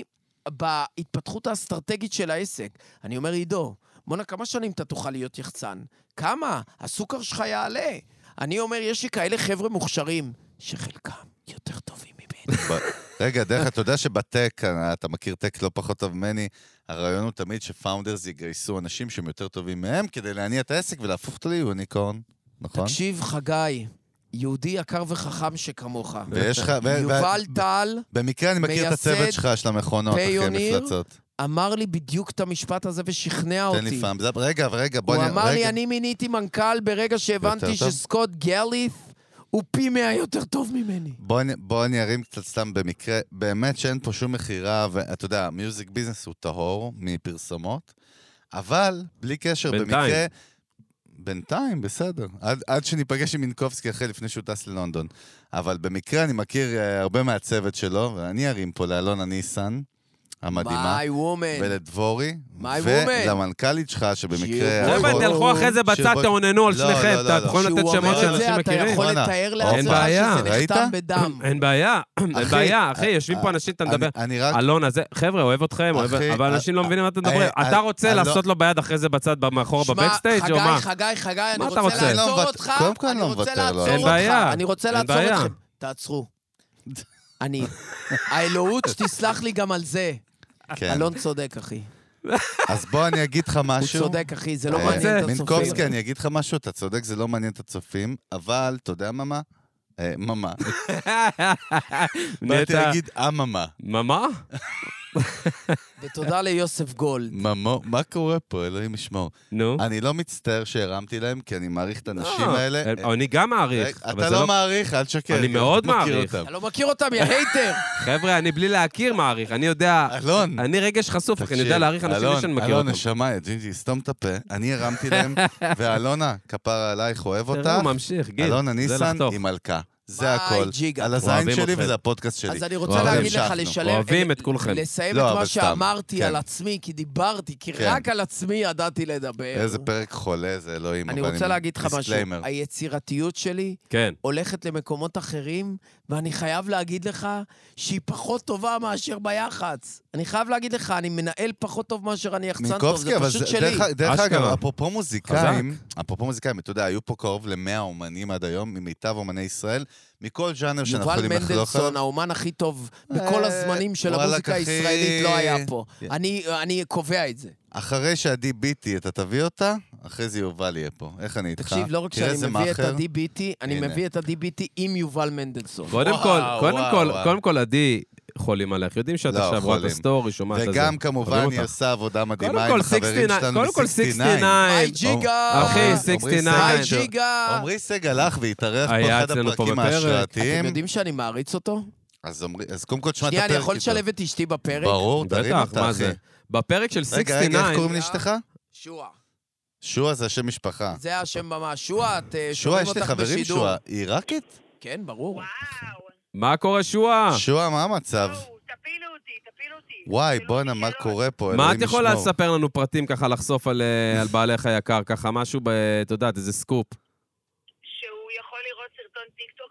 בהתפתחות האסטרטגית של העסק. אני אומר, עידו, מונה, כמה שנים אתה תוכל להיות יחצן? כמה? הסוכר שלך יעלה. אני אומר, יש לי כאלה חבר'ה מוכשרים, שחלקם יותר טובים ממני. רגע, דרך, אתה יודע שבטק, אתה מכיר טק לא פחות טוב ממני, הרעיון הוא תמיד שפאונדרס יגייסו אנשים שהם יותר טובים מהם, כדי להניע את העסק ולהפוך אותו ליוניקורן, נכון? תקשיב, חגי, יהודי יקר וחכם שכמוך. ויש לך... יובל טל, במקרה אני מכיר את הצוות שלך של המכונות, אחרי מפלצות. אמר לי בדיוק את המשפט הזה ושכנע אותי. תן לי פעם. רגע, רגע, בוא... הוא אמר לי, אני מיניתי מנכ"ל ברגע שהבנתי שסקוט גלית' הוא פי מאה יותר טוב ממני. בוא אני ארים קצת סתם במקרה. באמת שאין פה שום מחירה, ואתה יודע, מיוזיק ביזנס הוא טהור מפרסומות, אבל בלי קשר במקרה... בינתיים, בסדר. עד, עד שניפגש עם מינקובסקי אחרי לפני שהוא טס ללונדון. אבל במקרה אני מכיר uh, הרבה מהצוות שלו, ואני ארים פה לאלונה ניסן, המדהימה. My woman. ולדבורי. My woman. ולמנכ"לית שלך, שבמקרה... חבר'ה, תלכו אחרי זה בצד, תעוננו על שניכם. אתם יכולים לתת שמות שאנשים מכירים? אתה יכול לתאר לעצמך שזה נחתם בדם. אין בעיה, אין בעיה. אחי, יושבים פה אנשים, אתה מדבר. אלונה, חבר'ה, אוהב אתכם, אבל אנשים לא מבינים מה אתה מדבר. אתה רוצה לעשות לו ביד אחרי זה בצד, מאחורה בבקסטייג' או מה? חגי, חגי, חגי, אני רוצה לעצור אותך. קודם כל אני לא מוותר לו. אין בעיה. אני רוצה לעצור אתכם. תעצרו. אני... האלוהות שתסלח לי גם על זה. אלון צודק, אחי. אז בוא אני אגיד לך משהו. הוא צודק, אחי, זה לא מעניין את הצופים. מינקובסקי, אני אגיד לך משהו, אתה צודק, זה לא מעניין את הצופים, אבל, אתה יודע מה? ממה. באתי להגיד, אממה. ממה? ותודה ליוסף גולד. ממו, מה קורה פה? אלוהים ישמור. נו. אני לא מצטער שהרמתי להם, כי אני מעריך את האנשים האלה. אני גם מעריך. אתה לא מעריך, אל תשקר. אני מאוד מעריך. אתה לא מכיר אותם, יא הייטר. חבר'ה, אני בלי להכיר מעריך. אני יודע... אלון. אני רגש חשוף, אני יודע להעריך אנשים שאני מכיר אותם. אלון, נשמה, ג'ינג'י, סתום את הפה. אני הרמתי להם, ואלונה, כפרה עלייך, אוהב אותך. תראו, ממשיך, גיל. אלונה ניסן היא מלכה. זה הכל. על הזין שלי וזה הפודקאסט שלי. אז אני רוצה להגיד לך, לשלם... אוהבים את כולכם. לסיים את מה שאמרתי על עצמי, כי דיברתי, כי רק על עצמי ידעתי לדבר. איזה פרק חולה זה, אלוהים. אני רוצה להגיד לך משהו. היצירתיות שלי הולכת למקומות אחרים, ואני חייב להגיד לך שהיא פחות טובה מאשר ביח"צ. אני חייב להגיד לך, אני מנהל פחות טוב מאשר אני יחצן טוב, זה פשוט שלי. דרך אגב, אפרופו מוזיקאים, אפרופו מוזיקאים, אתה יודע, היו פה קרוב למאה אומנים עד היום, ממיטב אומני ישראל, מכל ז'אנר שאנחנו יכולים לחלוך עליו. יובל מנדלסון, האומן הכי טוב בכל הזמנים של המוזיקה הישראלית, לא היה פה. אני קובע את זה. אחרי שהדי ביטי, אתה תביא אותה, אחרי זה יובל יהיה פה. איך אני איתך? תקשיב, לא רק שאני מביא את הדי ביטי, אני מביא את הדי ביטי עם יובל מנדלסון. קודם כל, קודם כל, קודם כל, עדי חולים עליך. יודעים שאתה עכשיו רואה את הסטורי, שומעת את זה. וגם כמובן היא עושה עבודה מדהימה עם החברים שלנו קודם כל, ב-שישים שישים ותשע. ג'יגה. אחי, שישים ותשע. ג'יגה. עמרי סגל הלך והתארח פה אחד הפרקים ההשראתיים. אתם יודעים שאני מעריץ אותו? אז קודם כל תשמע את הפרק. שנייה, אני יכול לשלב את אשתי בפרק? ברור, תרים אותה, אחי. בפרק של שישים ותשע... רגע, רגע, איך קוראים לאשתך? שועה. שועה זה השם משפחה. זה השם ממש. שועה, את שועה, יש לי חברים שועה. היא עיראקית? כן, ברור. מה קורה, שועה? שועה, מה המצב? תפילו אותי, תפילו אותי. וואי, בוא'נה, מה קורה פה? מה את יכולה לספר לנו פרטים ככה, לחשוף על בעלך היקר, ככה משהו, אתה יודעת, איזה סקופ? שהוא יכול לראות סרטון טיקטוק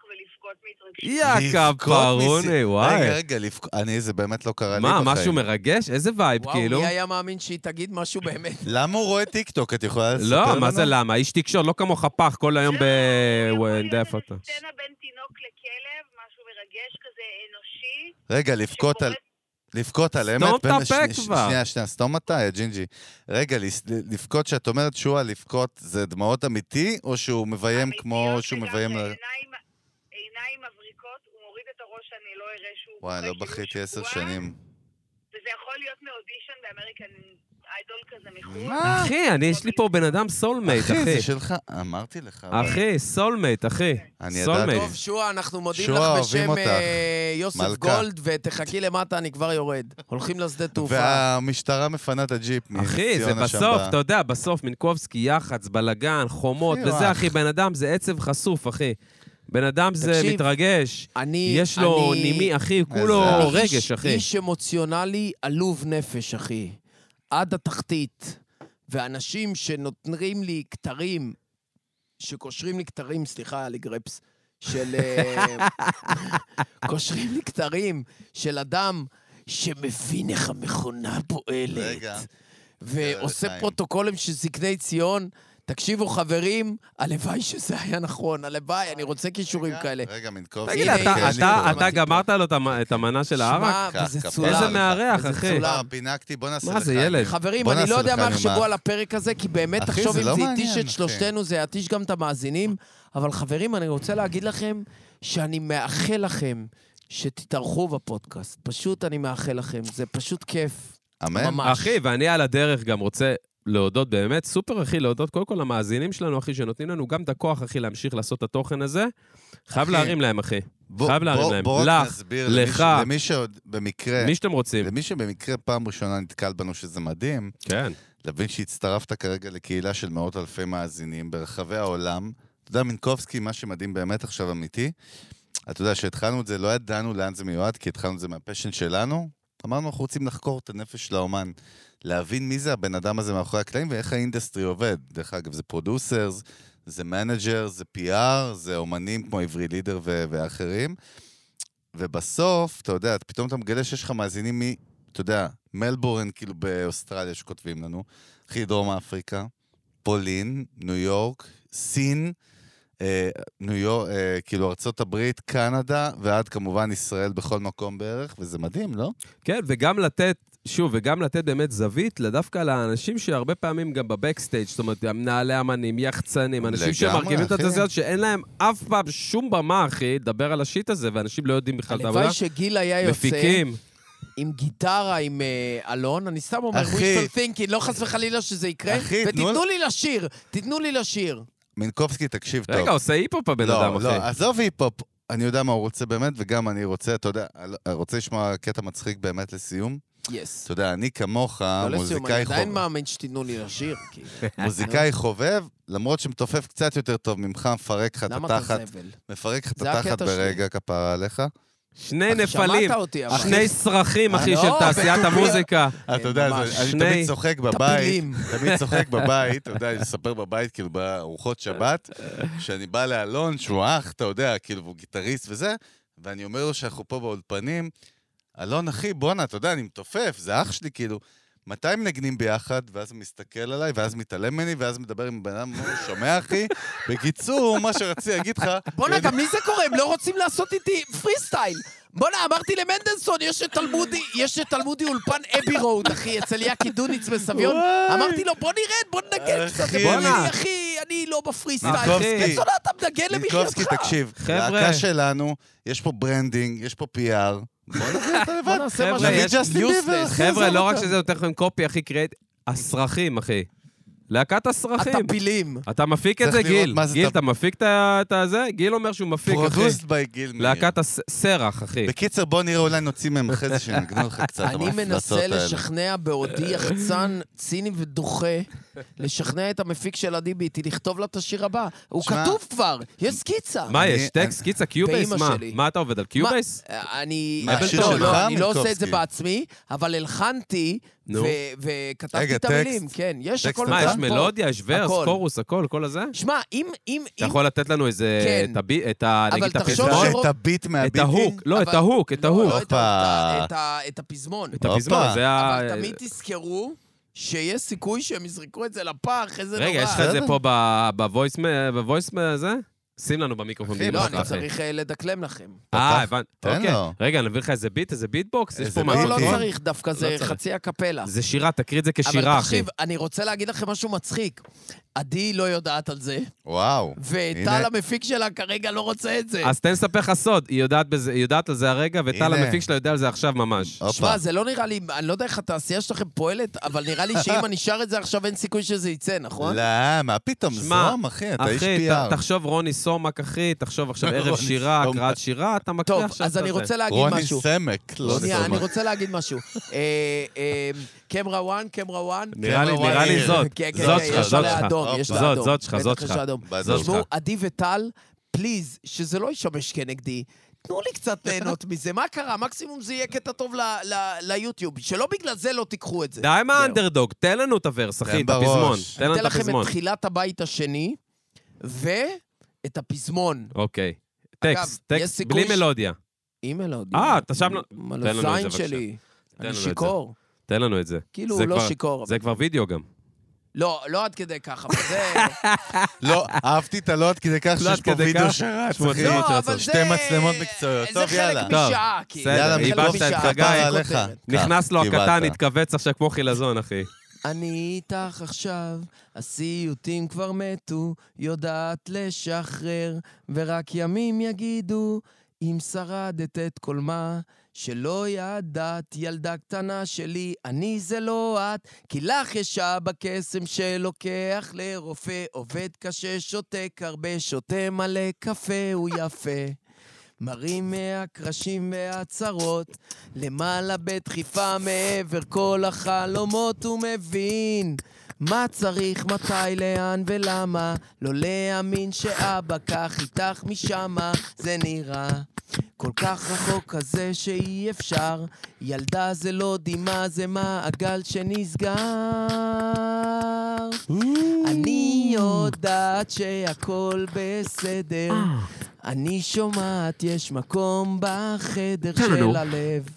ולבכות מהתרגשות. יא כפרוני, וואי. רגע, רגע, אני, זה באמת לא קרה לי בחיים. מה, משהו מרגש? איזה וייב, כאילו? וואו, מי היה מאמין שהיא תגיד משהו באמת? למה הוא רואה טיקטוק? את יכולה לספר לנו? לא, מה זה למה? איש תקשורת, לא כמו חפך, כל היום ב... הוא יכול להיות סצנה בין תינוק לכלב, משהו מרגש כזה אנושי. רגע, לבכות על... לבכות על אמת. סתום את הפה כבר. שנייה, שנייה, סתום אתה, יא ג'ינג'י. רגע, לבכות שאת אומרת שועה, לבכות זה דמעות אמיתי, או שהוא מביים כמו שהוא מביים... עיניים מבריקות, הוא מוריד את הראש, אני לא אראה שהוא... וואי, לא בכיתי עשר שנים. וזה יכול להיות מאודישן באמריקן איידול כזה מחו"ל. מה? אחי, אני, יש לי פה בן אדם סולמייט, אחי. אחי, זה שלך, אמרתי לך. אחי, סולמייט, אחי. אני סולמייט. טוב, שועה, אנחנו מודים שועה, לך אוהבים בשם אותך. אה, יוסף מלכה. גולד, ותחכי למטה, אני כבר יורד. הולכים לשדה תעופה. והמשטרה מפנה את הג'יפ אחי, זה בסוף, אתה יודע, בסוף, מינקובסקי, יח"צ, בלגן, חומות, אחי, וזה, וואח. אחי, בן אדם זה עצב חשוף, אחי. בן אדם זה תקשיב, מתרגש. אני... יש לו אני- נימי, אחי, כולו איזה- רגש, איש- אחי. איש אמוציונלי, עלוב נפש, אחי. עד התחתית. ואנשים שנותנים לי כתרים, שקושרים לי כתרים, סליחה, היה לי גרפס, של... אה, קושרים לי כתרים של אדם שמבין איך המכונה פועלת. רגע. ועושה לחיים. פרוטוקולים של זקני ציון. תקשיבו, חברים, הלוואי שזה היה נכון, הלוואי, אני רוצה כישורים כאלה. רגע, מינקובסקי. תגיד, הנה, אתה- הנה, אתה- הנה, אתה הנה, גמרת לו את המ- את המנה של הערק? שמע, וזה ככה, צולם. איזה מארח, וזה אחי. צולם. אה, פינקתי, בוא נעשה לך. מה זה, ילד? חברים, בוא אני נעשה לא יודע לך מה אני יחשבו מה. על הפרק הזה, כי באמת, אחי, תחשוב זה אם לא זה מעניין, יתיש את אחי. שלושתנו, זה יתיש גם את המאזינים, אבל חברים, אני רוצה להגיד לכם שאני מאחל לכם שתתארחו בפודקאסט. פשוט אני מאחל לכם, זה פשוט כיף. אמן. ממש. אחי, ואני על הדרך גם רוצה להודות באמת, סופר אחי, להודות קודם כל למאזינים שלנו, אחי, שנותנים לנו גם את הכוח, אחי, להמשיך לעשות את התוכן הזה. חייב אחי, להרים להם, אחי. בוא- חייב להרים בוא- להם. בוא רק לך, נסביר למי לך. ש- למי שעוד במקרה, מי שאתם רוצים. למי שבמקרה פעם ראשונה נתקל בנו שזה מדהים, כן. להבין שהצטרפת כרגע לקהילה של מאות אלפי מאזינים ברחבי העולם. אתה יודע, מינקובסקי, מה שמדהים באמת עכשיו אמיתי, אתה יודע, שהתחלנו את זה, לא ידענו לאן זה מיועד, כי התחלנו את זה מהפשן שלנו. אמרנו, אנחנו רוצים לחקור את הנפש של האומן, להבין מי זה הבן אדם הזה מאחורי הקלעים ואיך האינדסטרי עובד. דרך אגב, זה פרודוסרס, זה מנג'ר, זה פי אר, זה אומנים כמו עברי לידר ו- ואחרים. ובסוף, אתה יודע, פתאום אתה מגלה שיש לך מאזינים מ... אתה יודע, מלבורן, כאילו באוסטרליה שכותבים לנו, הכי דרום אפריקה, פולין, ניו יורק, סין, אה, ניו יורק, אה, כאילו ארצות הברית, קנדה, ועד כמובן ישראל בכל מקום בערך, וזה מדהים, לא? כן, וגם לתת, שוב, וגם לתת באמת זווית, לדווקא לאנשים שהרבה פעמים גם בבקסטייג', זאת אומרת, מנהלי אמנים, יחצנים, אנשים לגמרי, שמרכיבים את אחי. התעשיות, שאין להם אף פעם שום במה, אחי, לדבר על השיט הזה, ואנשים לא יודעים בכלל את העבודה. הלוואי שגיל היה יוצא מפיקים. עם גיטרה, עם אה, אלון, אני סתם אומר, אחי. wishful thinking, לא חס וחלילה שזה יקרה, אחי, תנו ותיתנו ל- לי לשיר, תיתנו לי לשיר. מינקובסקי, תקשיב טוב. רגע, עושה היפ-הופ הבן לא, אדם, אחי. לא, עזוב היפ-הופ. אני יודע מה הוא רוצה באמת, וגם אני רוצה, אתה יודע, אני רוצה לשמוע קטע מצחיק באמת לסיום. יס. אתה יודע, אני כמוך, לא לסיום, אני מוזיקאי עדיין חובב, מאמין שתיתנו לי לשיר. כאילו. מוזיקאי חובב, למרות שמתופף קצת יותר טוב ממך, מפרק לך את למה אתה התחת, זבל? מפרק לך את זה התחת הקטע שלי. ברגע, כפרה עליך. שני אז נפלים, שמעת אותי, אבל. שני סרחים, אחי, לא, של תעשיית בטוחים. המוזיקה. אתה יודע, ממש. זה- אני שני תמיד צוחק בבית, טפילים. תמיד צוחק בבית, אתה יודע, אני אספר בבית, כאילו, בארוחות שבת, שאני בא לאלון, שהוא אח, אתה יודע, כאילו, הוא גיטריסט וזה, ואני אומר לו שאנחנו פה באולפנים, אלון, אחי, בואנה, אתה יודע, אני מתופף, זה אח שלי, כאילו, מתי הם נגנים ביחד, ואז הוא מסתכל עליי, ואז מתעלם ממני, ואז מדבר עם בן אדם, הוא שומע, אחי? בקיצור, מה שרציתי להגיד לך... בוא'נה, גם מי זה קורה? הם לא רוצים לעשות איתי פרי סטייל. בוא'נה, אמרתי למנדלסון, יש את תלמודי, יש את תלמודי אולפן אבי רוד, אחי, אצל יקי דוניץ בסביון. אמרתי לו, בוא נרד, בוא ננגן קצת. אחי, בוא'נה, אני- אחי, אני לא בפרי סטייל. מינקובסקי. איזה עונה אתה מנגן מינקובסקי, למחייתך? תקשיב, חבר'ה. להקה שלנו, יש פה ברנדינג, יש פה פי אר. בוא נביא אותה בוא לבד. נעשה חבר'ה, משהו. יש- ג'סטין ביבר, useless. אחי, חבר'ה, עזוב לא רק אותם. שזה יותר לכם קופי, אחי, קריאט, הסרחים, אחי. להקת הסרחים. הטפילים. אתה מפיק את צריך זה, לראות גיל? מה זה גיל, טפ- אתה מפיק את ה- את הזה? גיל אומר שהוא מפיק, אחי. פרודוסט ביי גיל מאיר. להקת הסרח, אחי. בקיצר, בוא נראה, אולי נוציא מהם אחרי זה שנגנו לך קצת. אני המפלצות מנסה האלה. לשכנע בעודי יחצן ציני ודוחה, לשכנע את המפיק של עדי ביטי לכתוב לה את השיר הבא. הוא שמע, כתוב כבר, יש סקיצה. מה אני- יש? טקסט, סקיצה, קיובייס? באמא מה? שלי. מה אתה עובד על קיובייס? מה, אני... מה, השיר לא, שלך, לא, אני לא עושה את מינקובסקי? זה בעצמי, אבל הלחנתי נו. ו- וכתבתי רגע, את המילים, טקסט? כן, יש טקסט הכל מה, יש מוכן פה. מלודיה, יש ורס, הכל. קורוס, הכל, כל הזה? שמע, אם... אם- אתה אם- יכול לתת לנו איזה... כן. את הבי- את ה... אבל נגיד את תחשוב הפזמון? שרוב- את הביט את מהביטים? ההוק, לא, את אבל- ההוק, את לא, ההוק. לא את ה- הופה. את ה- את הפזמון. את הפזמון, הופה. זה ה... אבל תמיד תזכרו שיש סיכוי שהם יזרקו את זה לפח, איזה נורא. רגע, יש לך את זה בסדר. פה ב- בוויס בוויס הזה? שים לנו במיקרופון. אחי, לא, אחי. אני צריך אה, לדקלם לכם. אה, הבנתי. תן אוקיי. לו. רגע, אני אביא לך איזה ביט, איזה ביטבוקס? יש איזה פה ביט. משהו. לא, לא נכון? צריך, דווקא זה צריך. חצי הקפלה. זה שירה, תקריא את זה כשירה, אבל אחי. תקשיב, אני רוצה להגיד לכם משהו מצחיק. עדי לא יודעת על זה, וואו. וטל הנה. המפיק שלה כרגע לא רוצה את זה. אז תן לספר לך סוד, היא יודעת בזה- היא יודעת על זה הרגע, וטל הנה. המפיק שלה יודע על זה עכשיו ממש. הופה. שמע, זה לא נראה לי, אני לא יודע איך התעשייה שלכם פועלת, אבל נראה לי שאם אני שר את זה עכשיו אין סיכוי שזה יצא, נכון? לא, מה פתאום? שמע, זרום, אחי, אתה איש אחי, פי אר. ת- תחשוב רוני סומק, אחי, תחשוב עכשיו ערב רוני שירה, סומק. הקראת שירה, אתה מקריא טוב, עכשיו אז את אני זה. רוצה להגיד רוני משהו. סמק, לא שנייה, אני סומק. רוצה להגיד משהו. אה, אה, קמרה וואן, קמרה וואן. נראה לי, קמרה נראה לי וואן. זאת. כן, כן, זאת כן, שלך, יש זאת עליה שלך. אדום, יש לה זאת, אדום. זאת שלך, בטח זאת יש שלך. לה אדום. בטח. תשמעו, עדי וטל, פליז, שזה לא ישמש כנגדי, תנו לי קצת ליהנות מזה. מה קרה? מקסימום זה יהיה קטע טוב ל- ל- ליוטיוב. שלא בגלל זה לא תיקחו את זה. די עם האנדרדוג, תן לנו את הוורס, אחי, תן את הפזמון. בראש. תן לנו אני את אתן לכם הפזמון. את תחילת הבית השני, ואת הפזמון. אוקיי. אגב, טקסט, יש טקסט, סיכוי בלי ש- מלודיה. עם מלודיה. אה, אתה שם... מה, תן לנו את זה, לזין בבקשה. שלי. תן אני לנו את זה. שיכור. תן לנו את זה. כאילו, זה הוא לא כבר- שיכור. זה אבל- כבר וידאו גם. לא, לא עד כדי ככה, אבל זה... לא, אהבתי את הלא עד כדי כך לא עד שיש פה כדי וידאו כך. שרץ, שמונה אחי. דקות לא, של אבל רצון. זה... שתי מצלמות מקצועיות. טוב, זה יאללה. חלק טוב, משעה, כאילו. בסדר, זה חלק ייבשת את משעה. חגי. כפרה זה עליך. כותרת. נכנס לו קיבלת. הקטן, התכווץ עכשיו כמו חילזון, אחי. אני איתך עכשיו, הסיוטים כבר מתו, יודעת לשחרר, ורק ימים יגידו אם שרדת את כל מה שלא ידעת, ילדה קטנה שלי, אני זה לא את, כי לך יש אבא קסם שלוקח לרופא, עובד קשה, שותק הרבה, שותה מלא קפה, הוא יפה. מרים מהקרשים והצרות, למעלה בדחיפה מעבר כל החלומות הוא מבין מה צריך, מתי, לאן ולמה, לא להאמין שאבא כך איתך משמה, זה נראה כל כך רחוק כזה שאי אפשר, ילדה זה לא דימה, זה מעגל שנסגר. אני יודעת שהכל בסדר, אני שומעת יש מקום בחדר של הלב,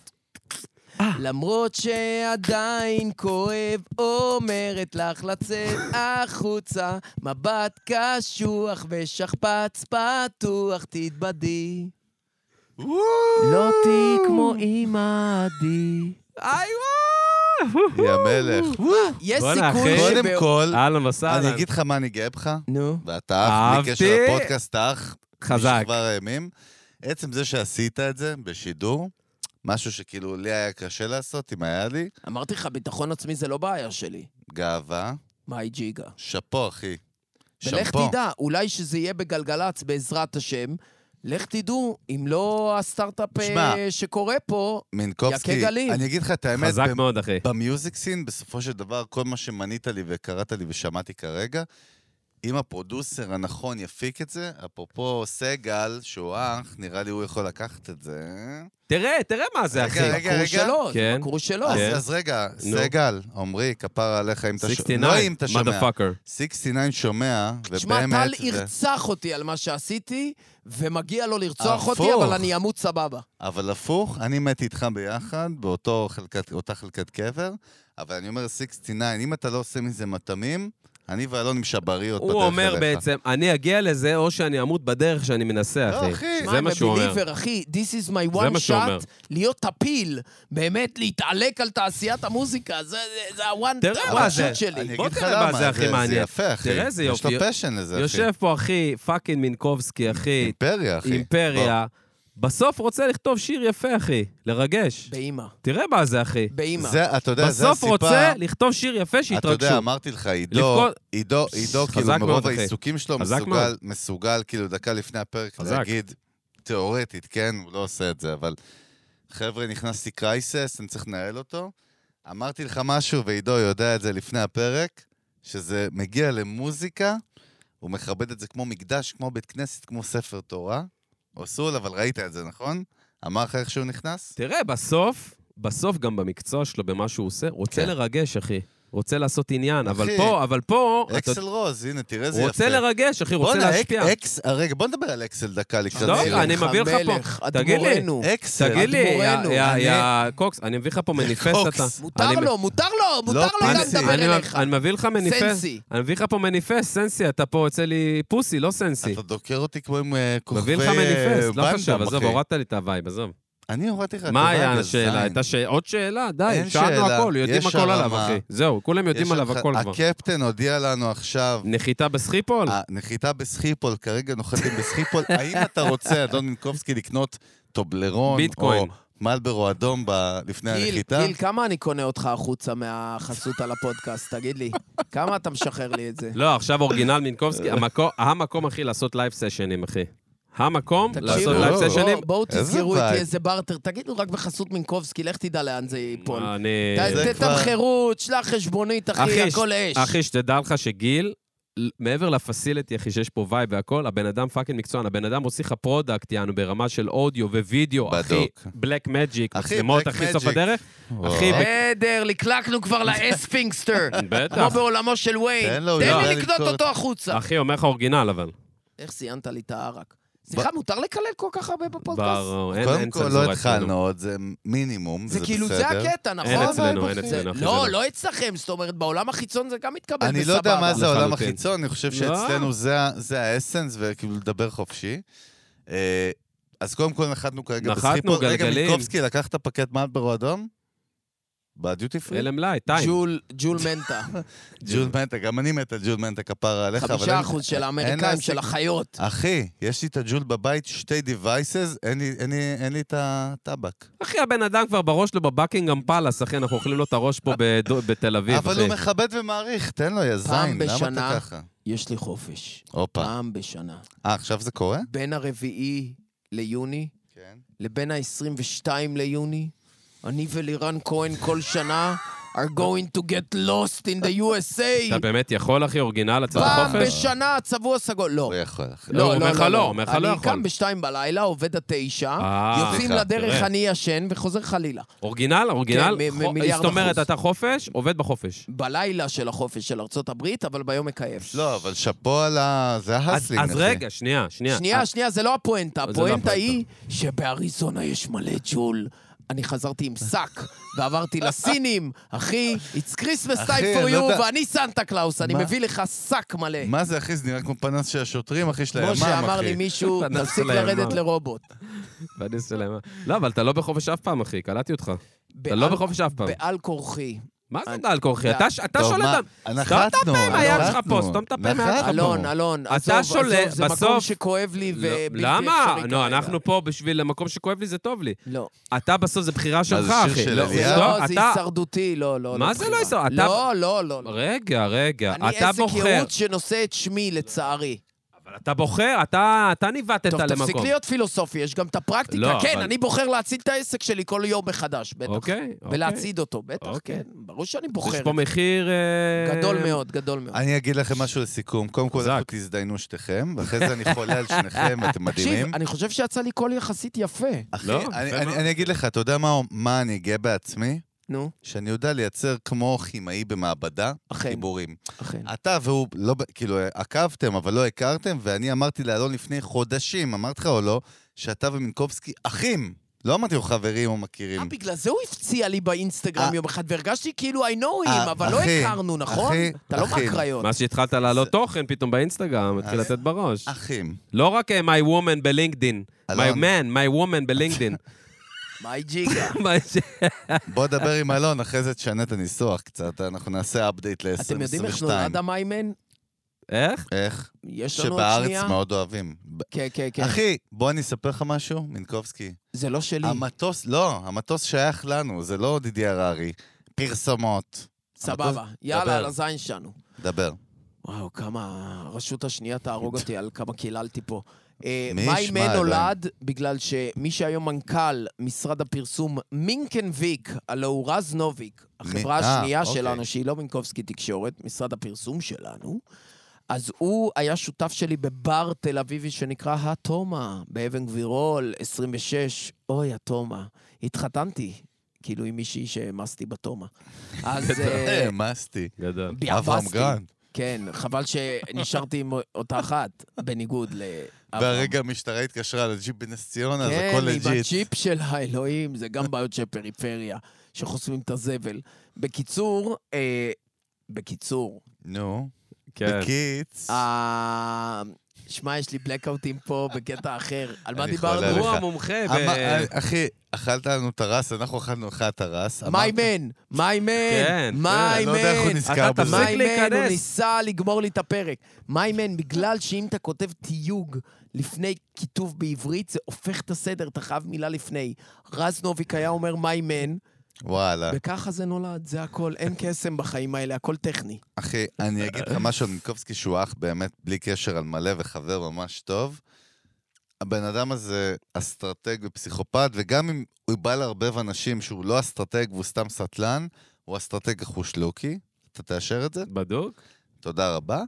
למרות שעדיין כואב, אומרת לך לצאת החוצה, מבט קשוח ושכפ"ץ פתוח, תתבדי, לא תהי כמו אמא עדי. איי יא מלך. יש בואנה, סיכוי אחי. קודם שב... כל, אהלן וסהלן. אני אגיד לך מה אני גאה בך, נו. ואתה אח, בלי קשר אהבתי. לפודקאסט, אתה אח. חזק. משכבר הימים. עצם זה שעשית את זה בשידור, משהו שכאילו לי היה קשה לעשות, אם היה לי, אמרתי לך, ביטחון עצמי זה לא בעיה שלי. גאווה, מאי ג'יגה. שאפו, אחי. ולך שאפו. תדע, אולי שזה יהיה בגלגלצ בעזרת השם, לך תדעו, אם לא הסטארט-אפ שמע, אה, שקורה פה, מינקובסקי, יקה גליל. אני אגיד לך את האמת, חזק במ- מאוד, אחי. במיוזיק סין, בסופו של דבר, כל מה שמנית לי וקראת לי ושמעתי כרגע, אם הפרודוסר הנכון יפיק את זה, אפרופו סגל, שהוא אח, נראה לי הוא יכול לקחת את זה. תראה, תראה מה זה, רגע, אחי. רגע, קרו שלו, כן. זה קרו שלו. אז, כן. אז רגע, נו. סגל, עמרי, כפרה עליך אם אתה שומע. שישים לא ותשע, אם אתה שומע. מודפאקר. שישים ותשע שומע, תשמע, ובאמת... טל ירצח אותי על מה שעשיתי, ומגיע לו לרצוח הפוך. אותי, אבל אני אמות סבבה. אבל הפוך, אני מת איתך ביחד, באותו חלקת, אותה חלקת קבר, אבל אני אומר שישים ותשע, אם אתה לא עושה מזה מטעמים, אני ואלון עם שבריות בדרך הוא אליך. אומר בעצם, אני אגיע לזה, או שאני אמות בדרך שאני מנסה, לא, אחי. אחי. זה מה שהוא אומר. בליבר, אחי, this is my זה one מה שהוא אומר. shot, להיות טפיל, באמת להתעלק על תעשיית המוזיקה, זה זה- זה ה-one תראה one מה זה. shot שלי. אני בוא אגיד לך תראה מה למה, זה הכי זה מעניין. יפה, אחי. תראה איזה יש לו יופי. פשן לזה, אחי. יושב פה, אחי, פאקינג מינקובסקי, אחי. אימפריה, אחי. אימפריה. בסוף רוצה לכתוב שיר יפה, אחי. לרגש. באמא, תראה מה זה, אחי. באמא. זה, אתה יודע, זה בסוף הסיבה... רוצה לכתוב שיר יפה אתה שיתרגשו. יודע, אמרתי לך, עידו, לבכות- עידו, עידו, כאילו, חזק מרוב מאוד, אחי. העיסוקים שלו, חזק מסוגל, מאוד. מסוגל, כאילו, דקה לפני הפרק, חזק. להגיד, תיאורטית, כן, הוא לא עושה את זה, אבל חבר'ה, נכנסתי קרייסס, אני צריך לנהל אותו. אמרתי לך משהו, ועידו יודע את זה לפני הפרק, שזה מגיע למוזיקה, הוא מכבד את זה כמו מקדש, כמו בית כנסת, כמו ספר תורה. אוסול, אבל ראית את זה, נכון? אמר לך איך שהוא נכנס? תראה, בסוף, בסוף גם במקצוע שלו, במה שהוא עושה, רוצה כן. לרגש, אחי. רוצה לעשות עניין, אבל אחי, פה, אבל פה... אקסל רוז, הנה, תראה איזה הוא יפה. רוצה לרגש, אחי, רוצה להשפיע. רגע, בוא נדבר על אקסל דקה לקראת טוב, סיום. אני מביא לך פה. תגיד לי, אקסל. תגיד לי, אדמורנו. יא- אני- יא קוקס, אני מביא לך פה מניפסט קוקס. אתה. מותר אני- לו, מותר לו, מותר לא לו גם פינסי. לדבר אני- אליך. אני מביא לך מניפסט. סנסי. אני מביא לך פה מניפסט, סנסי, אתה פה יוצא לי פוסי, לא סנסי. אתה דוקר אותי כמו עם אה, כוכבי מביא לך מניפסט, לא בנדם, חשוב, עזוב, אחי. הורדת לי את הווייב, עזוב. אני הורדתי לך את מה היה הווייב, השאלה? הזין. הייתה ש- עוד שאלה? די, אין שאלנו שאלה, הכל, יודעים יש הכל עליו, הרמה. אחי. זהו, כולם יודעים יש עליו לך- הכל כבר. הקפטן הודיע לנו עכשיו, נחיתה בסחיפול? הנחיתה בסחיפול, כרגע נוחתים בסחיפול, האם אתה רוצה, אדון מינקובסקי, לקנות טובלרון, ביטקוין. או מלברו אדום ב- לפני גיל, הנחיתה? גיל, כמה אני קונה אותך החוצה מהחסות על הפודקאסט? תגיד לי. כמה אתה משחרר לי את זה? לא, עכשיו אורגינל מינקובסקי, המקום- המקום, אחי, לעשות לייב סשנים, אחי. המקום לעשות תקשיבו, לייב לא, סשנים. בואו- בואו איזה תסגרו איתי וייב. איזה בארטר. תגידו רק בחסות מינקובסקי, לך תדע לאן זה ייפול. אני... ת- זה תתמחרו, תשלח חשבונית, אחי, אחי, הכל אש. אחי, שתדע לך שגיל, מעבר לפסיליטי, אחי, שיש פה וייב והכל, הבן אדם פאקינג מקצוען, הבן אדם עושה לך פרודקט, יענו, ברמה של אודיו ווידאו, אחי, בדוק. בלק מג'יק, אחי, מצלמות, Black אחי, סוף Magic. הדרך. וואו. אחי, בק- בסדר, לקלקנו כבר לאספינגסטר. בטח. כמו בעולמו של וויין. תן לו, הוא תן יודע לי לקנות לקנות. אותו החוצה. אחי, אומר לך אורגינל, אבל. איך סיינת לי את הערק? סליחה, מותר לקלל כל כך הרבה בפודקאסט? ברור, אין קודם אין כל, צנזורה לא אצלנו. התחלנו עוד, זה מינימום, זה זה כאילו, זה בסדר. הקטע, נכון? אין אצלנו, אין זה- אצלנו, אחי, לא, זה לא אצלכם, זאת אומרת, בעולם החיצון זה גם מתקבל בסבבה. אני לא יודע מה זה העולם לחלוטין. החיצון, אני חושב לא. שאצלנו זה ה- זה האסנס, וכאילו לדבר חופשי. אה, אז קודם כל נחתנו כרגע נחתנו, בסחיפול. רגע, גלגלים. מינקובסקי, לקחת פקט מלברו אדום? בדיוטי פרי? אלם לייט, טיים. ג'ול, ג'ול מנטה. ג'ול מנטה, גם אני מת על ג'ול מנטה כפרה עליך, אבל חמישה אין- אחוז של אין האמריקאים, להשיג- של החיות. אחי, יש לי את הג'ול בבית, שתי דיווייסס, אין לי- אין לי- אין לי את הטבק. אחי, הבן אדם כבר בראש לו בבקינגהם פלאס, אחי, אנחנו אוכלים לו את הראש פה בדו- בתל אביב, אחי. אבל הוא מכבד ומעריך, תן לו, יא זין, למה בשנה. אתה ככה? יש לי חופש. הופה. פעם בשנה. אה, עכשיו זה קורה? בין הרביעי ליוני כן. לבין ה-עשרים ושתיים ליוני, אני ולירן כהן כל שנה are going to get lost in the U S A. אתה באמת יכול, אחי, אורגינל, לצאת פעם לחופש? בשנה, צבוע סגול. לא. הוא יכול. אחי. לא, הוא אומר לך לא, הוא אומר לך לא אני יכול. קם בשתיים בלילה, עובד עד תשע, אה, יוצאים סליחה, לדרך, תראה. אני ישן וחוזר חלילה. אורגינל, אורגינל? כן, מ- חו- מיליארד זאת אומרת, אחוז. אתה חופש, עובד בחופש. בלילה של החופש של ארצות הברית, אבל ביום מקייף. לא, אבל שאפו על ה... זה אז ההסלינג, אז אחי. רגע, שנייה, שנייה. שנייה, שנייה, זה לא הפואנטה. זה לא הפואנטה הפואנטה. היא שבאריזונה יש מלא ג'ול. אני חזרתי עם שק, ועברתי לסינים, אחי, it's Christmas אחי, time for אני לא you, יודע- ואני סנטה קלאוס, אני מה? מביא לך שק מלא. מה זה, אחי? זה נראה כמו פנס של השוטרים, אחי, של כמו הימ"מ, שאמר לי אחי. מישהו, פנס תפסיק של הימ"מ. לרדת לרובוט. ואני שלהם. לא, אבל אתה לא בחופש אף פעם, אחי, קלטתי אותך. אתה לא בעל- בחופש אף פעם. בעל כורחי. מה זה אני- בעל כורחי? אתה ש- אתה טוב, שולט... מה? על- נחתנו, סתום את הפה עם היד שלך נחתנו, פה, סתום את הפה מהיד שלך פה. אלון, אלון, אתה עזוב, שולט, עזוב, זה מקום בסוף- שכואב לי לא, ובלתי למה? אפשרי לא, כרגע. אנחנו פה בשביל מקום שכואב לי, זה טוב לי. לא. אתה בסוף, זה בחירה זה שלך, שיר אחי. של לא, אליהו? סתום, לא, זה אתה- הישרדותי, לא, לא. מה לא זה בחירה. לא הישרדות? אתה- לא, לא, לא. לא. רגע, רגע, אני אתה עסק בוחר. ייעוץ שנושא את שמי, לצערי. אבל אתה בוחר, אתה אתה ניווטת טוב, תפסיק למקום. להיות פילוסופי, יש גם את הפרקטיקה. לא, כן, אבל- אני בוחר להציל את העסק שלי כל יום מחדש, בטח. אוקיי, אוקיי. ולהצעיד אותו, בטח, אוקיי. כן. ברור שאני יש בוחר. פה מחיר... אה, גדול מאוד, גדול מאוד. אני אגיד לכם משהו לסיכום. קודם כל, חזק. לכו תזדיינו שתיכם, ואחרי זה אני חולה על שניכם, אתם מדהימים. תקשיב, אני חושב שיצא לי קול יחסית יפה. אחי, לא, אני- יפה אני מאוד. אני אגיד לך, אתה יודע מה- מה אני גאה בעצמי? נו, שאני יודע לייצר כמו כימאי במעבדה, אכן. חיבורים. אכן. אתה והוא, לא, ב- כאילו, עקבתם, אבל לא הכרתם, ואני אמרתי לאלון לפני חודשים, אמרתי לך או לא, שאתה ומינקובסקי אחים. לא אמרתי לו חברים או מכירים. אה, בגלל זה הוא הפציע לי באינסטגרם אה. יום אחד, והרגשתי כאילו I know him, אה, אבל לא אחי, הכרנו, נכון? אחי, אתה לא אחי. מהקריות. מה שהתחלת להעלות תוכן פתאום באינסטגרם, התחיל אז- לתת בראש. אחים. לא רק אה, my woman בלינקדין. my אלון. man, my woman בלינקדין. ביי ג'יגה. מה ש- בוא נדבר עם אלון, אחרי זה תשנה את הניסוח קצת, אנחנו נעשה אפדייט ל-עשרים עשרים ושתיים. אתם יודעים איך נולד המיימן? איך? איך? יש לנו עוד שבארץ שנייה? מאוד אוהבים. ב- כן, כן, כן. אחי, בוא אני אספר לך משהו, מינקובסקי. זה לא שלי. המטוס, לא, המטוס שייך לנו, זה לא דידי הררי. פרסומות. סבבה. המטוס- יאללה, דבר. על הזין שלנו. דבר. וואו, כמה... הרשות השנייה תהרוג אותי על כמה קיללתי פה. אה, מי ישמע, מיימן אלוהים. נולד בגלל שמי שהיום מנכ"ל משרד הפרסום מינקן ויק, הלא הוא רז נוביק, החברה מי- אה, השנייה אוקיי. שלנו, שהיא לא מינקובסקי תקשורת, משרד הפרסום שלנו, אז הוא היה שותף שלי בבר תל אביבי שנקרא התומה, באבן גבירול, עשרים ושש. אוי, התומה. התחתנתי. כאילו עם מישהי שמסתי בתומה. אז... מסתי. גדול. אברהם גרנט. כן, חבל שנשארתי עם אותה אחת, בניגוד לאברהם. והרגע המשטרה התקשרה לג'יפ בנס ציונה, אז הכל לג'יט. כן, עם הג'יפ של האלוהים, זה גם בעיות של פריפריה, שחוסמים את הזבל. בקיצור, אה, בקיצור. נו, כן. בקיץ. אה... שמע, יש לי בלקאוטים פה בקטע אחר. על מה אני דיברנו? חולה הוא לך. המומחה ב... אמר- אחי, אכלת לנו טרס, אנחנו אכלנו לך טרס. מיימן, מיימן, כן, אני לא יודע איך הוא מיימן. נזכר אתה בזה. תפסיק מיימן, הוא להיכנס. ניסה לגמור לי את הפרק. מיימן, בגלל שאם אתה כותב תיוג לפני כיתוב בעברית, זה הופך את הסדר, אתה חייב מילה לפני. רז נוביק היה אומר מיימן, וואלה. וככה זה נולד, זה הכל, אין קסם בחיים האלה, הכל טכני. אחי, אני אגיד לך משהו, ניקובסקי שהוא אח באמת בלי קשר על מלא וחבר ממש טוב. הבן אדם הזה אסטרטג ופסיכופת, וגם אם הוא בא לערבב אנשים שהוא לא אסטרטג והוא סתם סטלן, הוא אסטרטג אחושלוקי. אתה תאשר את זה? בדוק? תודה רבה.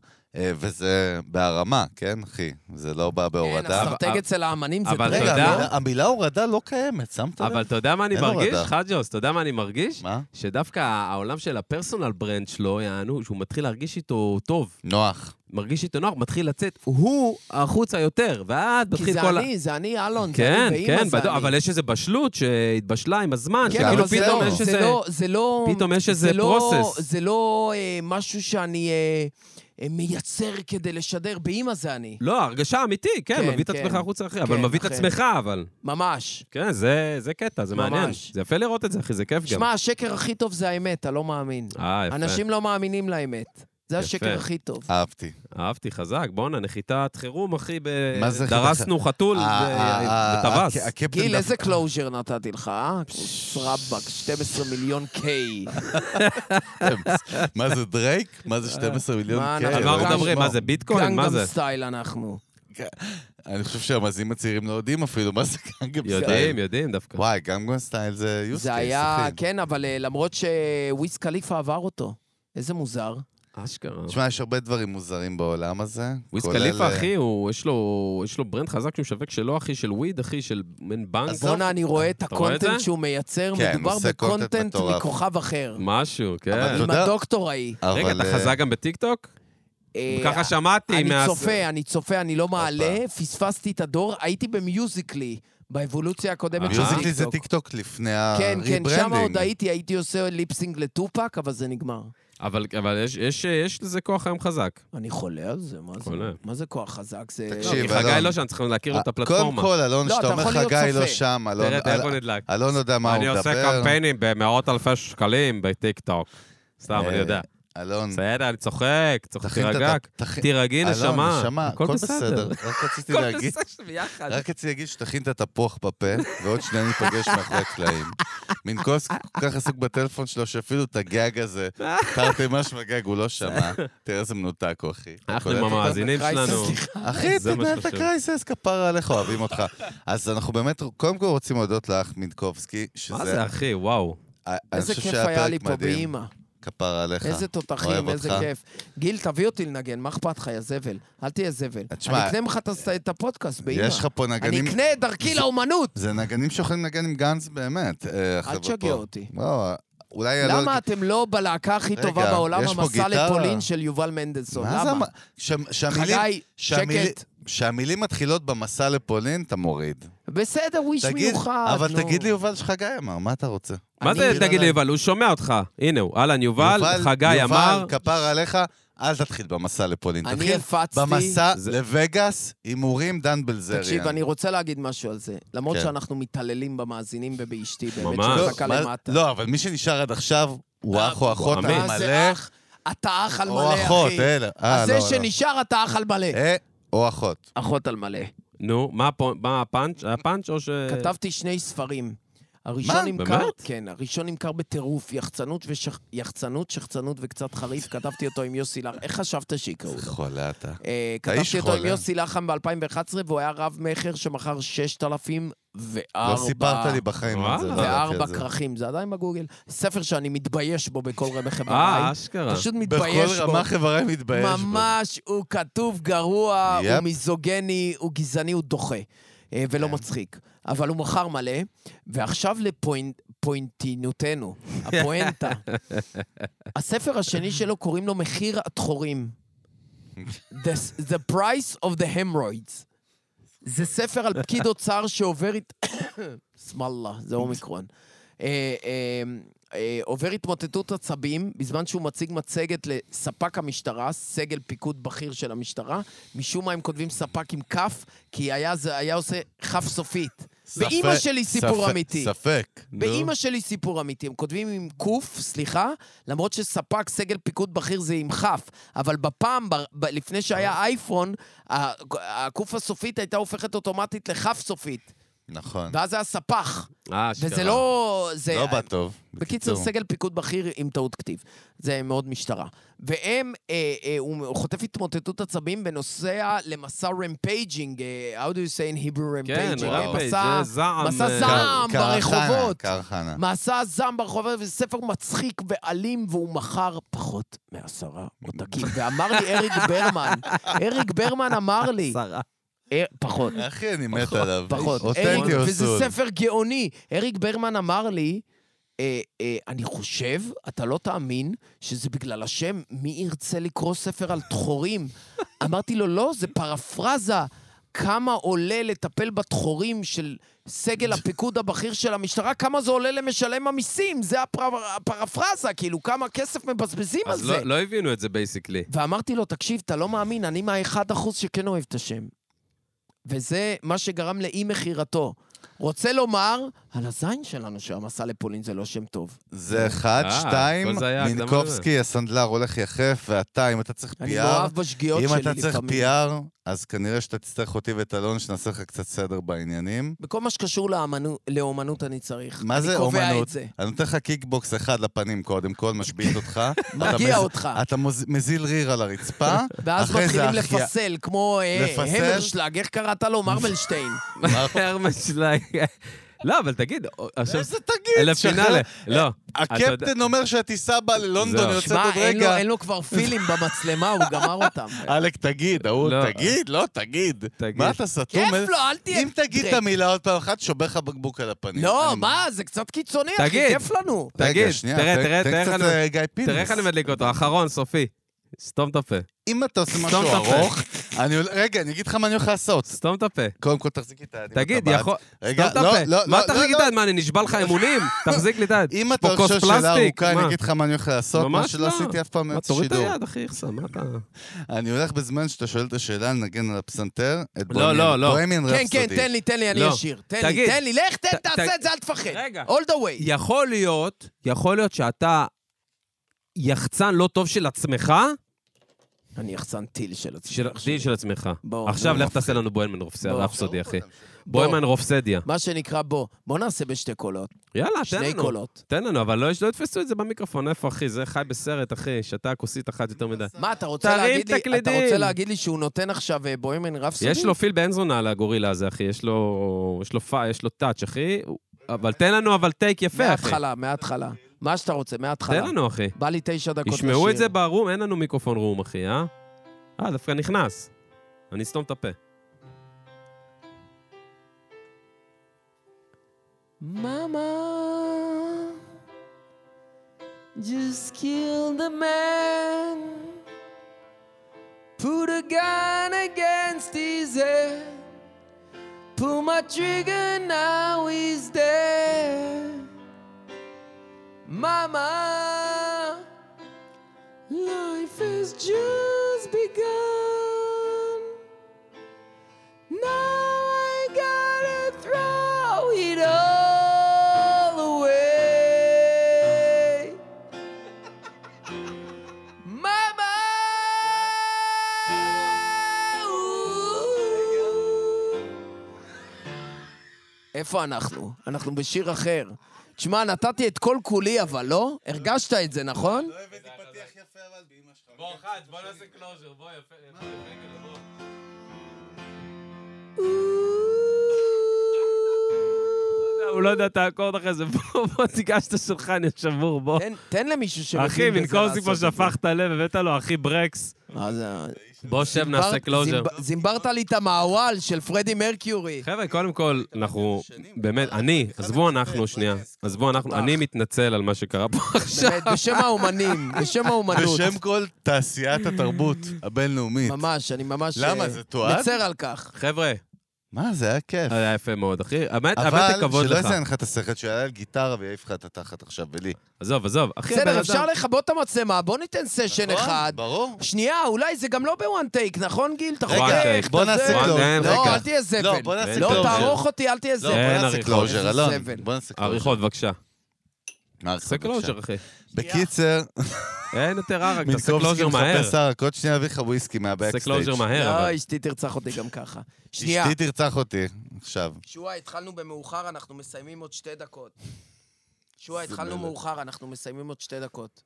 וזה בהרמה, כן, אחי? זה לא בא אין, בהורדה. אסטרטג אצל האמנים זה אבל טרק, אתה רגע, יודע- לא? המילה- המילה הורדה לא קיימת, שמת לב? אבל אתה יודע מה אני אין מרגיש, הורדה. חג'וס? אתה יודע מה אני מרגיש? מה? שדווקא העולם של הפרסונל ברנד שלו, יענו, שהוא מתחיל להרגיש איתו טוב. נוח. מרגיש איתו נוח, מתחיל לצאת, הוא החוצה יותר, ואז כי מתחיל זה כל... ה- אני, זה אני, אלון, זה כן, אני, כן, ואימא זה בדוק, אני. אבל יש איזו בשלות שהתבשלה עם הזמן, כן, שכאילו אבל זה פתאום לא- יש זה איזה... לא, זה לא... פתאום יש איזה זה לא- פרוסס. זה לא אה, משהו שאני אה, אה, מייצר כדי לשדר, באמא זה אני. לא, הרגשה אמיתי, כן, כן, מביא את כן. עצמך החוצה, אחי, כן, אבל מביא את אכן. עצמך, אבל... ממש. כן, זה זה קטע, זה מעניין. ממש. זה יפה לראות את זה, אחי, זה כיף גם. שמע, השקר הכי טוב זה האמת, אתה לא מאמין. אה, יפה. אנשים לא מאמינים לאמת. זה יפה. השקר הכי טוב. אהבתי. אהבתי, חזק. בואנה, נחיתת חירום, אחי, ב... מה זה דרסנו חתול אה, אה, אה, וטווס. הק- הקפטן גיל, דווקא- איזה קלוז'ר נתתי לך, אה? סרבק, שנים עשר מיליון קיי. מה זה דרייק? מה זה שנים עשר מיליון? מה כן, אנחנו- על מה אלוהים אנחנו מדברים? ישמור. מה זה, ביטקוין? מה גנגם זה? סטייל אנחנו. אני חושב שהמאזינים הצעירים לא יודעים אפילו מה זה גנגם סטייל. יודעים, יודעים דווקא. וואי, גנגם סטייל זה יוסקייס, זה היה, אחי. כן, אבל אה, למרות שוויס קליפה עבר אותו. איזה מוזר. אשכרה. תשמע, יש הרבה דברים מוזרים בעולם הזה. וויז כולל, קליפה, אה, אחי, הוא- יש לו יש לו ברנד חזק שהוא משווק שלו, אחי, של וויד, אחי, של מין בנק. עזוב. בואנה, אני רואה את אתה רואה את הקונטנט זה? שהוא מייצר, כן, מדובר עושה קונטנט בקונטנט מטורף. מכוכב אחר. משהו, כן. אבל אתה עם יודע- הדוקטור ההיא. רגע, אבל, אתה אה, חזק גם בטיקטוק? אה, ככה שמעתי. אני מה- צופה, אני צופה, אני לא מעלה, פספסתי את הדור, הייתי במיוזיקלי, באבולוציה הקודמת של מיוזיקלי זה טיקטוק. טיקטוק לפני כן, כן, שם עוד הריברנדינג. הייתי, הייתי עושה ליפסינג לטופק, אבל זה נגמר. אבל אבל יש- יש יש לזה כוח היום חזק. אני חולה על זה, מה זה? חולה. מה זה כוח חזק? זה... תקשיב, כי חגי אלון. לא שם, צריכים להכיר לו את קודם הפלטפורמה. כל, אלון, לא, שאתה אתה אומר יכול להיות חגי לא צופה. שם, אלון- תראה, תראה איך הוא אל- נדלק. אלון יודע מה הוא אני מדבר. עושה קמפיינים במאות אלפי שקלים בטיקטוק. סתם, אני יודע. אלון, בסדר, אני צוחק, צוחק, תכין את תירגע. הת- תכין- תירגעי, אלון, נשמה. נשמה, הכל הכל בסדר. בסדר. רק רציתי הכל להגיד, בסדר ביחד. רק רציתי להגיד שתכין את התפוח בפה, ועוד שנייה ניפגש מאחורי הקלעים. מינקוס כל כך עסוק בטלפון שלו, שאפילו את הגג הזה, תרתי משמע גג, הוא לא שמע. תראה איזה מנותק הוא, אחי. אנחנו קולט עם אותה? המאזינים קרייסס, שלנו. סליחה. אחי, זה מה תנהל את שחשוב. הקרייסס, כפרה עליך, אוהבים אותך. אז אנחנו באמת, קודם כל רוצים להודות לך, מינקובסקי, שזה... מה זה, אחי? וואו. אני איזה חושב כיף שהיה היה לי פרק פה מדהים. באמא. כפרה עליך. איזה אוהב תותחים, איזה אותך. כיף. גיל, תביא אותי לנגן, מה אכפת לך, יא זבל? אל תהיה זבל. תשמע, אני אקנה לך את- את הפודקאסט באמא. יש לך פה אני נגנים... אקנה את דרכי לאומנות. זה נגנים שיכולים לנגן עם גנץ באמת. אה, אל החבר'ה תשגע פה. אותי. לא, אולי... למה אתם לא בלהקה הכי רגע, טובה בעולם, יש פה המסע גיטרה. לפולין של יובל מנדלסון? מה זה... למה? המ- ש- שהמילים- חגי, שהמילים- שקט. שהמילים מתחילות במסע לפולין, אתה מוריד. בסדר, הוא איש תגיד, מיוחד. אבל נו. תגיד לי יובל שחגי אמר, מה אתה רוצה? מה אני- זה, תגיד תגיד לי, עליי. יובל? הוא שומע אותך. הנה הוא. אהלן, יובל, חגי אמר... יובל, כפר עליך, אל תתחיל במסע לפולין. אני תתחיל הפצתי... במסע זה- לווגאס, הימורים דן בלזריאן. תקשיב, אני רוצה להגיד משהו על זה. למרות כן. שאנחנו מתעללים במאזינים ובאשתי, באמת ממש. שמחכה מה- למטה. לא, אבל מי שנשאר עד עכשיו, הוא אח או אחות הוא על אמיץ. מה זה מלא, אח? אתה אח על או מלא, אחות, אחי. אלה. אה, אז לא, זה לא. שנשאר, אתה אח על מלא. אה, או אחות. אחות על מלא. נו, מה הפו- מה הפאנץ'? היה פאנץ' או ש... כתבתי שני ספרים. הראשון מה? נמכר, באמת? כן, הראשון נמכר בטירוף, יחצנות, ושח... יחצנות, שחצנות וקצת חריף, כתבתי אותו עם יוסי לחם, איך חשבת שיקראו לו? חולה אתה. אה, אתה איש כתבתי אותו עם חולה. יוסי לחם ב-אלפיים ואחת עשרה, והוא היה רב מכר שמכר ששת אלפים וארבע... לא סיפרת לי בחיים על זה. וואלה. לא ידעתי וארבע על זה. כרכים, זה עדיין בגוגל. ספר שאני מתבייש בו בכל רמ"ח אה, איבריי. אשכרה. פשוט מתבייש בכל בו. רמה חברה מתבייש בו. ממש, הוא כתוב גרוע, יפ. הוא מיזוגני, הוא גזעני, הוא דוחה. אה, ולא כן. מצחיק. אבל הוא מכר מלא, ועכשיו לפואנט, פוינטינותנו, הפואנטה. הספר השני שלו קוראים לו מחיר התחורים. The, the price of the hemorrhoids. זה ספר על פקיד אוצר שעובר... סמאללה, זה אומיקרון. אה, אה, אה, עובר התמוטטות עצבים, בזמן שהוא מציג מצגת לספק המשטרה, סגל פיקוד בכיר של המשטרה, משום מה הם כותבים ספק עם כף, כי היה, זה היה עושה כף סופית. באמא שלי סיפור אמיתי. ספק. באמא שלי סיפור אמיתי. הם כותבים עם קוף, סליחה, למרות שספק סגל פיקוד בכיר זה עם כף, אבל בפעם, ב- לפני שהיה אייפון, הקוף הסופית הייתה הופכת אוטומטית לכף סופית. נכון. ואז זה הספח. אה, וזה שקרה. לא... זה... לא בא טוב. בקיצור, סגל פיקוד בכיר עם טעות כתיב. זה מאוד משטרה. והם, אה, אה, הוא חוטף התמוטטות עצבים ונוסע למסע רמפייג'ינג, אה, how do you say in Hebrew כן, רמפייג'ינג? רמפייג', מסע, זה זעם. מסע אה, זעם ברחובות. קרחנה. מסע זעם ברחובות, וזה ספר מצחיק ואלים, והוא מכר פחות מעשרה עותקים. ואמר לי אריק ברמן, אריק ברמן אמר לי, עשרה. פחות. אחי, אני מת עליו. פחות. אותנטי או וזה סול. ספר גאוני. אריק ברמן אמר לי, אה, אה, אני חושב, אתה לא תאמין, שזה בגלל השם, מי ירצה לקרוא ספר על תחורים? אמרתי לו, לא, זה פרפרזה. כמה עולה לטפל בתחורים של סגל הפיקוד הבכיר של המשטרה, כמה זה עולה למשלם המיסים, זה הפר... הפרפרזה, כאילו, כמה כסף מבזבזים על אז זה. לא, לא הבינו את זה בייסיקלי. ואמרתי לו, תקשיב, אתה לא מאמין, אני מהאחד אחוז שכן אוהב את השם. וזה מה שגרם לאי מחירתו. רוצה לומר, על הזין שלנו שהמסע לפולין זה לא שם טוב. זה אחד, אה, שתיים, כל זה היה הקדמה מינקובסקי, הסנדלר הולך יחף, ואתה, אם אתה צריך אני פיאר, מאוהב בשגיאות אם שלי אתה צריך לפעמים. פיאר, אז כנראה שאתה תצטרך אותי ואת אלון, שנעשה לך קצת סדר בעניינים. בכל מה שקשור לאמנו, לאומנות אני צריך. מה זה אני קובע אומנות? את זה. אני נותן לך קיקבוקס אחד לפנים קודם כל, משביט אותך. מגיע אתה מז- אותך. אתה מוז- מזיל ריר על הרצפה. ואז אחרי זה מתחילים החיה- לפסל, כמו אה, לפסל? המרשלג, איך קראת לו? מרמלשטיין. הרמשלייג. לא, אבל תגיד, עכשיו... איזה תגיד? אלף פינאלה. לא. אתה יודע- הקפטן אומר שהטיסה באה ללונדון, זהו. יוצאת שמע, עוד אין לו- רגע. אין לו כבר פילים במצלמה, הוא גמר אותם. אלק, תגיד, ההוא, לא. תגיד, לא, תגיד. תגיד. מה אתה סתום? כיף לו, אל תהיה... אם תגיד את המילה עוד פעם אחת, שובר לך בקבוק על הפנים. לא, אני- מה, זה קצת קיצוני, אחי, תגיד. כיף לנו. תגיד, רגע, שנייה, תראה, תן- תראה, תן תראה קצת, איך אני- אה, גיא פינס. תראה איך אני מדליק אותו, אחרון, סופי. סתום את הפה. אם אתה עושה משהו סתום את הפה. ארוך, אני... רגע, אני אגיד לך מה אני הולך לעשות. סתום את הפה. קודם כל תחזיק את היד. תגיד, בטבעת. יכול... רגע, סתום את לא, הפה. לא, מה לא, תחזיק לא, את היד? מה, אני נשבע לך אמונים? תחזיק לי את היד. אם יש אתה פה כוס חושב שאלה פלסטיק, ארוכה, אני מה? אגיד לך מה אני הולך לעשות, מה ממש שלא לא. עשיתי אף פעם מה, מעץ תוריד את שידור. היד, אחי, חסה, מה אתה... אני הולך בזמן שאתה שואל את השאלה, לנגן על הפסנתר, את לא, לא, לא. בוהמיאן כן, רפסודי. כן, תן לי, תן לי, אני לא. אשיר. תן לי, תגיד. תן לי, לך, תן, ת- תעשה ת- את זה, אל תפחד. רגע. All the way. יכול להיות, יכול להיות שאתה יחצן לא טוב של עצמך, אני יחצן טיל של עצמי. של טיל של עצמך. בוא, עכשיו בוא, לך תעשה לנו בוהמן רפסדיה, בוא. רפסודי, אחי. בוהמן רפסדיה. מה שנקרא, בוא, בוא נעשה בשתי קולות. יאללה, תן שני לנו. קולות. תן לנו, אבל לא לא יתפסו את זה במיקרופון. איפה, אחי? זה חי בסרט, אחי. שתה כוסית אחת יותר מדי. מה, אתה רוצה תרים להגיד לי, אתה תקלידים. רוצה להגיד לי שהוא נותן עכשיו אה, בוהמן רפסודי? יש לו פיל בנזונה על הגורילה הזה, אחי. יש לו... יש לו פא, יש לו טאץ', אחי. אבל תן לנו, אבל טייק יפה, אחי. מההתחלה, מההתחלה. מה שאתה רוצה, מההתחלה. תן לנו, אחי. בא לי תשע דקות לשיר. ישמעו את זה ברום, אין לנו מיקרופון רום, אחי, אה? אה, דווקא נכנס. אני אסתום את הפה. Mama, just kill the man. Put a gun against his head. Pull my trigger, now he's dead. Mama, life has just begun. Now I gotta throw it all away. Mama, איפה אנחנו? אנחנו בשיר אחר. תשמע, נתתי את כל כולי, אבל לא? הרגשת את זה, נכון? לא הבאתי פתיח יפה אבל באמא שלך. בוא, חד, בוא נעשה קלוז'ר, בוא, יפה, יפה, יפה, בוא. הוא לא יודע את האקורד אחרי זה, בוא, בוא, תיגש את השולחן, יש שבור, בוא. תן- תן למישהו שמבין אחי, בזה במקום זה כבר לעשות את זה. שפכת לב, הבאת לו, אחי ברקס. מה זה? בוא שב, נעשה קלוז'ר. זימברת לי את המעוול של פרדי מרקיורי. חבר'ה, קודם כל, אנחנו, באמת, אני, עזבו אנחנו שנייה, עזבו אנחנו, אני מתנצל על מה שקרה פה עכשיו. באמת, בשם האומנים, בשם האומנות. בשם כל תעשיית התרבות הבינלאומית. ממש, אני ממש... למה, זה תועד? מצר על כך. חבר'ה, מה, זה היה כיף. היה יפה מאוד, אחי. האמת, האמת, אבל הכבוד שלא לך. יזיין לך את השכל, שיעלה על גיטרה ויעיף לך את התחת עכשיו, ולי. עזוב, עזוב. אחי, הבן בסדר, אדם- אפשר לכבות את המצלמה, בוא ניתן סשן נכון, אחד. ברור. שנייה, אולי זה גם לא בוואן טייק, נכון גיל? אתה רגע, חותך, בוא אתה נעשה זה. קלוז'ר. קלוז'ר. לא, רגע. אל תהיה זבל. לא, בוא נעשה לא, קלוז'ר. תערוך אותי, אל תהיה לא, זבל. בוא אין נעשה עריכות. קלוז'ר, איזה אלון. זבל. בוא נעשה קלוז'ר. עריכות, בבקשה. מה עשה קלוז'ר, אחי. בקיצר, אין יותר ערק, תעשה מינקובסקי קלוז'ר מהר. מחפש ערק, עוד שנייה אביא לך וויסקי מהבקסטייג'. תעשה קלוז'ר מהר, לא, אבל. אשתי תרצח אותי גם ככה. שנייה. אשתי תרצח אותי, עכשיו. שועה, התחלנו במאוחר, אנחנו מסיימים עוד שתי דקות. שועה, זה התחלנו מלך. מאוחר, אנחנו מסיימים עוד שתי דקות.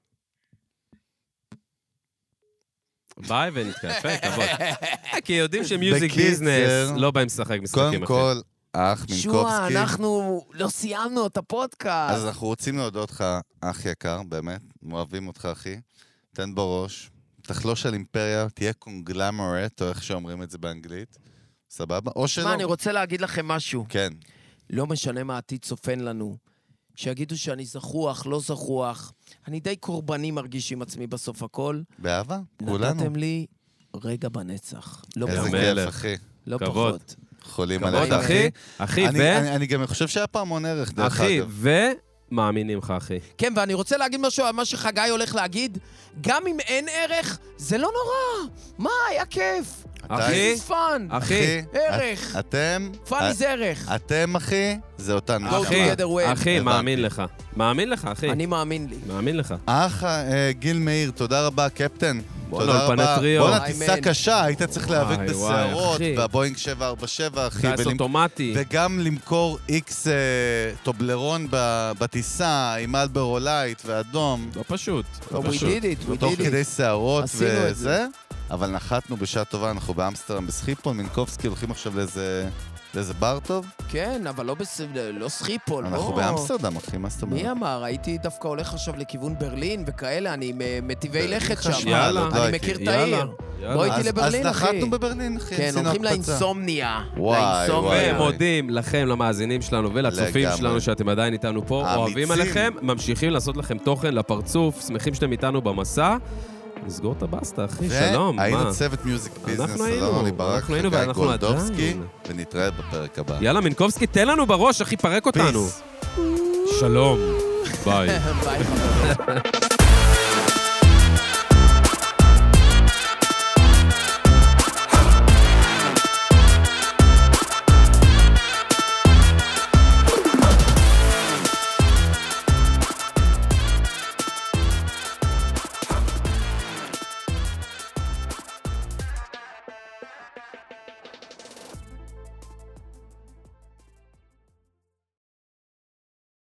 ביי ונתקע, יפה, כבוד. כי יודעים שמיוזיק בקיצר, ביזנס לא באים לשחק משחקים, קודם אחי. כל, אח שועה, מינקובסקי. אנחנו לא סיימנו את הפודקאסט. אז אנחנו רוצים להודות לך, אח יקר, באמת. אוהבים אותך, אחי. תן בראש. תחלוש על אימפריה, תהיה קונגלמורט, או איך שאומרים את זה באנגלית. סבבה? או שלא. מה, אני רוצה להגיד לכם משהו. כן. לא משנה מה העתיד צופן לנו. שיגידו שאני זכוח, לא זכוח. אני די קורבני מרגיש עם עצמי בסוף הכל. באהבה? כולנו. נתתם לי רגע בנצח. לא איזה פחות. מלך. כיף, אחי. לא כבוד. פחות. חולים כבוד, עליך, אחי. אחי, אני- ו... אני- אני גם חושב שהיה פעם המון ערך, דרך אחי, אגב. ומאמינים לך, אחי. כן, ואני רוצה להגיד משהו על מה שחגי הולך להגיד. גם אם אין ערך, זה לא נורא. מה, היה כיף. אחי, This is fun. אחי, ערך. את- אתם... פאני זה ערך. אתם, אחי, זה אותנו. Go אחי, together well. אחי, הבנתי. מאמין לך. מאמין לך, אחי. אני מאמין לי. מאמין לך. אח אה, גיל מאיר, תודה רבה, קפטן. בואנה, תודה אולפני רבה. טריו. בואנה, טיסה אמן. קשה, היית צריך להיאבק וואי, בסערות, אחי. והבואינג שבע ארבע שבע, אחי. טייס ולמ- אוטומטי. וגם למכור איקס אה, טובלרון ב- בטיסה עם אלברו לייט ואדום. לא פשוט. לא We פשוט. did it, we תוך did כדי it. שערות עשינו את וזה. זה. אבל נחתנו בשעה טובה, אנחנו באמסטרדם בסחיפון, מינקובסקי הולכים עכשיו לאיזה... לאיזה בר טוב? כן, אבל לא בס- לא סחיפול, אנחנו לא. באמסטרדם, אחי, מה זאת אומרת? מי אמר? הייתי דווקא הולך עכשיו לכיוון ברלין וכאלה, אני מ- מטיבי לכת שם. חשמל, יאללה. עוד לא אני הייתי. מכיר את יאללה, העיר. יאללה. בוא איתי אז- לברלין, אז אחי. נחתנו בברלין, אחי. כן, עשינו הולכים הקפצה. לאינסומניה. וואי, לאינסומניה. וואי, וואי. ומודים לכם, למאזינים שלנו ולצופים לגמרי. שלנו שאתם עדיין איתנו פה, האמיצים. אוהבים עליכם, ממשיכים לעשות לכם תוכן לפרצוף, שמחים שאתם איתנו במסע. נסגור את הבסטה, אחי, שלום. והיינו מה? צוות מיוזיק ביזנס, אנחנו היינו, אלון רוני ברק, אנחנו היינו חגי ואנחנו גולדובסקי, עדיין. ונתראה בפרק הבא. יאללה, מינקובסקי, תן לנו בראש, אחי, פרק אותנו. פיס. שלום. ביי. ביי, חברים.